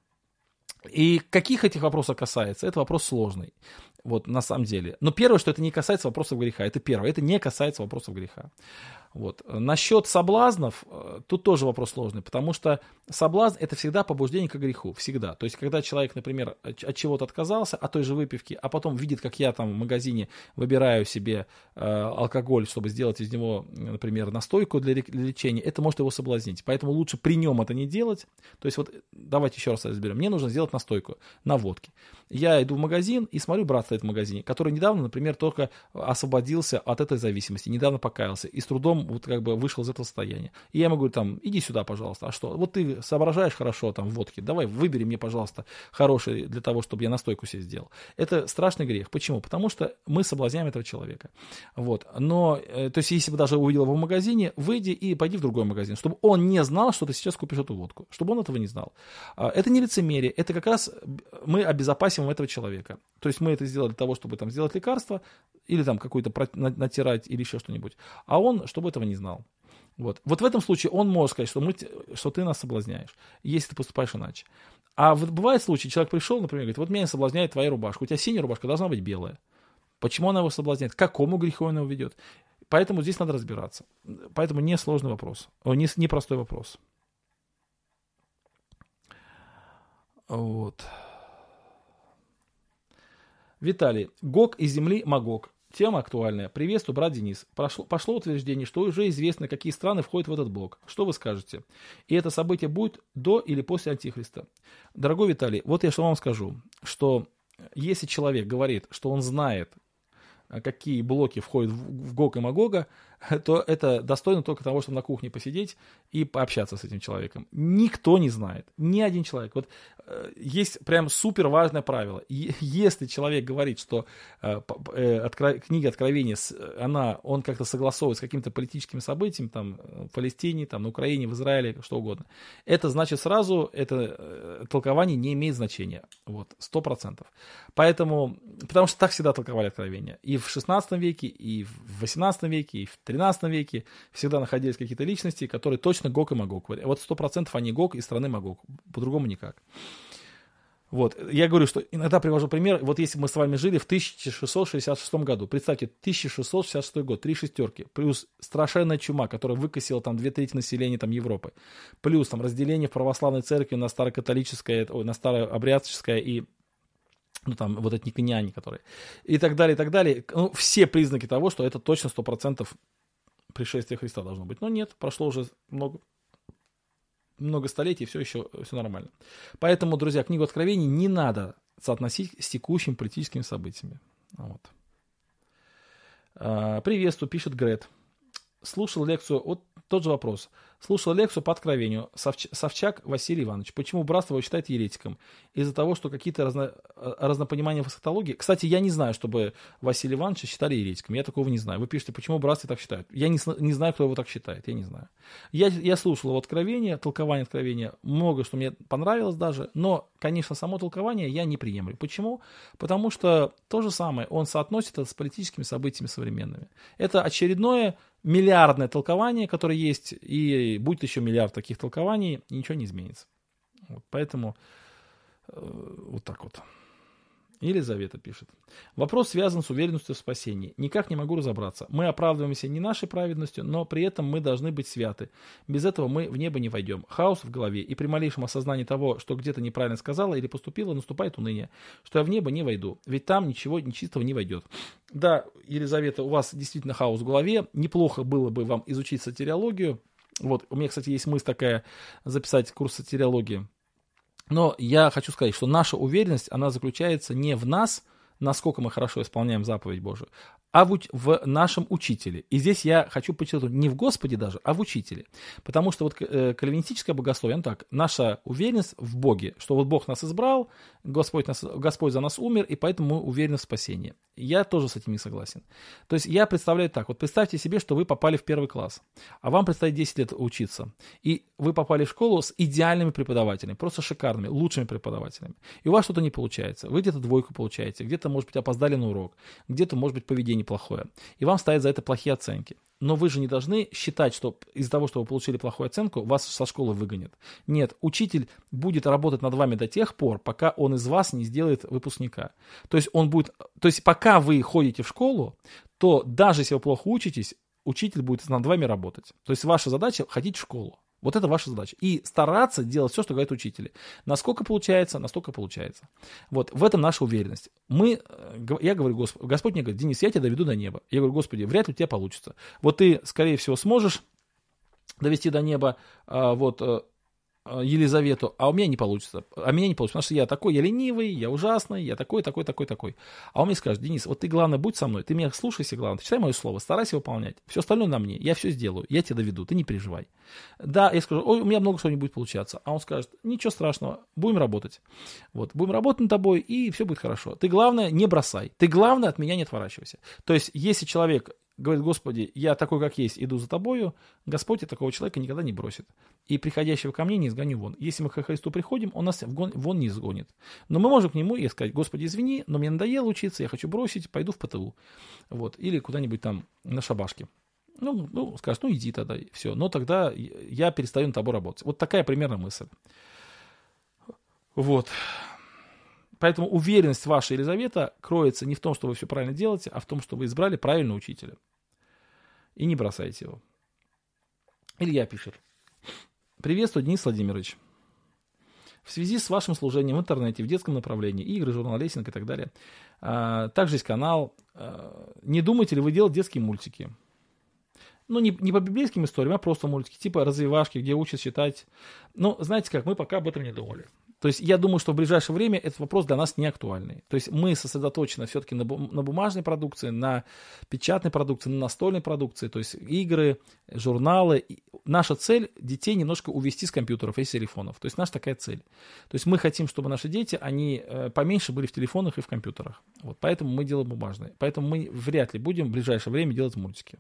И каких этих вопросов касается, это вопрос сложный, вот, на самом деле. Но первое, что это не касается вопросов греха, это первое, это не касается вопросов греха. Вот. Насчет соблазнов, тут тоже вопрос сложный, потому что соблазн — это всегда побуждение к греху, всегда. То есть, когда человек, например, от чего-то отказался, от той же выпивки, а потом видит, как я там в магазине выбираю себе алкоголь, чтобы сделать из него, например, настойку для лечения, это может его соблазнить. Поэтому лучше при нем это не делать. То есть, вот давайте еще раз разберем. Мне нужно сделать настойку на водке. Я иду в магазин и смотрю, брат стоит в магазине, который недавно, например, только освободился от этой зависимости, недавно покаялся и с трудом вот как бы вышел из этого состояния. И я ему говорю, там, иди сюда, пожалуйста. А что? Вот ты соображаешь хорошо там в водке, давай выбери мне, пожалуйста, хороший для того, чтобы я настойку себе сделал. Это страшный грех. Почему? Потому что мы соблазняем этого человека. Вот. Но, то есть, если бы даже увидел его в магазине, выйди и пойди в другой магазин, чтобы он не знал, что ты сейчас купишь эту водку, чтобы он этого не знал. Это не лицемерие, это как раз мы обезопасим этого человека. То есть мы это сделали для того, чтобы там сделать лекарство или там какую-то натирать или еще что-нибудь, а он, чтобы этого не знал. Вот. Вот в этом случае он может сказать, что ты нас соблазняешь, если ты поступаешь иначе. А вот бывает случай, человек пришел, например, говорит, вот меня соблазняет твоя рубашка, у тебя синяя рубашка должна быть белая. Почему она его соблазняет? К какому греху она его ведет? Поэтому здесь надо разбираться. Поэтому не сложный вопрос, не простой вопрос. Вот. Виталий, Гог из земли Магог. Тема актуальная. Приветствую, брат Денис. Пошло утверждение, что уже известно, какие страны входят в этот блок. Что вы скажете? И это событие будет до или после Антихриста? Дорогой Виталий, вот я что вам скажу, что если человек говорит, что он знает, какие блоки входят в Гог и Магога, то это достойно только того, чтобы на кухне посидеть и пообщаться с этим человеком. Никто не знает, ни один человек. Вот есть прям супер важное правило. Если человек говорит, что книга Откровения, он как-то согласовывает с какими-то политическими событиями, там, в Палестине, там, на Украине, в Израиле, что угодно, это значит сразу, это толкование не имеет значения. Вот, 100%. Поэтому, потому что так всегда толковали Откровения. И в 16 веке, и в 18 веке, и в 13 веке всегда находились какие-то личности, которые точно Гог и Магог. Вот 100% они Гог из страны Магог. По-другому никак. Вот. Я говорю, что иногда привожу пример. Вот если мы с вами жили в 1666 году, представьте, 1666 год, 3 шестерки, плюс страшенная чума, которая выкосила там 2/3 населения там, Европы, плюс там разделение в православной церкви на старокатолическое, на старообрядческое и ну, там, вот эти никониане, которые, и так далее, и так далее. Ну, все признаки того, что это точно 100% пришествие Христа должно быть. Но нет, прошло уже много столетий, все еще все нормально. Поэтому, друзья, книгу Откровений не надо соотносить с текущими политическими событиями. Вот. Приветствую, пишет Грет. Слушал лекцию, вот тот же вопрос. Слушал лекцию по Откровению. Савчак Василий Иванович. Почему братство его считает еретиком? Из-за того, что какие-то разнопонимания в эсхатологии. Кстати, я не знаю, чтобы Василия Ивановича считали еретиком. Я такого не знаю. Вы пишете, почему братство так считают. Я не знаю, кто его так считает. Я не знаю. Я слушал его Откровение, толкование Откровения. Много что мне понравилось даже. Но, конечно, само толкование я не приемлю. Почему? Потому что то же самое. Он соотносит это с политическими событиями современными. Это очередное миллиардное толкование, которое есть, и будет еще миллиард таких толкований, и ничего не изменится. Вот, поэтому вот так вот. Елизавета пишет. Вопрос связан с уверенностью в спасении. Никак не могу разобраться. Мы оправдываемся не нашей праведностью, но при этом мы должны быть святы. Без этого мы в небо не войдем. Хаос в голове, и при малейшем осознании того, что где-то неправильно сказала или поступила, наступает уныние, что я в небо не войду, ведь там ничего нечистого не войдет. Да, Елизавета, у вас действительно хаос в голове. Неплохо было бы вам изучить сотириологию. Вот, у меня, кстати, есть мысль такая, записать курс сотириологии. Но я хочу сказать, что наша уверенность, она заключается не в нас, насколько мы хорошо исполняем заповедь Божию, а в нашем учителе. И здесь я хочу подчеркнуть, не в Господе даже, а в учителе. Потому что вот кальвинистическое богословие, оно так, наша уверенность в Боге, что вот Бог нас избрал, Господь за нас умер, и поэтому мы уверены в спасении. Я тоже с этим не согласен. То есть я представляю так, вот представьте себе, что вы попали в 1 класс, а вам предстоит 10 лет учиться, и вы попали в школу с идеальными преподавателями, просто шикарными, лучшими преподавателями, и у вас что-то не получается, вы где-то 2 получаете, где-то, может быть, опоздали на урок, где-то, может быть, поведение плохое, и вам ставят за это плохие оценки. Но вы же не должны считать, что из-за того, что вы получили плохую оценку, вас со школы выгонят. Нет, учитель будет работать над вами до тех пор, пока он из вас не сделает выпускника. То есть пока вы ходите в школу, то даже если вы плохо учитесь, учитель будет над вами работать. То есть ваша задача ходить в школу. Вот это ваша задача. И стараться делать все, что говорят учители. Насколько получается, настолько получается. Вот в этом наша уверенность. Я говорю, Господь мне говорит: Денис, я тебя доведу до неба. Я говорю: Господи, вряд ли у тебя получится. Вот ты, скорее всего, сможешь довести до неба Елизавету, а у меня не получится. Потому что я такой, я ленивый, я ужасный, я такой. А он мне скажет: Денис, вот ты, главное, будь со мной, ты меня слушайся, главное, читай мое слово, старайся выполнять. Все остальное на мне, я все сделаю, я тебя доведу, ты не переживай. Да, я скажу: ой, у меня много что не будет получаться. А он скажет: ничего страшного, будем работать. Будем работать над тобой, и все будет хорошо. Ты, главное, не бросай. Ты, главное, от меня не отворачивайся. То есть, если человек говорит: Господи, я такой, как есть, иду за тобою, Господь такого человека никогда не бросит. И приходящего ко мне не изгоню вон. Если мы к Христу приходим, он нас вон не изгонит. Но мы можем к нему и сказать: Господи, извини, но мне надоело учиться, я хочу бросить, пойду в ПТУ. Или куда-нибудь там на шабашке. Скажет: иди тогда, и все. Но тогда я перестаю над тобой работать. Вот такая примерно мысль. Поэтому уверенность ваша, Елизавета, кроется не в том, что вы все правильно делаете, а в том, что вы избрали правильного учителя. И не бросайте его. Илья пишет: приветствую, Денис Владимирович. В связи с вашим служением в интернете, в детском направлении, игры, журнал лесенок и так далее, также есть канал. Не думаете ли вы делать детские мультики? Не по библейским историям, а просто мультики, типа развивашки, где учат читать. Знаете как, мы пока об этом не думали. То есть я думаю, что в ближайшее время этот вопрос для нас не актуальный. То есть мы сосредоточены все-таки на бумажной продукции, на печатной продукции, на настольной продукции, то есть игры, журналы. Наша цель — детей немножко увести с компьютеров и с телефонов. То есть наша такая цель. То есть мы хотим, чтобы наши дети, они поменьше были в телефонах и в компьютерах. Поэтому мы делаем бумажные. Поэтому мы вряд ли будем в ближайшее время делать мультики.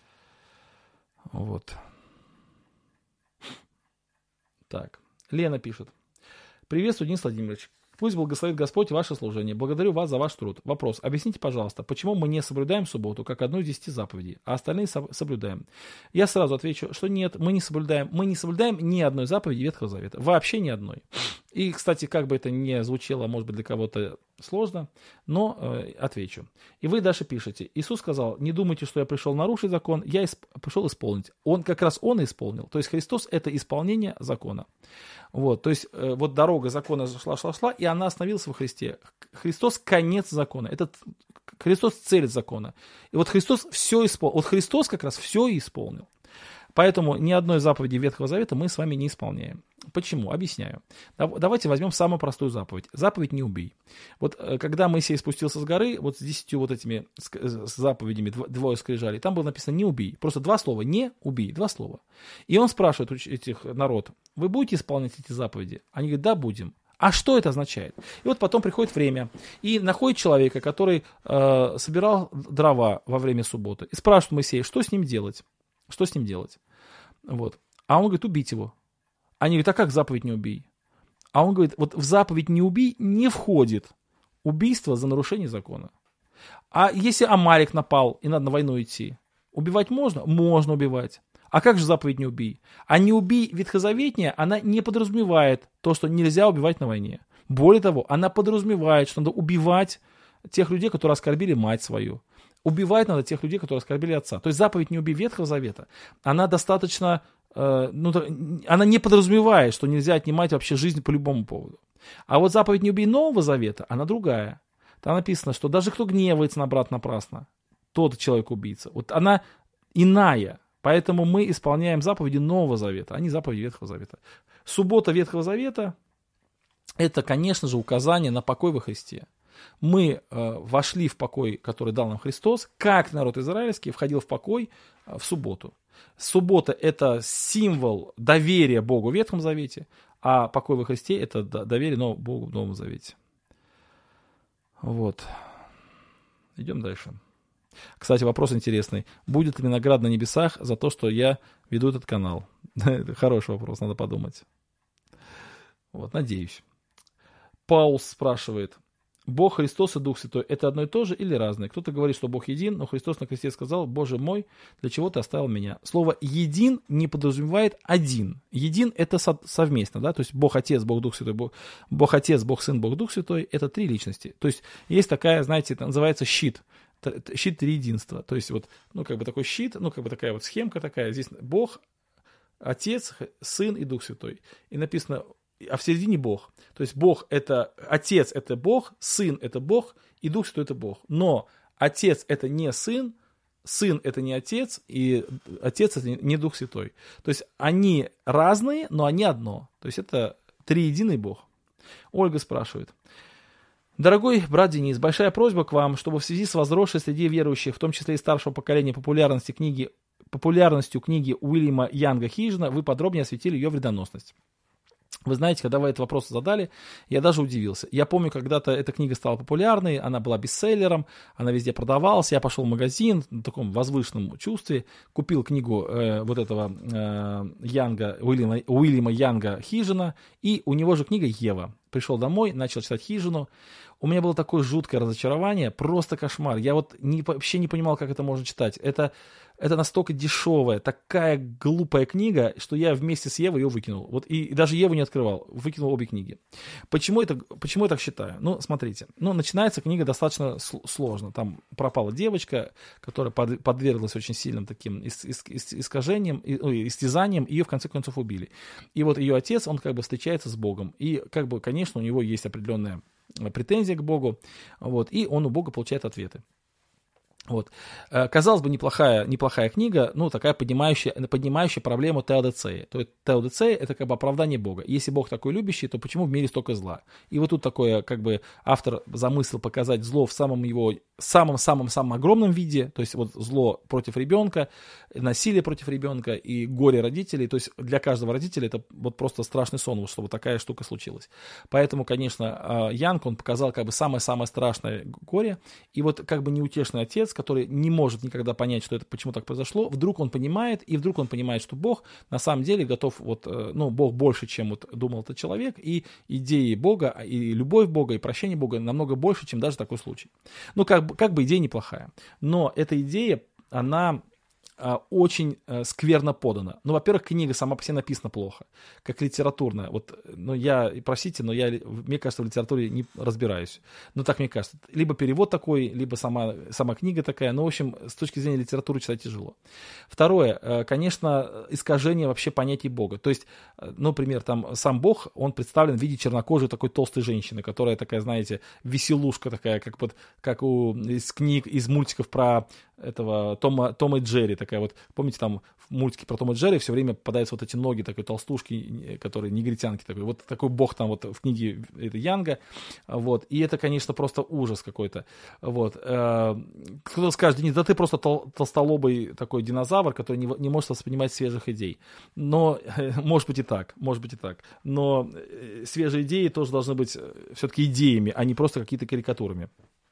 Так, Лена пишет: приветствую, Денис Владимирович. Пусть благословит Господь ваше служение. Благодарю вас за ваш труд. Вопрос. Объясните, пожалуйста, почему мы не соблюдаем субботу как одну из 10 заповедей, а остальные соблюдаем? Я сразу отвечу, что нет, мы не соблюдаем ни одной заповеди Ветхого Завета. Вообще ни одной. И, кстати, как бы это ни звучало, может быть, для кого-то сложно, но отвечу. И вы дальше пишете: Иисус сказал: не думайте, что я пришел нарушить закон, я пришел исполнить. Он и исполнил. То есть Христос — это исполнение закона. То есть дорога закона шла, и она остановилась во Христе. Христос — конец закона. Христос — цель закона. И Христос все исполнил. Христос как раз все и исполнил. Поэтому ни одной заповеди Ветхого Завета мы с вами не исполняем. Почему? Объясняю. Давайте возьмем самую простую заповедь. Заповедь «не убий». Когда Моисей спустился с горы, с 10 этими заповедями, 2 скрижалей, там было написано «не убий». Просто 2 слова. «Не убий». 2 слова. И он спрашивает этих народ: вы будете исполнять эти заповеди? Они говорят: да, будем. А что это означает? И потом приходит время, и находит человека, который собирал дрова во время субботы, и спрашивает Моисея: что с ним делать? Что с ним делать? А он говорит: убить его. Они говорят: а как заповедь «не убий»? А он говорит: в заповедь «не убий» не входит убийство за нарушение закона. А если Амалик напал и надо на войну идти, убивать можно? Можно убивать. А как же заповедь «не убий»? А «не убий» ветхозаветняя, она не подразумевает то, что нельзя убивать на войне. Более того, она подразумевает, что надо убивать тех людей, которые оскорбили мать свою. Убивать надо тех людей, которые оскорбили отца. То есть заповедь «не убей» Ветхого Завета, она достаточно, она не подразумевает, что нельзя отнимать вообще жизнь по любому поводу. А заповедь «не убей» Нового Завета, она другая. Там написано, что даже кто гневается на брата напрасно, тот человек-убийца. Она иная. Поэтому мы исполняем заповеди Нового Завета, а не заповеди Ветхого Завета. Суббота Ветхого Завета — это, конечно же, указание на покой во Христе. Мы вошли в покой, который дал нам Христос, как народ израильский входил в покой в субботу. Суббота – это символ доверия Богу в Ветхом Завете, а покой во Христе – это доверие Богу в Новом Завете. Вот. Идем дальше. Кстати, вопрос интересный. Будет ли награда на небесах за то, что я веду этот канал? Хороший вопрос, надо подумать. Вот, надеюсь. Паулс спрашивает. Бог, Христос и Дух Святой – это одно и то же или разное? Кто-то говорит, что Бог един, но Христос на кресте сказал: «Боже мой, для чего ты оставил меня?» Слово «един» не подразумевает «один». «Един» – это совместно, да? То есть Бог Отец, Бог Дух Святой, Бог Отец, Бог Сын, Бог Дух Святой – это три личности. То есть есть такая, знаете, это называется щит. Щит триединства. То есть вот, ну, как бы такой щит, ну, как бы такая вот схемка такая. Здесь Бог, Отец, Сын и Дух Святой. И написано, а в середине Бог. То есть Бог это, Отец это Бог, Сын это Бог и Дух Святой это Бог. Но Отец это не Сын, Сын это не Отец, и Отец это не Дух Святой. То есть они разные, но они одно. То есть это триединый Бог. Ольга спрашивает. Дорогой брат Денис, большая просьба к вам, чтобы в связи с возросшей среди верующих, в том числе и старшего поколения, популярностью книги Уильяма Янга «Хижина» вы подробнее осветили ее вредоносность. Вы знаете, когда вы этот вопрос задали, я даже удивился. Я помню, когда-то эта книга стала популярной, она была бестселлером, она везде продавалась. Я пошел в магазин в таком возвышенном чувстве, купил книгу вот этого Уильяма Янга «Хижина», и у него же книга «Ева». Пришел домой, начал читать «Хижину». У меня было такое жуткое разочарование, просто кошмар. Я вот вообще не понимал, как это можно читать. Это настолько дешевая, такая глупая книга, что я вместе с Евой ее выкинул. Вот и даже Еву не открывал, выкинул обе книги. Почему я так считаю? Ну, смотрите. Начинается книга достаточно сложно. Там пропала девочка, которая подверглась очень сильным таким искажениям, истязаниям, ее в конце концов убили. И вот ее отец, он как бы встречается с Богом. И как бы, конечно, у него есть определенная претензия к Богу, вот, и он у Бога получает ответы. Вот. Казалось бы, неплохая книга, ну, такая поднимающая проблему теодицеи. То есть теодицея — это как бы оправдание Бога. Если Бог такой любящий, то почему в мире столько зла? И вот тут такое, как бы, автор замыслил показать зло в самом огромном виде, то есть вот зло против ребенка, насилие против ребенка и горе родителей. То есть для каждого родителя это вот просто страшный сон, чтобы такая штука случилась. Поэтому, конечно, Янг, он показал как бы самое-самое страшное горе. И вот как бы неутешный отец, который не может никогда понять, что это, почему так произошло, вдруг он понимает, что Бог на самом деле готов, Бог больше, чем вот думал этот человек, и идеи Бога, и любовь Бога, и прощение Бога намного больше, чем даже такой случай. Ну, как бы идея неплохая, но эта идея, она очень скверно подана. Ну, во-первых, книга сама по себе написана плохо, как литературная. Вот, простите, но мне кажется, в литературе не разбираюсь. Ну, так мне кажется. Либо перевод такой, либо сама книга такая. Ну, в общем, с точки зрения литературы читать тяжело. Второе, конечно, искажение вообще понятий Бога. То есть, например, там сам Бог, он представлен в виде чернокожей такой толстой женщины, которая такая, знаете, веселушка такая, как из книг, из мультиков про этого Тома и Джерри, такая вот, помните, там в мультике про Тома и Джерри все время попадаются вот эти ноги такой толстушки, которые негритянки такой, вот такой бог там вот в книге Янга, вот, и это, конечно, просто ужас какой-то, вот. Кто-то скажет: Денис, да ты просто толстолобый такой динозавр, который не может воспринимать свежих идей, но, может быть и так, но свежие идеи тоже должны быть все-таки идеями, а не просто какие-то карикатурами.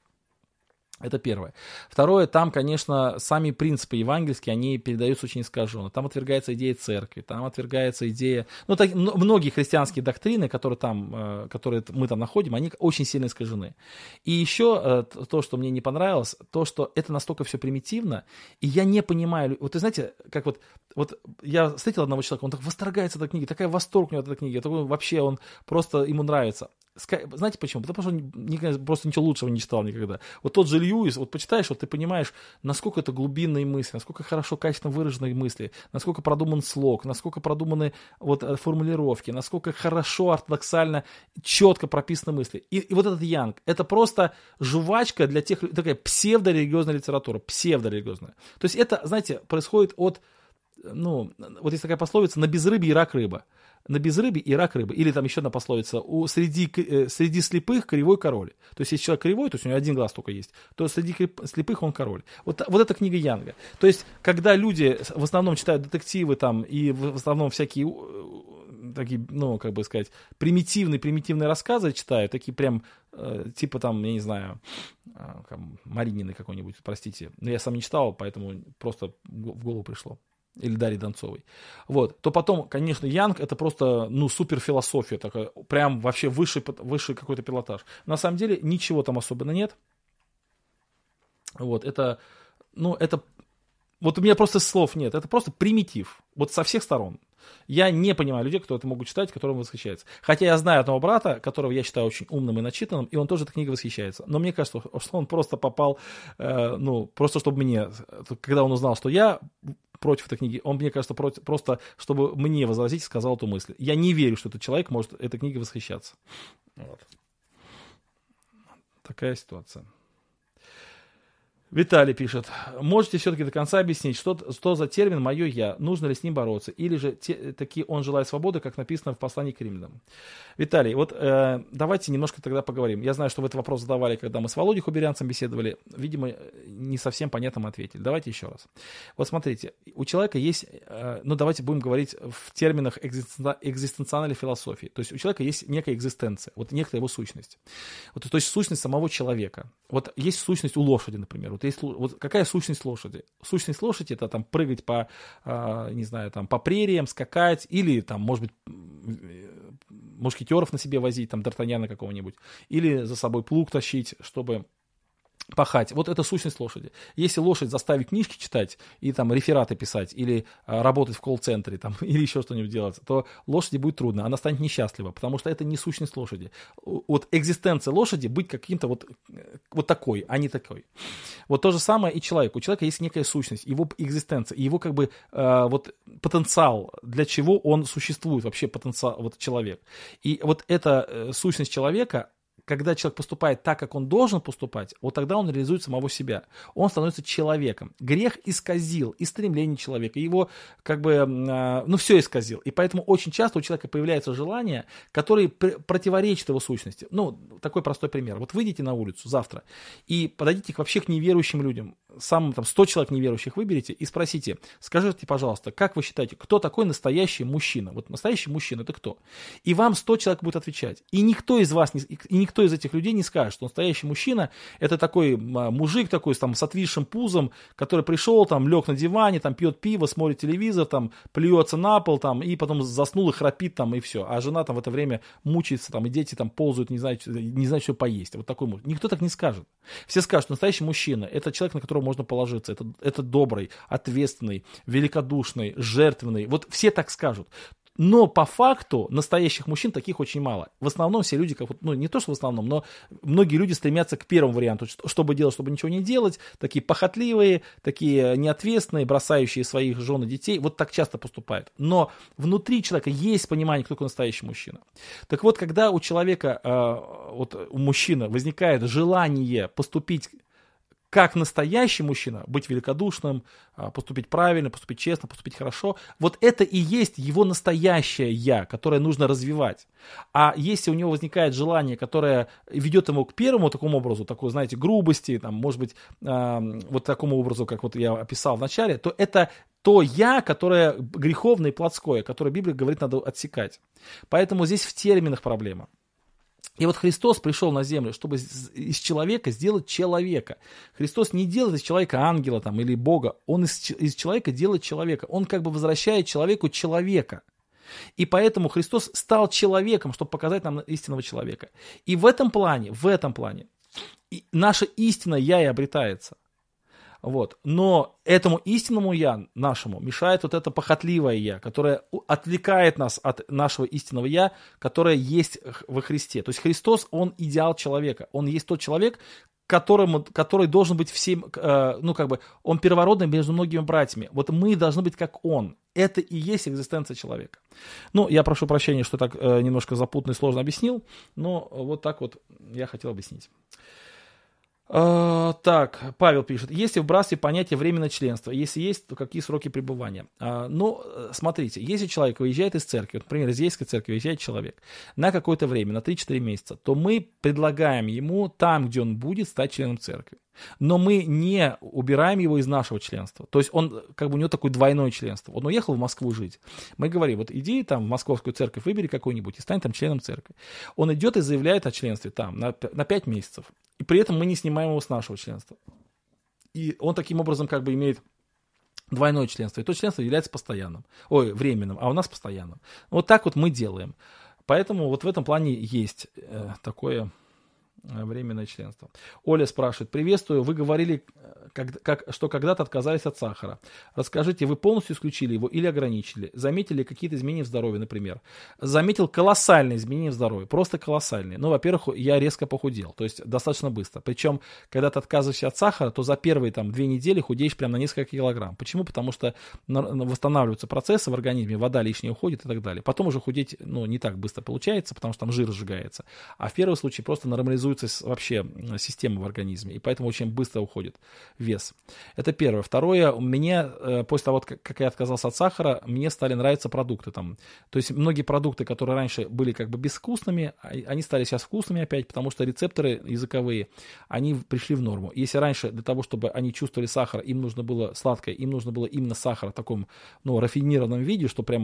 Это первое. Второе, там, конечно, сами принципы евангельские, они передаются очень искаженно. Там отвергается идея церкви, там отвергается идея... многие христианские доктрины, которые мы там находим, они очень сильно искажены. И еще то, что мне не понравилось, то, что это настолько все примитивно, и я не понимаю... Вот вы знаете, как вот я встретил одного человека, он так восторгается от этой книги, такой восторг у него от этой книги, такой, вообще он просто, ему нравится. Знаете почему? Потому что он просто ничего лучшего не читал никогда. Вот тот же Льюис, вот почитаешь, вот ты понимаешь, насколько это глубинные мысли, насколько хорошо, качественно выраженные мысли, насколько продуман слог, насколько продуманы вот формулировки, насколько хорошо, ортодоксально, четко прописаны мысли. И вот этот Янг, это просто жвачка для тех, такая псевдорелигиозная литература, псевдорелигиозная. То есть это, знаете, происходит от, вот есть такая пословица: на безрыбье рак рыба. на безрыбье и рак рыбы. Или там еще одна пословица, среди слепых кривой король. То есть если человек кривой, то есть у него один глаз только есть, то среди слепых он король. Вот эта книга Янга. То есть когда люди в основном читают детективы там, и в основном всякие такие, ну, как бы сказать, примитивные рассказы читают, такие прям, типа там, я не знаю, Маринины какой-нибудь, простите. Но я сам не читал, поэтому просто в голову пришло. Или Дарьи Донцовой. Вот. То потом, конечно, Янг это просто, ну, супер философия такая, прям вообще высший какой-то пилотаж. На самом деле ничего там особенно нет. Вот, это, ну, это, вот у меня просто слов нет, это просто примитив, вот со всех сторон. Я не понимаю людей, кто это могут читать, которым восхищается. Хотя я знаю одного брата, которого я считаю очень умным и начитанным, и он тоже этой книгой восхищается. Но мне кажется, что он просто попал, ну, просто чтобы мне, когда он узнал, что я против этой книги, он, мне кажется, просто чтобы мне возразить, сказал эту мысль. Я не верю, что этот человек может этой книгой восхищаться. Вот. Такая ситуация. Виталий пишет, можете все-таки до конца объяснить, что за термин «моё я», нужно ли с ним бороться, или же таки он желает свободы, как написано в послании к римлянам. Виталий, вот давайте немножко тогда поговорим. Я знаю, что вы этот вопрос задавали, когда мы с Володей Хуберянцем беседовали, видимо, не совсем понятно мы ответили. Давайте еще раз. Вот смотрите, у человека есть, ну давайте будем говорить в терминах экзистенциальной философии, то есть у человека есть некая экзистенция, вот некая его сущность, вот, то есть сущность самого человека. Вот есть сущность у лошади, например. Вот какая сущность лошади? Сущность лошади это там прыгать по, не знаю, там по прериям, скакать, или там, может быть, мушкетеров на себе возить, там Д'Артаньяна какого-нибудь, или за собой плуг тащить, чтобы пахать. Вот это сущность лошади. Если лошадь заставить книжки читать и там рефераты писать, или работать в колл-центре, там, или еще что-нибудь делать, то лошади будет трудно, она станет несчастлива, потому что это не сущность лошади. Вот экзистенция лошади быть каким-то вот такой, а не такой. Вот то же самое и человек. У человека есть некая сущность, его экзистенция, его как бы вот потенциал, для чего он существует, вообще потенциал, вот человек. И вот эта сущность человека, когда человек поступает так, как он должен поступать, вот тогда он реализует самого себя. Он становится человеком. Грех исказил и стремление человека, его как бы, ну, все исказил. И поэтому очень часто у человека появляются желания, которые противоречат его сущности. Ну, такой простой пример. Вот выйдите на улицу завтра и подойдите вообще к неверующим людям. Сам там 100 человек неверующих выберите и спросите, скажите, пожалуйста, как вы считаете, кто такой настоящий мужчина? Вот настоящий мужчина это кто? И вам 100 человек будет отвечать. И никто из вас, и никто из этих людей не скажет, что настоящий мужчина это такой мужик такой там с отвисшим пузом, который пришел, там лег на диване, там пьет пиво, смотрит телевизор, там плюется на пол, там и потом заснул и храпит там и все. А жена там в это время мучается, там и дети там ползают, не знают, что поесть. Вот такой мужик. Никто так не скажет. Все скажут, что настоящий мужчина это человек, на которого можно положиться. Это добрый, ответственный, великодушный, жертвенный. Вот все так скажут. Но по факту настоящих мужчин таких очень мало. В основном все люди, ну не то, что в основном, но многие люди стремятся к первому варианту. Чтобы делать, чтобы ничего не делать. Такие похотливые, такие неответственные, бросающие своих жен и детей. Вот так часто поступают. Но внутри человека есть понимание, кто такой настоящий мужчина. Так вот, когда у человека, вот у мужчины возникает желание поступить как настоящий мужчина, быть великодушным, поступить правильно, поступить честно, поступить хорошо, вот это и есть его настоящее «я», которое нужно развивать. А если у него возникает желание, которое ведет его к первому такому образу, такой, знаете, грубости, там, может быть, вот такому образу, как вот я описал в начале, то это то «я», которое греховное и плотское, которое Библия говорит, надо отсекать. Поэтому здесь в терминах проблема. И вот Христос пришел на землю, чтобы из человека сделать человека. Христос не делает из человека ангела там, или Бога, он из человека делает человека. Он как бы возвращает человеку человека. И поэтому Христос стал человеком, чтобы показать нам истинного человека. И в этом плане наша истинное «я» и обретается. Вот. Но этому истинному «я» нашему мешает вот это похотливое «я», которое отвлекает нас от нашего истинного «я», которое есть во Христе. То есть Христос, Он идеал человека. Он есть тот человек, который должен быть всем, ну как бы, он первородный между многими братьями. Вот мы должны быть как Он. Это и есть экзистенция человека. Ну, я прошу прощения, что так немножко запутанно и сложно объяснил, но вот так вот я хотел объяснить. Так, Павел пишет, если вбрасывать понятие временное членство, если есть, то какие сроки пребывания? Смотрите, если человек выезжает из церкви, вот, например, из Ейской церкви выезжает человек на какое-то время, на 3-4 месяца, то мы предлагаем ему там, где он будет, стать членом церкви. Но мы не убираем его из нашего членства. То есть он, как бы у него такое двойное членство. Он уехал в Москву жить. Мы говорим, вот иди там в московскую церковь, выбери какую-нибудь и стань там членом церкви. Он идет и заявляет о членстве там на 5 месяцев. И при этом мы не снимаем его с нашего членства. И он таким образом как бы имеет двойное членство. И то членство является постоянным. Временным, а у нас постоянным. Вот так вот мы делаем. Поэтому вот в этом плане есть такое временное членство. Оля спрашивает, приветствую, вы говорили, что когда-то отказались от сахара. Расскажите, вы полностью исключили его или ограничили? Заметили какие-то изменения в здоровье, например? Заметил колоссальные изменения в здоровье, просто колоссальные. Ну, во-первых, я резко похудел, то есть достаточно быстро. Причем, когда ты отказываешься от сахара, то за первые 2 недели худеешь прям на несколько килограмм. Почему? Потому что восстанавливаются процессы в организме, вода лишняя уходит и так далее. Потом уже худеть, не так быстро получается, потому что там жир сжигается. А в первом случае просто нормализуется вообще система в организме, и поэтому очень быстро уходит вес. Это первое. Второе, мне после того, как я отказался от сахара, мне стали нравиться продукты там. То есть многие продукты, которые раньше были как бы безвкусными, они стали сейчас вкусными опять, потому что рецепторы языковые, они пришли в норму. Если раньше для того, чтобы они чувствовали сахар, им нужно было сладкое, им нужно было именно сахар в таком, рафинированном виде, что прям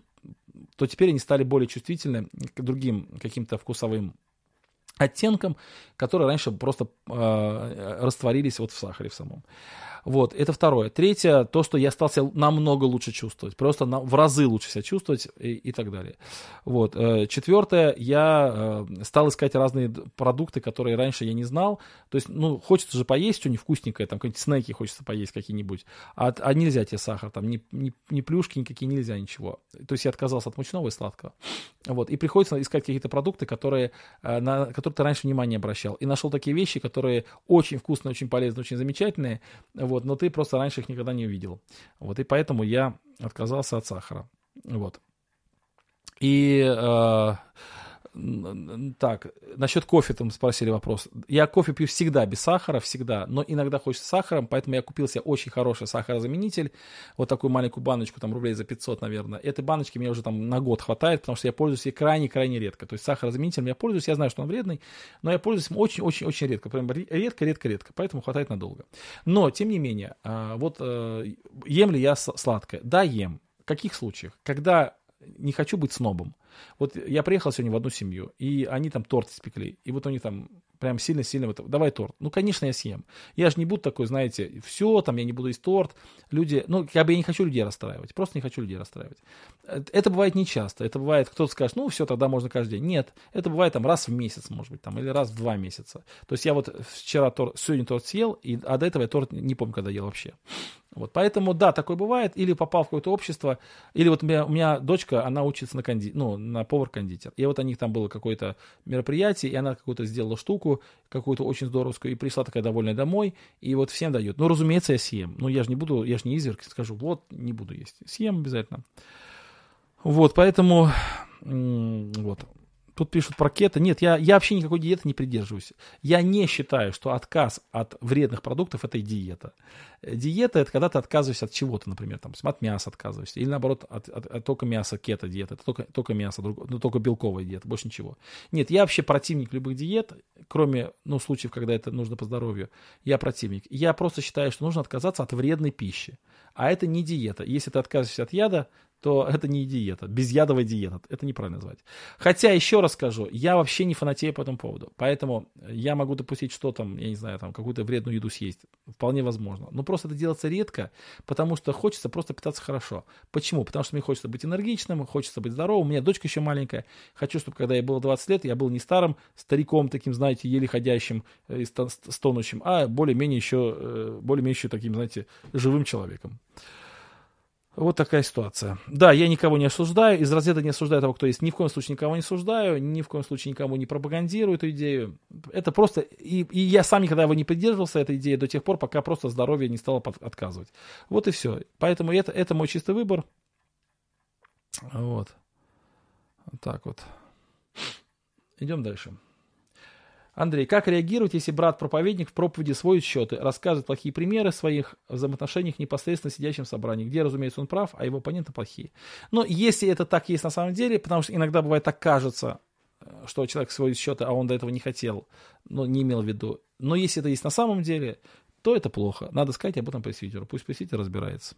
то теперь они стали более чувствительны к другим каким-то вкусовым оттенкам, которые раньше просто растворились в сахаре в самом. Вот, это второе. Третье, то, что я стал себя намного лучше чувствовать, просто в разы лучше себя чувствовать и так далее. Вот. Четвертое, я стал искать разные продукты, которые раньше я не знал. То есть, хочется же поесть что-нибудь вкусненькое, там какие-нибудь снеки хочется поесть какие-нибудь, а нельзя тебе сахар, там ни плюшки никакие нельзя, ничего. То есть я отказался от мучного и сладкого. Вот. И приходится искать какие-то продукты, на которые ты раньше внимания не обращал. И нашел такие вещи, которые очень вкусные, очень полезные, очень замечательные, вот, но ты просто раньше их никогда не увидел. Вот, и поэтому я отказался от сахара. Вот. И так, насчет кофе там спросили вопрос. Я кофе пью всегда без сахара, всегда, но иногда хочется с сахаром, поэтому я купил себе очень хороший сахарозаменитель, вот такую маленькую баночку, там рублей за 500, наверное. Этой баночки мне уже там на год хватает, потому что я пользуюсь ей крайне-крайне редко. То есть сахарозаменителем я пользуюсь, я знаю, что он вредный, но я пользуюсь им очень-очень-очень редко, прям редко-редко-редко, поэтому хватает надолго. Но, тем не менее, ем ли я сладкое? Да, ем. В каких случаях? Когда не хочу быть снобом. Вот я приехал сегодня в одну семью, и они там торт испекли, и вот у них там прям сильно-сильно, давай торт. Конечно, я съем. Я же не буду такой, знаете, все, там я не буду есть торт. Люди, я не хочу людей расстраивать, просто не хочу людей расстраивать. Это бывает нечасто, это бывает, кто-то скажет, все, тогда можно каждый день. Нет, это бывает там раз в месяц, может быть, там, или раз в 2 месяца. То есть я вот сегодня торт съел, а до этого я торт не помню, когда ел вообще. Вот, поэтому, да, такое бывает, или попал в какое-то общество, или вот у меня дочка, она учится на повар-кондитер, и вот у них там было какое-то мероприятие, и она какую-то сделала штуку, какую-то очень здоровскую, и пришла такая довольная домой, и вот всем дает. Разумеется, я съем, я же не изверг, скажу, не буду есть, съем обязательно. Вот, поэтому, вот. Тут пишут про кето. Нет, я вообще никакой диеты не придерживаюсь. Я не считаю, что отказ от вредных продуктов – это диета. Диета – это когда ты отказываешься от чего-то, например, от мяса отказываешься. Или, наоборот, от только мяса кето-диета. Это только мясо, только белковая диета, больше ничего. Нет, я вообще противник любых диет, кроме случаев, когда это нужно по здоровью. Я противник. Я просто считаю, что нужно отказаться от вредной пищи. А это не диета. Если ты отказываешься от яда, то это не диета, безъядовая диета, это неправильно назвать. Хотя, еще раз скажу, я вообще не фанатею по этому поводу, поэтому я могу допустить, что там, я не знаю, там какую-то вредную еду съесть, вполне возможно. Но просто это делается редко, потому что хочется просто питаться хорошо. Почему? Потому что мне хочется быть энергичным, хочется быть здоровым, у меня дочка еще маленькая, хочу, чтобы когда ей было 20 лет, я был не старым стариком таким, знаете, еле ходящим, стонущим, а более-менее еще таким, знаете, живым человеком. Вот такая ситуация. Да, я никого не осуждаю, из разряда не осуждаю того, кто есть. Ни в коем случае никого не осуждаю, ни в коем случае никому не пропагандирую эту идею. Это просто... И я сам никогда его не придерживался, этой идеи, до тех пор, пока просто здоровье не стало отказывать. Вот и все. Поэтому это мой чистый выбор. Вот. Так вот. Идем дальше. Андрей, как реагировать, если брат-проповедник в проповеди сводит счеты, рассказывает плохие примеры своих взаимоотношениях непосредственно сидящим в собрании, где, разумеется, он прав, а его оппоненты плохие. Но если это так есть на самом деле, потому что иногда бывает так кажется, что человек сводит счеты, а он до этого не хотел, но не имел в виду. Но если это есть на самом деле, то это плохо. Надо сказать об этом пресвитеру. Пусть пресвитер разбирается.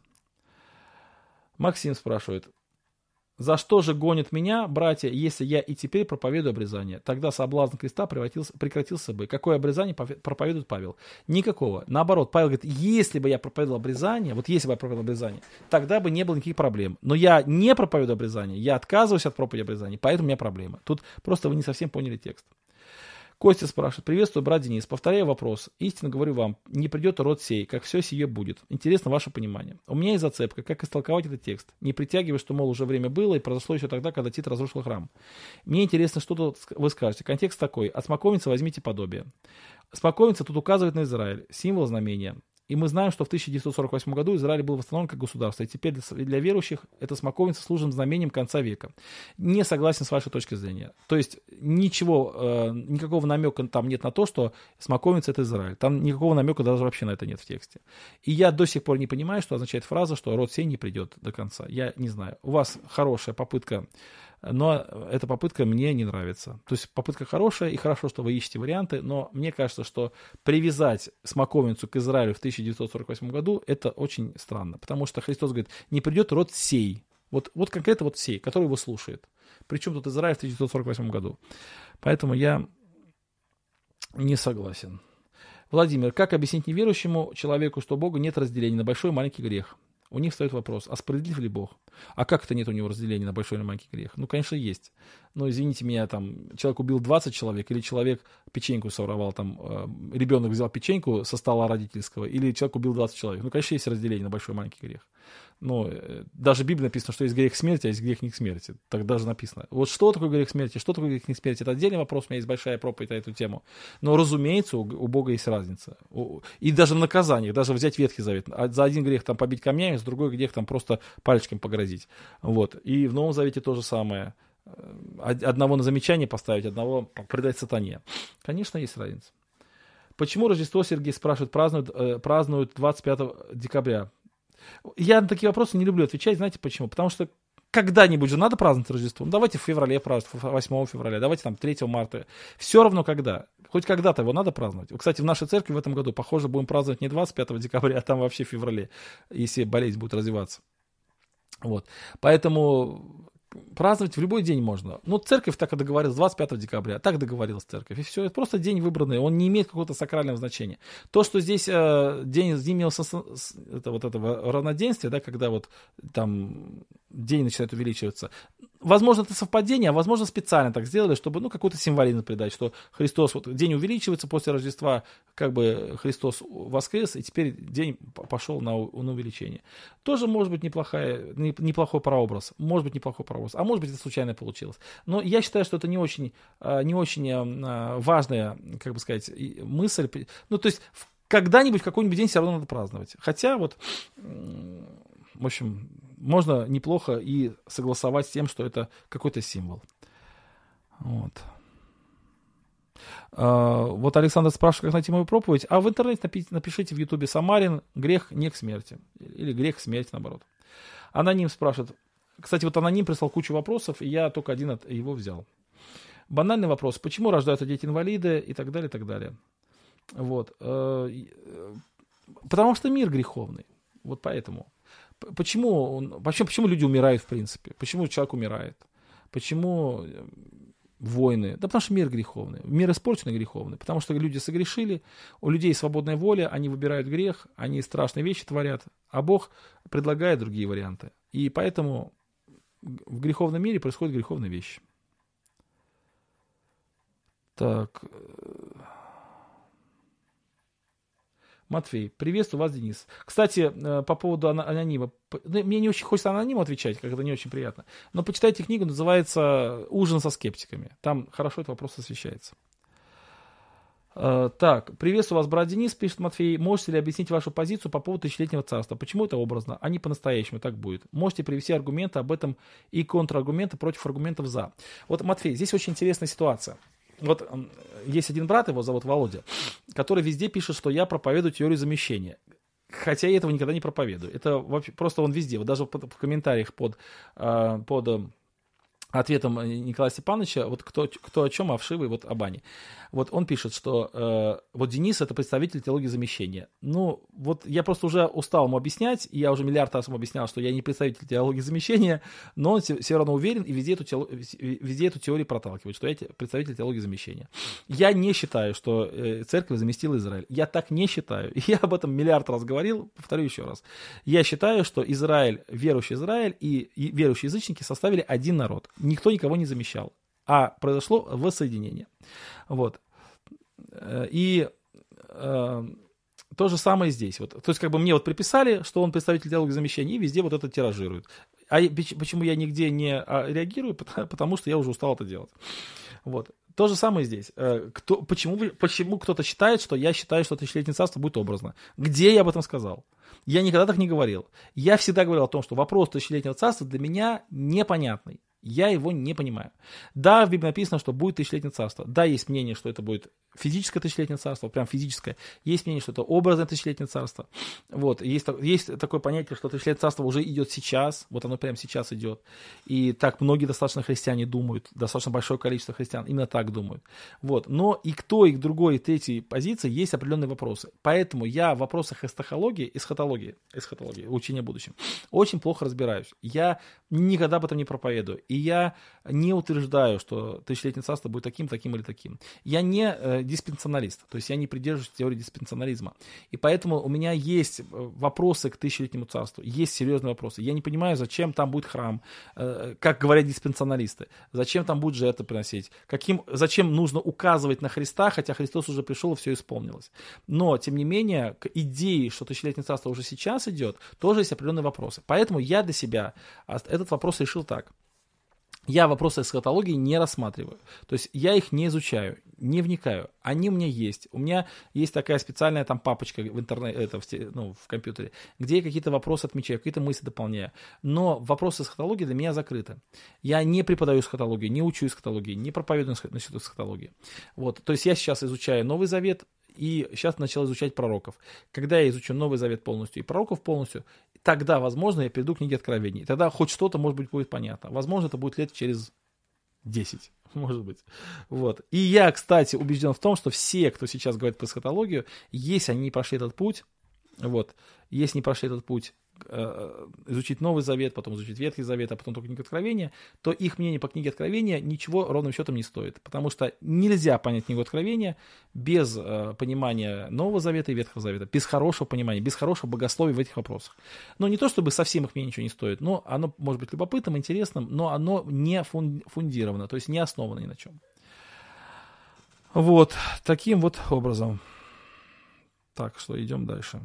Максим спрашивает. За что же гонят меня, братья, если я и теперь проповедую обрезание? Тогда соблазн креста прекратился бы. Какое обрезание проповедует Павел? Никакого. Наоборот, Павел говорит, если бы я проповедовал обрезание, тогда бы не было никаких проблем. Но я не проповедую обрезание, я отказываюсь от проповеди обрезания, поэтому у меня проблема. Тут просто вы не совсем поняли текст. Костя спрашивает, приветствую, брат Денис. Повторяю вопрос. Истинно говорю вам, не придет род сей, как все сие будет. Интересно ваше понимание. У меня есть зацепка, как истолковать этот текст. Не притягивая, что, мол, уже время было и произошло еще тогда, когда Тит разрушил храм. Мне интересно, что тут вы скажете. Контекст такой. От смоковницы возьмите подобие. Смоковница тут указывает на Израиль. Символ знамения. И мы знаем, что в 1948 году Израиль был восстановлен как государство, и теперь для верующих эта смоковница служит знамением конца века. Не согласен с вашей точки зрения. То есть никакого намека там нет на то, что смоковница — это Израиль. Там никакого намека даже вообще на это нет в тексте. И я до сих пор не понимаю, что означает фраза, что род сей не придет до конца. Я не знаю. У вас хорошая попытка, но эта попытка мне не нравится. То есть попытка хорошая, и хорошо, что вы ищете варианты, но мне кажется, что привязать смоковницу к Израилю в 1948 году, это очень странно, потому что Христос говорит, не придет род сей, вот конкретно вот сей, который его слушает. Причем тут Израиль в 1948 году. Поэтому я не согласен. Владимир, как объяснить неверующему человеку, что у Бога нет разделения на большой и маленький грех? У них встает вопрос, а справедлив ли Бог? А как это нет у него разделения на большой или маленький грех? Ну, конечно, есть. Но, извините меня, там, человек убил 20 человек, или человек печеньку своровал, там, ребенок взял печеньку со стола родительского, или человек убил 20 человек. Ну, конечно, есть разделение на большой и маленький грех. Но даже в Библии написано, что есть грех смерти, а есть грех не к смерти. Так даже написано. Вот что такое грех смерти, что такое грех не к смерти, это отдельный вопрос, у меня есть большая проповедь на эту тему. Но, разумеется, у Бога есть разница. И даже в наказаниях, даже взять Ветхий Завет. За один грех там побить камнями, за другой грех там просто пальчиком погрозить. Вот. И в Новом Завете то же самое. Одного на замечание поставить, одного предать сатане. Конечно, есть разница. Почему Рождество, Сергей спрашивает, празднуют 25 декабря? Я на такие вопросы не люблю отвечать. Знаете почему? Потому что когда-нибудь же надо праздновать Рождество. Ну, давайте в феврале праздновать, 8 февраля, давайте там 3 марта. Все равно когда. Хоть когда-то его надо праздновать. Кстати, в нашей церкви в этом году, похоже, будем праздновать не 25 декабря, а там вообще в феврале, если болезнь будет развиваться. Вот. Поэтому праздновать в любой день можно. Ну, церковь так и договорилась, 25 декабря. Так договорилась церковь. И все, это просто день выбранный. Он не имеет какого-то сакрального значения. То, что здесь день зимнего этого равноденствия, да, когда вот там день начинает увеличиваться. Возможно, это совпадение, а возможно, специально так сделали, чтобы, какой-то символизм придать, что Христос, вот день увеличивается после Рождества, как бы Христос воскрес, и теперь день пошел на увеличение. Тоже может быть неплохой прообраз, а может быть, это случайно получилось. Но я считаю, что это не очень важная, как бы сказать, мысль. Ну, то есть, когда-нибудь, в какой-нибудь день все равно надо праздновать. Хотя, вот, в общем, можно неплохо и согласовать с тем, что это какой-то символ. Вот. Вот Александр спрашивает, как найти мою проповедь. А в интернете напишите в Ютубе «Самарин. Грех не к смерти». Или «Грех к смерти», наоборот. Аноним спрашивает. Кстати, вот Аноним прислал кучу вопросов, и я только один от его взял. Банальный вопрос. Почему рождаются дети-инвалиды и так далее, и так далее. Вот. Потому что мир греховный. Вот поэтому. Почему люди умирают в принципе? Почему человек умирает? Почему войны? Да потому что мир греховный. Мир испорченный греховный. Потому что люди согрешили, у людей свободная воля, они выбирают грех, они страшные вещи творят, а Бог предлагает другие варианты. И поэтому в греховном мире происходят греховные вещи. Так. Матвей, приветствую вас, Денис. Кстати, по поводу анонима. Мне не очень хочется анониму отвечать, как это не очень приятно. Но почитайте книгу, называется «Ужин со скептиками». Там хорошо этот вопрос освещается. Так, приветствую вас, брат Денис, пишет Матвей. Можете ли объяснить вашу позицию по поводу тысячелетнего царства? Почему это образно, а не по-настоящему так будет? Можете привести аргументы об этом и контраргументы против аргументов за. Вот, Матвей, здесь очень интересная ситуация. вот есть один брат, его зовут Володя, который везде пишет, что я проповедую теорию замещения. Хотя я этого никогда не проповедую. Это вообще, просто он везде. Вот даже в комментариях под ответом Николая Степановича, вот кто о чем, а вшивый вот о бане. Вот он пишет, что вот Денис — это представитель теологии замещения. Ну, вот я просто уже устал ему объяснять, и я уже миллиард раз ему объяснял, что я не представитель теологии замещения, но он все равно уверен и везде эту теорию проталкивает, что я представитель теологии замещения. Я не считаю, что церковь заместила Израиль. Я так не считаю. Я об этом миллиард раз говорил, повторю еще раз. Я считаю, что Израиль, верующий Израиль и верующие язычники составили один народ. Никто никого не замещал, а произошло воссоединение. Вот. И то же самое здесь. Вот. То есть, как бы мне вот приписали, что он представитель теологии замещения, и везде вот это тиражируют. А почему я нигде не реагирую? Потому что я уже устал это делать. Вот. То же самое здесь. Почему кто-то считает, что я считаю, что тысячелетнее царство будет образно? Где я об этом сказал? Я никогда так не говорил. Я всегда говорил о том, что вопрос тысячелетнего царства для меня непонятный. Я его не понимаю. Да, в Библии написано, что будет тысячелетнее царство. Да, есть мнение, что это будет физическое тысячелетнее царство, прям физическое. Есть мнение, что это образное тысячелетнее царство. Вот. Есть такое понятие, что тысячелетнее царство уже идет сейчас. Вот оно прямо сейчас идет. И так многие достаточно христиане думают. Достаточно большое количество христиан именно так думают. Вот. Но и к той, и к другой, и к третьей позиции есть определенные вопросы. Поэтому я в вопросах эсхатологии, учения о будущем, очень плохо разбираюсь. Я никогда об этом не проповедую. И я не утверждаю, что тысячелетнее царство будет таким или таким. Я не диспенсионалист, то есть я не придерживаюсь теории диспенсионализма. И поэтому у меня есть вопросы к тысячелетнему царству, есть серьезные вопросы. Я не понимаю, зачем там будет храм, как говорят диспенсионалисты, зачем там будет жертвы приносить, зачем нужно указывать на Христа, хотя Христос уже пришел и все исполнилось. Но, тем не менее, к идее, что тысячелетнее царство уже сейчас идет, тоже есть определенные вопросы. Поэтому я для себя этот вопрос решил так. Я вопросы эсхатологии не рассматриваю. То есть я их не изучаю, не вникаю. Они у меня есть. У меня есть такая специальная там папочка в интернете, в компьютере, где я какие-то вопросы отмечаю, какие-то мысли дополняю. Но вопросы эсхатологии для меня закрыты. Я не преподаю эсхатологию, не учу эсхатологии, не проповедую насчет эсхатологии. Вот. То есть я сейчас изучаю Новый Завет, и сейчас начал изучать пророков. Когда я изучу Новый Завет полностью и пророков полностью, тогда, возможно, я перейду к книге Откровений. Тогда хоть что-то, может быть, будет понятно. Возможно, это будет лет через 10, может быть. Вот. И я, кстати, убежден в том, что все, кто сейчас говорит про эсхатологию, если они не прошли этот путь, если не прошли этот путь, изучить Новый Завет, потом изучить Ветхий Завет, а потом только книгу Откровения, то их мнение по книге Откровения ничего ровным счетом не стоит. Потому что нельзя понять книгу Откровения без понимания Нового Завета и Ветхого Завета, без хорошего понимания, без хорошего богословия в этих вопросах. Но не то, чтобы совсем их мнение ничего не стоит, но оно может быть любопытным, интересным, но оно не фундировано, то есть не основано ни на чем. Вот, таким вот образом. Так, что идем дальше.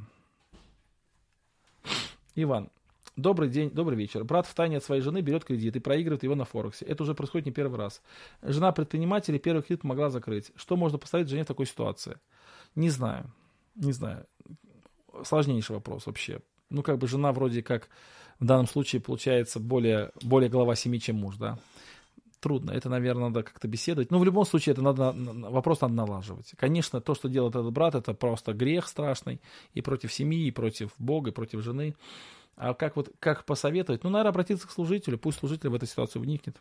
Иван. Добрый день, добрый вечер. Брат втайне от своей жены берет кредит и проигрывает его на Форексе. Это уже происходит не первый раз. Жена предпринимателя первый кредит помогла закрыть. Что можно поставить жене в такой ситуации? Не знаю. Сложнейший вопрос вообще. Жена вроде как в данном случае получается более глава семьи, чем муж, да? Трудно. Это, наверное, надо как-то беседовать. Но в любом случае вопрос надо налаживать. Конечно, то, что делает этот брат, это просто грех страшный и против семьи, и против Бога, и против жены. А как посоветовать? Наверное, обратиться к служителю. Пусть служитель в эту ситуацию вникнет.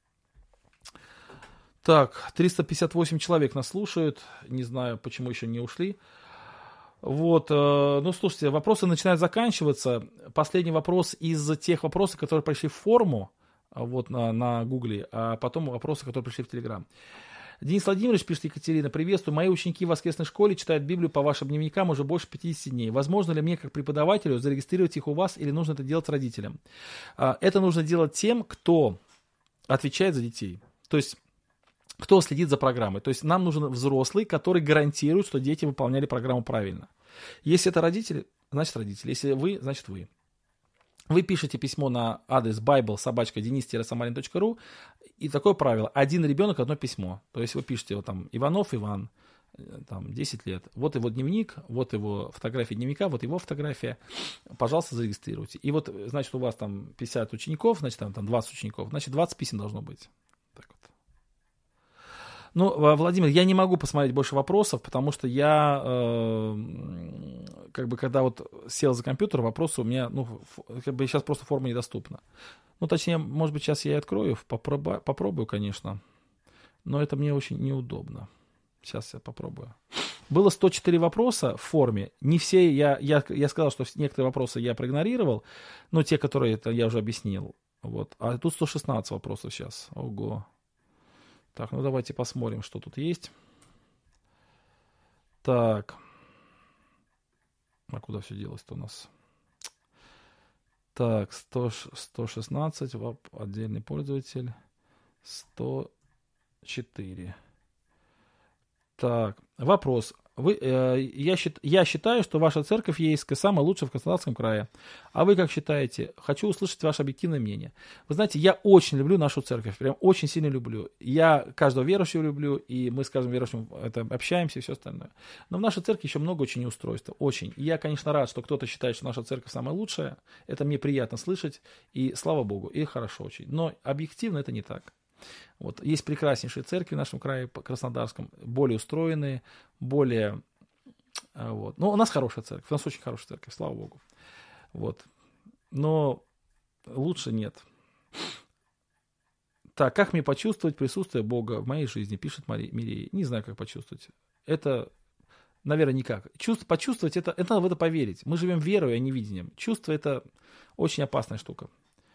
Так, 358 человек нас слушают. Не знаю, почему еще не ушли. Вот, слушайте, вопросы начинают заканчиваться. Последний вопрос из тех вопросов, которые пришли в форму. На Гугле, а потом вопросы, которые пришли в Телеграм. Денис Владимирович пишет: Екатерина, приветствую. Мои ученики в воскресной школе читают Библию по вашим дневникам уже больше 50 дней. Возможно ли мне, как преподавателю, зарегистрировать их у вас или нужно это делать родителям? Это нужно делать тем, кто отвечает за детей. То есть, кто следит за программой. То есть, нам нужен взрослый, который гарантирует, что дети выполняли программу правильно. Если это родители, значит родители. Если вы, значит вы. Вы пишете письмо на адрес bible@denis-samarin.ru, и такое правило: один ребенок, одно письмо. То есть вы пишете Иванов Иван, 10 лет. Вот его дневник, вот его фотография дневника, вот его фотография. Пожалуйста, зарегистрируйте. И значит, у вас 50 учеников, значит, там 20 учеников, значит, 20 писем должно быть. Так вот. Ну, Владимир, я не могу посмотреть больше вопросов, потому что я, как бы, когда вот сел за компьютер, вопросы у меня, ну, как бы сейчас просто форма недоступна. Ну, точнее, может быть, сейчас я и открою, попробую, конечно, но это мне очень неудобно. Сейчас я попробую. Было 104 вопроса в форме. Не все, я сказал, что некоторые вопросы я проигнорировал, но те, которые это я уже объяснил. Вот. А тут 116 вопросов сейчас. Ого. Так, ну давайте посмотрим, что тут есть. Так. А куда все делось-то у нас? Так, 116, отдельный пользователь. 104. Так, вопрос. Я считаю, что ваша церковь ЕСК самая лучшая в Краснодарском крае. А вы как считаете? Хочу услышать ваше объективное мнение. Вы знаете, я очень люблю нашу церковь, прям очень сильно люблю. Я каждого верующего люблю, и мы с каждым верующим общаемся и все остальное. Но в нашей церкви еще много очень неустройств, очень. И я, конечно, рад, что кто-то считает, что наша церковь самая лучшая. Это мне приятно слышать, и слава Богу, и хорошо очень. Но объективно это не так. Вот. Есть прекраснейшие церкви в нашем крае, Краснодарском, более устроенные, более... Вот. Но у нас хорошая церковь, у нас очень хорошая церковь, слава Богу. Вот. Но лучше нет. Так, как мне почувствовать присутствие Бога в моей жизни, пишет Мирей. Не знаю, как почувствовать. Это, наверное, никак. Почувствовать, это надо в это поверить. Мы живем верой, а не видением. Чувство — это очень опасная штука.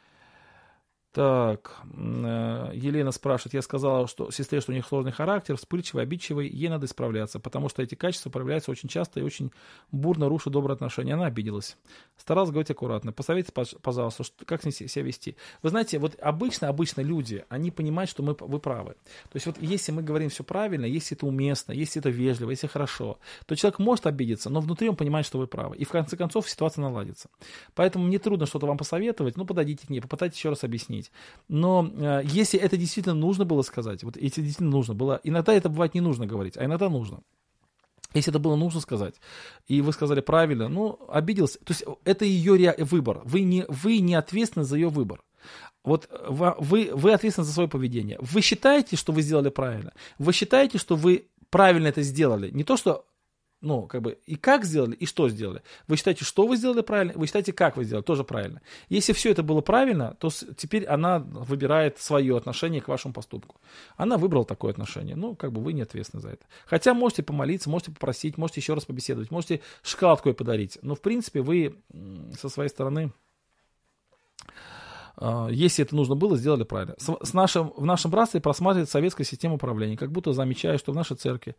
Так, Елена спрашивает, я сказала, что сестре, что у них сложный характер, вспыльчивый, обидчивый, ей надо исправляться, потому что эти качества проявляются очень часто и очень бурно рушат добрые отношения. Она обиделась. Старалась говорить аккуратно. Посоветуйте, пожалуйста, как себя вести. Вы знаете, вот обычно люди, они понимают, что вы правы. То есть вот если мы говорим все правильно, если это уместно, если это вежливо, если хорошо, то человек может обидеться, но внутри он понимает, что вы правы. И в конце концов ситуация наладится. Поэтому мне трудно что-то вам посоветовать, ну подойдите к ней, попытайтесь еще раз объяснить. Но если это действительно нужно было сказать, вот если действительно нужно было, иногда это бывает не нужно говорить, а иногда нужно. Если это было нужно сказать, и вы сказали правильно, ну, обиделся, то есть это ее выбор, вы не ответственны за ее выбор. Вот вы ответственны за свое поведение. Вы считаете, что вы сделали правильно? Вы считаете, что вы правильно это сделали? Не то, что ну, как бы, и как сделали, и что сделали. Вы считаете, что вы сделали правильно, вы считаете, как вы сделали, тоже правильно. Если все это было правильно, то теперь она выбирает свое отношение к вашему поступку. Она выбрала такое отношение. Ну, как бы вы не ответственны за это. Хотя можете помолиться, можете попросить, можете еще раз побеседовать, можете шоколадку ей подарить. Но, в принципе, вы со своей стороны, если это нужно было, сделали правильно. В нашем братстве просматривает советская система управления, как будто замечая, что в нашей церкви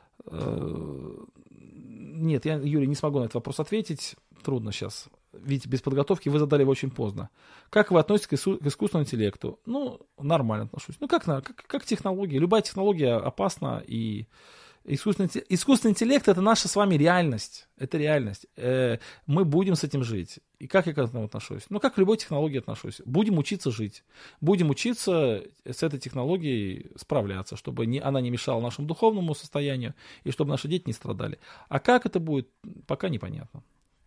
нет, я, Юрий, не смогу на этот вопрос ответить. Трудно сейчас. Видите, без подготовки вы задали его очень поздно. Как вы относитесь к искусственному интеллекту? Ну, нормально отношусь. Ну, как технология. Любая технология опасна, и искусственный интеллект — это наша с вами реальность. Это реальность. Мы будем с этим жить. И как я к этому отношусь? Ну, как к любой технологии отношусь. Будем учиться жить. Будем учиться с этой технологией справляться, чтобы она не мешала нашему духовному состоянию, и чтобы наши дети не страдали. А как это будет, пока непонятно.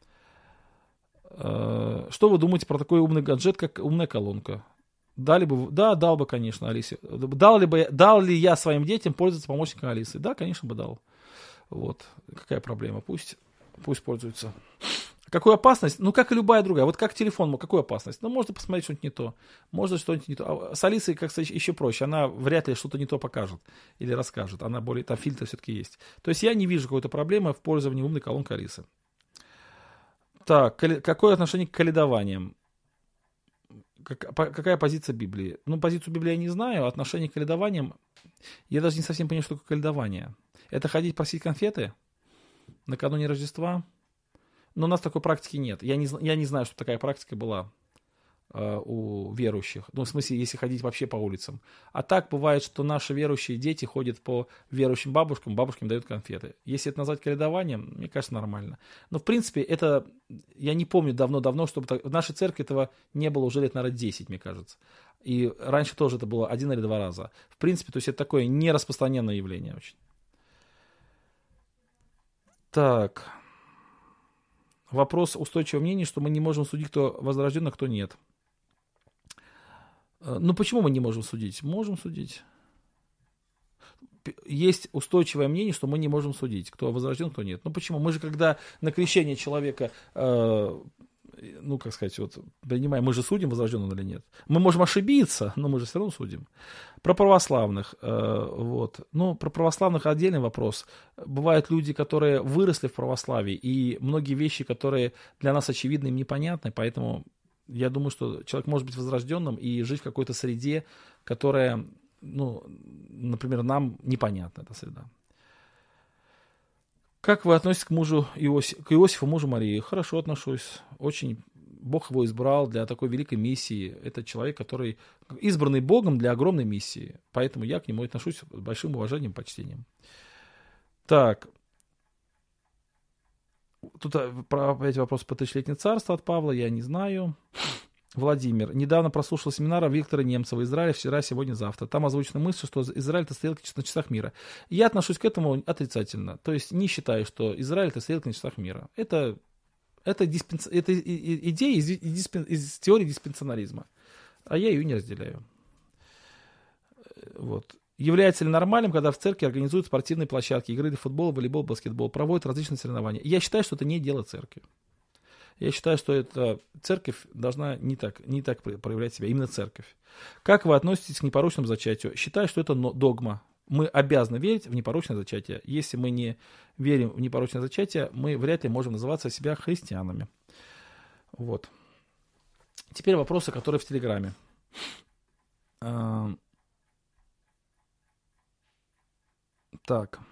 Что вы думаете про такой умный гаджет, как умная колонка? Дал бы, конечно, Алисе. Дал ли я своим детям пользоваться помощником Алисы? Да, конечно бы дал. Вот. Какая проблема? Пусть пользуются. Какую опасность? Ну, как и любая другая. Вот как телефон, какую опасность? Ну, можно посмотреть что-нибудь не то. Можно что-нибудь не то. А с Алисой, как сказать, еще проще. Она вряд ли что-то не то покажет или расскажет. Она более, там фильтр все-таки есть. То есть я не вижу какой-то проблемы в пользовании умной колонкой Алисы. Так, какое отношение к каледованиям? Какая позиция Библии? Ну, позицию Библии я не знаю, отношение к каледованиям, я даже не совсем понимаю, что такое каледование. Это ходить просить конфеты накануне Рождества? Но у нас такой практики нет. Я не знаю, что такая практика была у верующих. Ну, в смысле, если ходить вообще по улицам. А так бывает, что наши верующие дети ходят по верующим бабушкам дают конфеты. Если это назвать каледованием, мне кажется, нормально. Но, в принципе, это, я не помню давно-давно, чтобы в нашей церкви этого не было уже лет, наверное, 10, мне кажется. И раньше тоже это было 1 или 2 раза. В принципе, то есть это такое нераспространенное явление очень. Так. Вопрос устойчивого мнения, что мы не можем судить, кто возрожден, а кто нет. Ну, почему мы не можем судить? Можем судить. есть устойчивое мнение, что мы не можем судить, кто возрожден, кто нет. Ну почему? Мы же когда на крещение человека, ну как сказать, вот, принимаем, мы же судим, возрожден он или нет. Мы можем ошибиться, но мы же все равно судим. Про православных, вот. Ну, про православных отдельный вопрос. Бывают люди, которые выросли в православии, и многие вещи, которые для нас очевидны, им непонятны, поэтому я думаю, что человек может быть возрожденным и жить в какой-то среде, которая, ну, например, нам непонятна эта среда. Как вы относитесь к к Иосифу, мужу Марии? Хорошо отношусь. Очень Бог его избрал для такой великой миссии. Это человек, который избранный Богом для огромной миссии. Поэтому я к нему отношусь с большим уважением и почтением. Так. Тут опять вопрос по тысячелетнее царство от Павла. Я не знаю. Владимир. Недавно прослушал семинар Виктора Немцева «Израиль вчера, сегодня, завтра». Там озвучена мысль, что Израиль — это стрелки на часах мира. Я отношусь к этому отрицательно. То есть не считаю, что Израиль — это стрелки на часах мира. Это идея из теории диспенсионализма. А я ее не разделяю. Вот. Является ли нормальным, когда в церкви организуют спортивные площадки, игры в футбол, волейбол, баскетбол, проводят различные соревнования? Я считаю, что это не дело церкви. Я считаю, что эта церковь должна не так проявлять себя, именно церковь. Как вы относитесь к непорочному зачатию? Считаю, что это догма. Мы обязаны верить в непорочное зачатие. Если мы не верим в непорочное зачатие, мы вряд ли можем называться себя христианами. Вот. Теперь вопросы, которые в Телеграме. Так.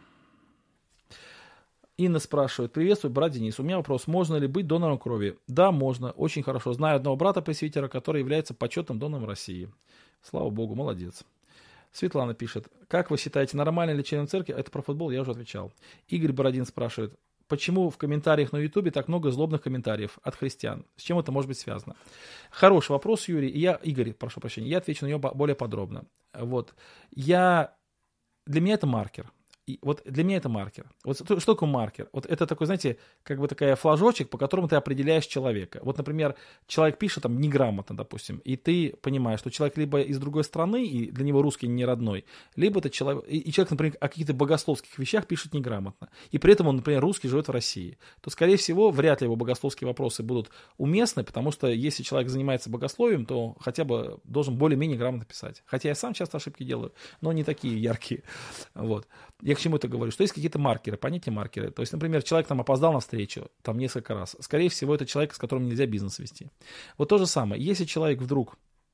Инна спрашивает: приветствую, брат Денис. У меня вопрос: можно ли быть донором крови? Да, можно. Очень хорошо. Знаю одного брата-пресвитера, который является почетным донором России. Слава Богу, молодец. Светлана пишет: как вы считаете, нормально ли членам церкви? Это про футбол я уже отвечал. Игорь Бородин спрашивает: почему в комментариях на Ютубе так много злобных комментариев от христиан? С чем это может быть связано? Хороший вопрос, Юрий. Игорь, прошу прощения, я отвечу на него более подробно. Вот. Для меня это маркер. И вот для меня это маркер. Вот что такое маркер? Вот это такой, знаете, как бы такая флажочек, по которому ты определяешь человека. Вот, например, человек пишет там неграмотно, допустим, и ты понимаешь, что человек либо из другой страны, и для него русский не родной, либо это человек, и человек, например, о каких-то богословских вещах пишет неграмотно, и при этом он, например, русский, живет в России, то, скорее всего, вряд ли его богословские вопросы будут уместны, потому что если человек занимается богословием, то хотя бы должен более-менее грамотно писать. Хотя я сам часто ошибки делаю, но не такие яркие. Вот. Я к чему это говорю? Что есть какие-то маркеры, понятие маркеры. То есть, например, человек там опоздал на встречу, там несколько раз. Скорее всего, это человек, с которым нельзя бизнес вести. Вот то же самое. Если человек вдруг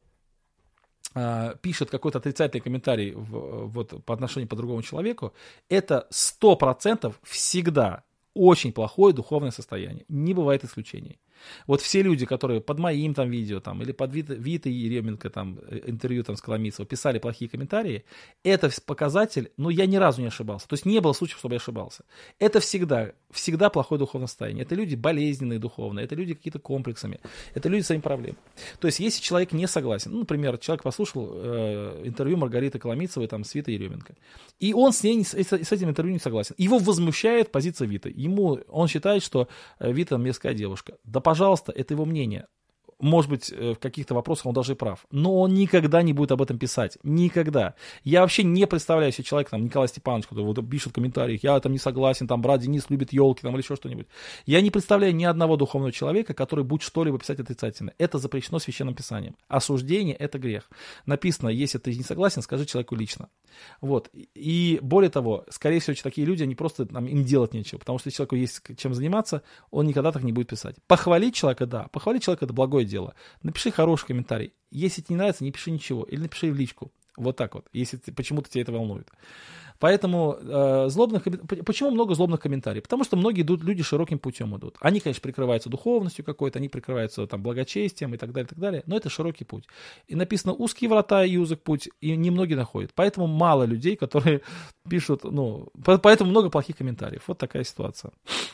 пишет какой-то отрицательный комментарий вот, по отношению по другому человеку, это 100% всегда очень плохое духовное состояние. Не бывает исключений. Вот все люди, которые под моим там видео там, или под Витой Еременко там, интервью там, с Коломийцевым писали плохие комментарии, это показатель, ну я ни разу не ошибался. То есть не было случаев, чтобы я ошибался. Это всегда плохое духовное состояние. Это люди болезненные духовно, это люди какие-то комплексами, это люди с своими проблемами. То есть если человек не согласен, ну, например, человек послушал интервью Маргариты Коломийцевой там, с Витой Еременко, и он с этим интервью не согласен. Его возмущает позиция Виты. Он считает, что Вита мерзкая девушка. Да, пожалуйста, это его мнение. Может быть, в каких-то вопросах он даже и прав. Но он никогда не будет об этом писать. Никогда. Я вообще не представляю себе человека, там, Николай Степанович, который вот пишет в комментариях: я там не согласен, там, брат Денис любит елки, там, или еще что-нибудь. Я не представляю ни одного духовного человека, который будет что-либо писать отрицательно. Это запрещено Священным Писанием. Осуждение — это грех. Написано: если ты не согласен, скажи человеку лично. Вот. И более того, скорее всего, такие люди, они просто, там, им делать нечего. Потому что если человеку есть чем заниматься, он никогда так не будет писать. Похвалить человека — да. Похвалить человека — это благое дело. Напиши хороший комментарий. Если тебе не нравится, не пиши ничего. Или напиши в личку. Вот так вот, если почему-то тебя это волнует. Поэтому почему много злобных комментариев? Потому что многие люди широким путем идут. Они, конечно, прикрываются духовностью какой-то, они прикрываются там благочестием и так далее, но это широкий путь. И написано: узкие врата и узок путь, и немногие находят. Поэтому мало людей, которые пишут, поэтому много плохих комментариев. Вот такая ситуация.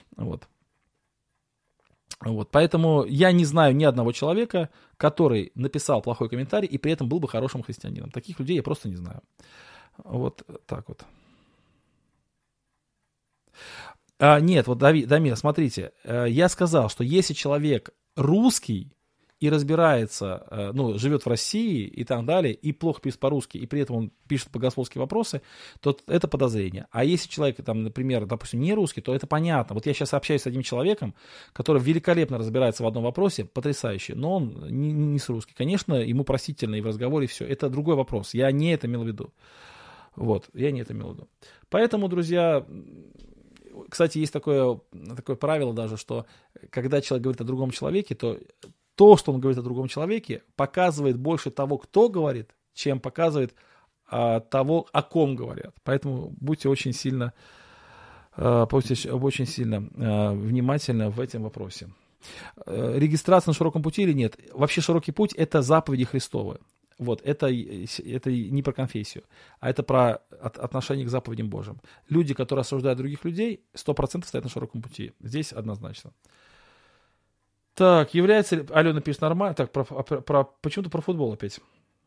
Вот, поэтому я не знаю ни одного человека, который написал плохой комментарий и при этом был бы хорошим христианином. Таких людей я просто не знаю. Вот так вот. Нет, вот, Дамир, смотрите, я сказал, что если человек русский и разбирается, ну, живет в России и так далее, и плохо пишет по-русски, и при этом он пишет богословские вопросы, то это подозрение. А если человек, там, например, допустим, не русский, то это понятно. Вот я сейчас общаюсь с одним человеком, который великолепно разбирается в одном вопросе, потрясающе, но он не с русский. Конечно, ему простительно и в разговоре все. Это другой вопрос. Я не это имел в виду. Вот, я не это имел в виду. Поэтому, друзья, кстати, есть такое правило даже, что когда человек говорит о другом человеке, то, что он говорит о другом человеке, показывает больше того, кто говорит, чем показывает того, о ком говорят. Поэтому будьте очень сильно внимательны в этом вопросе. Регистрация на широком пути или нет? Вообще широкий путь – это заповеди Христовы. Вот, это не про конфессию, а это про отношение к заповедям Божьим. Люди, которые осуждают других людей, 100% стоят на широком пути. Здесь однозначно. Так, является ли... Алена пишет нормально. Так, почему-то про футбол опять.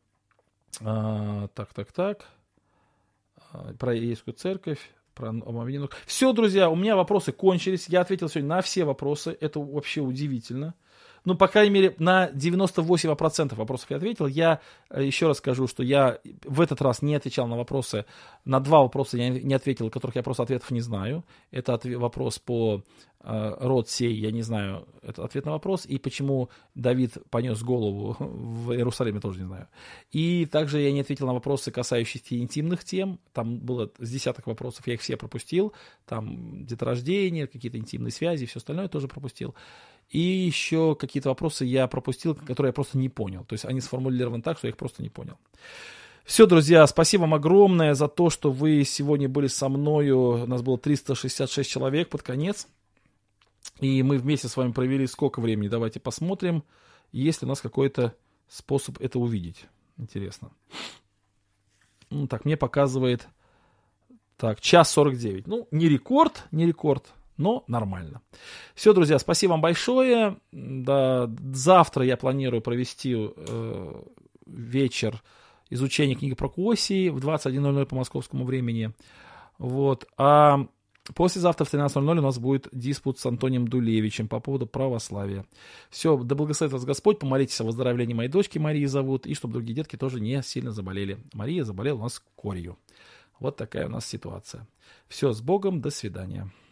Так. Про Иисусскую церковь. Про омовение. Все, друзья, у меня вопросы кончились. Я ответил сегодня на все вопросы. Это вообще удивительно. Ну, по крайней мере, на 98% вопросов я ответил. Я еще раз скажу, что я в этот раз не отвечал на вопросы. На 2 вопроса я не ответил, которых я просто ответов не знаю. Это вопрос по род сей, я не знаю, это ответ на вопрос. И почему Давид понес голову в Иерусалиме, тоже не знаю. И также я не ответил на вопросы, касающиеся интимных тем. Там было с десяток вопросов, я их все пропустил. Там деторождение, какие-то интимные связи, все остальное тоже пропустил. И еще какие-то вопросы я пропустил, которые я просто не понял. То есть они сформулированы так, что я их просто не понял. Все, друзья, спасибо вам огромное за то, что вы сегодня были со мною. У нас было 366 человек под конец. И мы вместе с вами провели сколько времени? Давайте посмотрим, есть ли у нас какой-то способ это увидеть. Интересно. Ну, так, мне показывает... Так, 1:49. Ну, не рекорд, но нормально. Все, друзья, спасибо вам большое. Да, завтра я планирую провести вечер изучения книги про Куосии в 21:00 по московскому времени. Вот. А послезавтра в 13:00 у нас будет диспут с Антонием Дулевичем по поводу православия. Все, да благословит вас Господь, помолитесь о выздоровлении моей дочки, Марии зовут, и чтобы другие детки тоже не сильно заболели. Мария заболела у нас корью. Вот такая у нас ситуация. Все, с Богом, до свидания.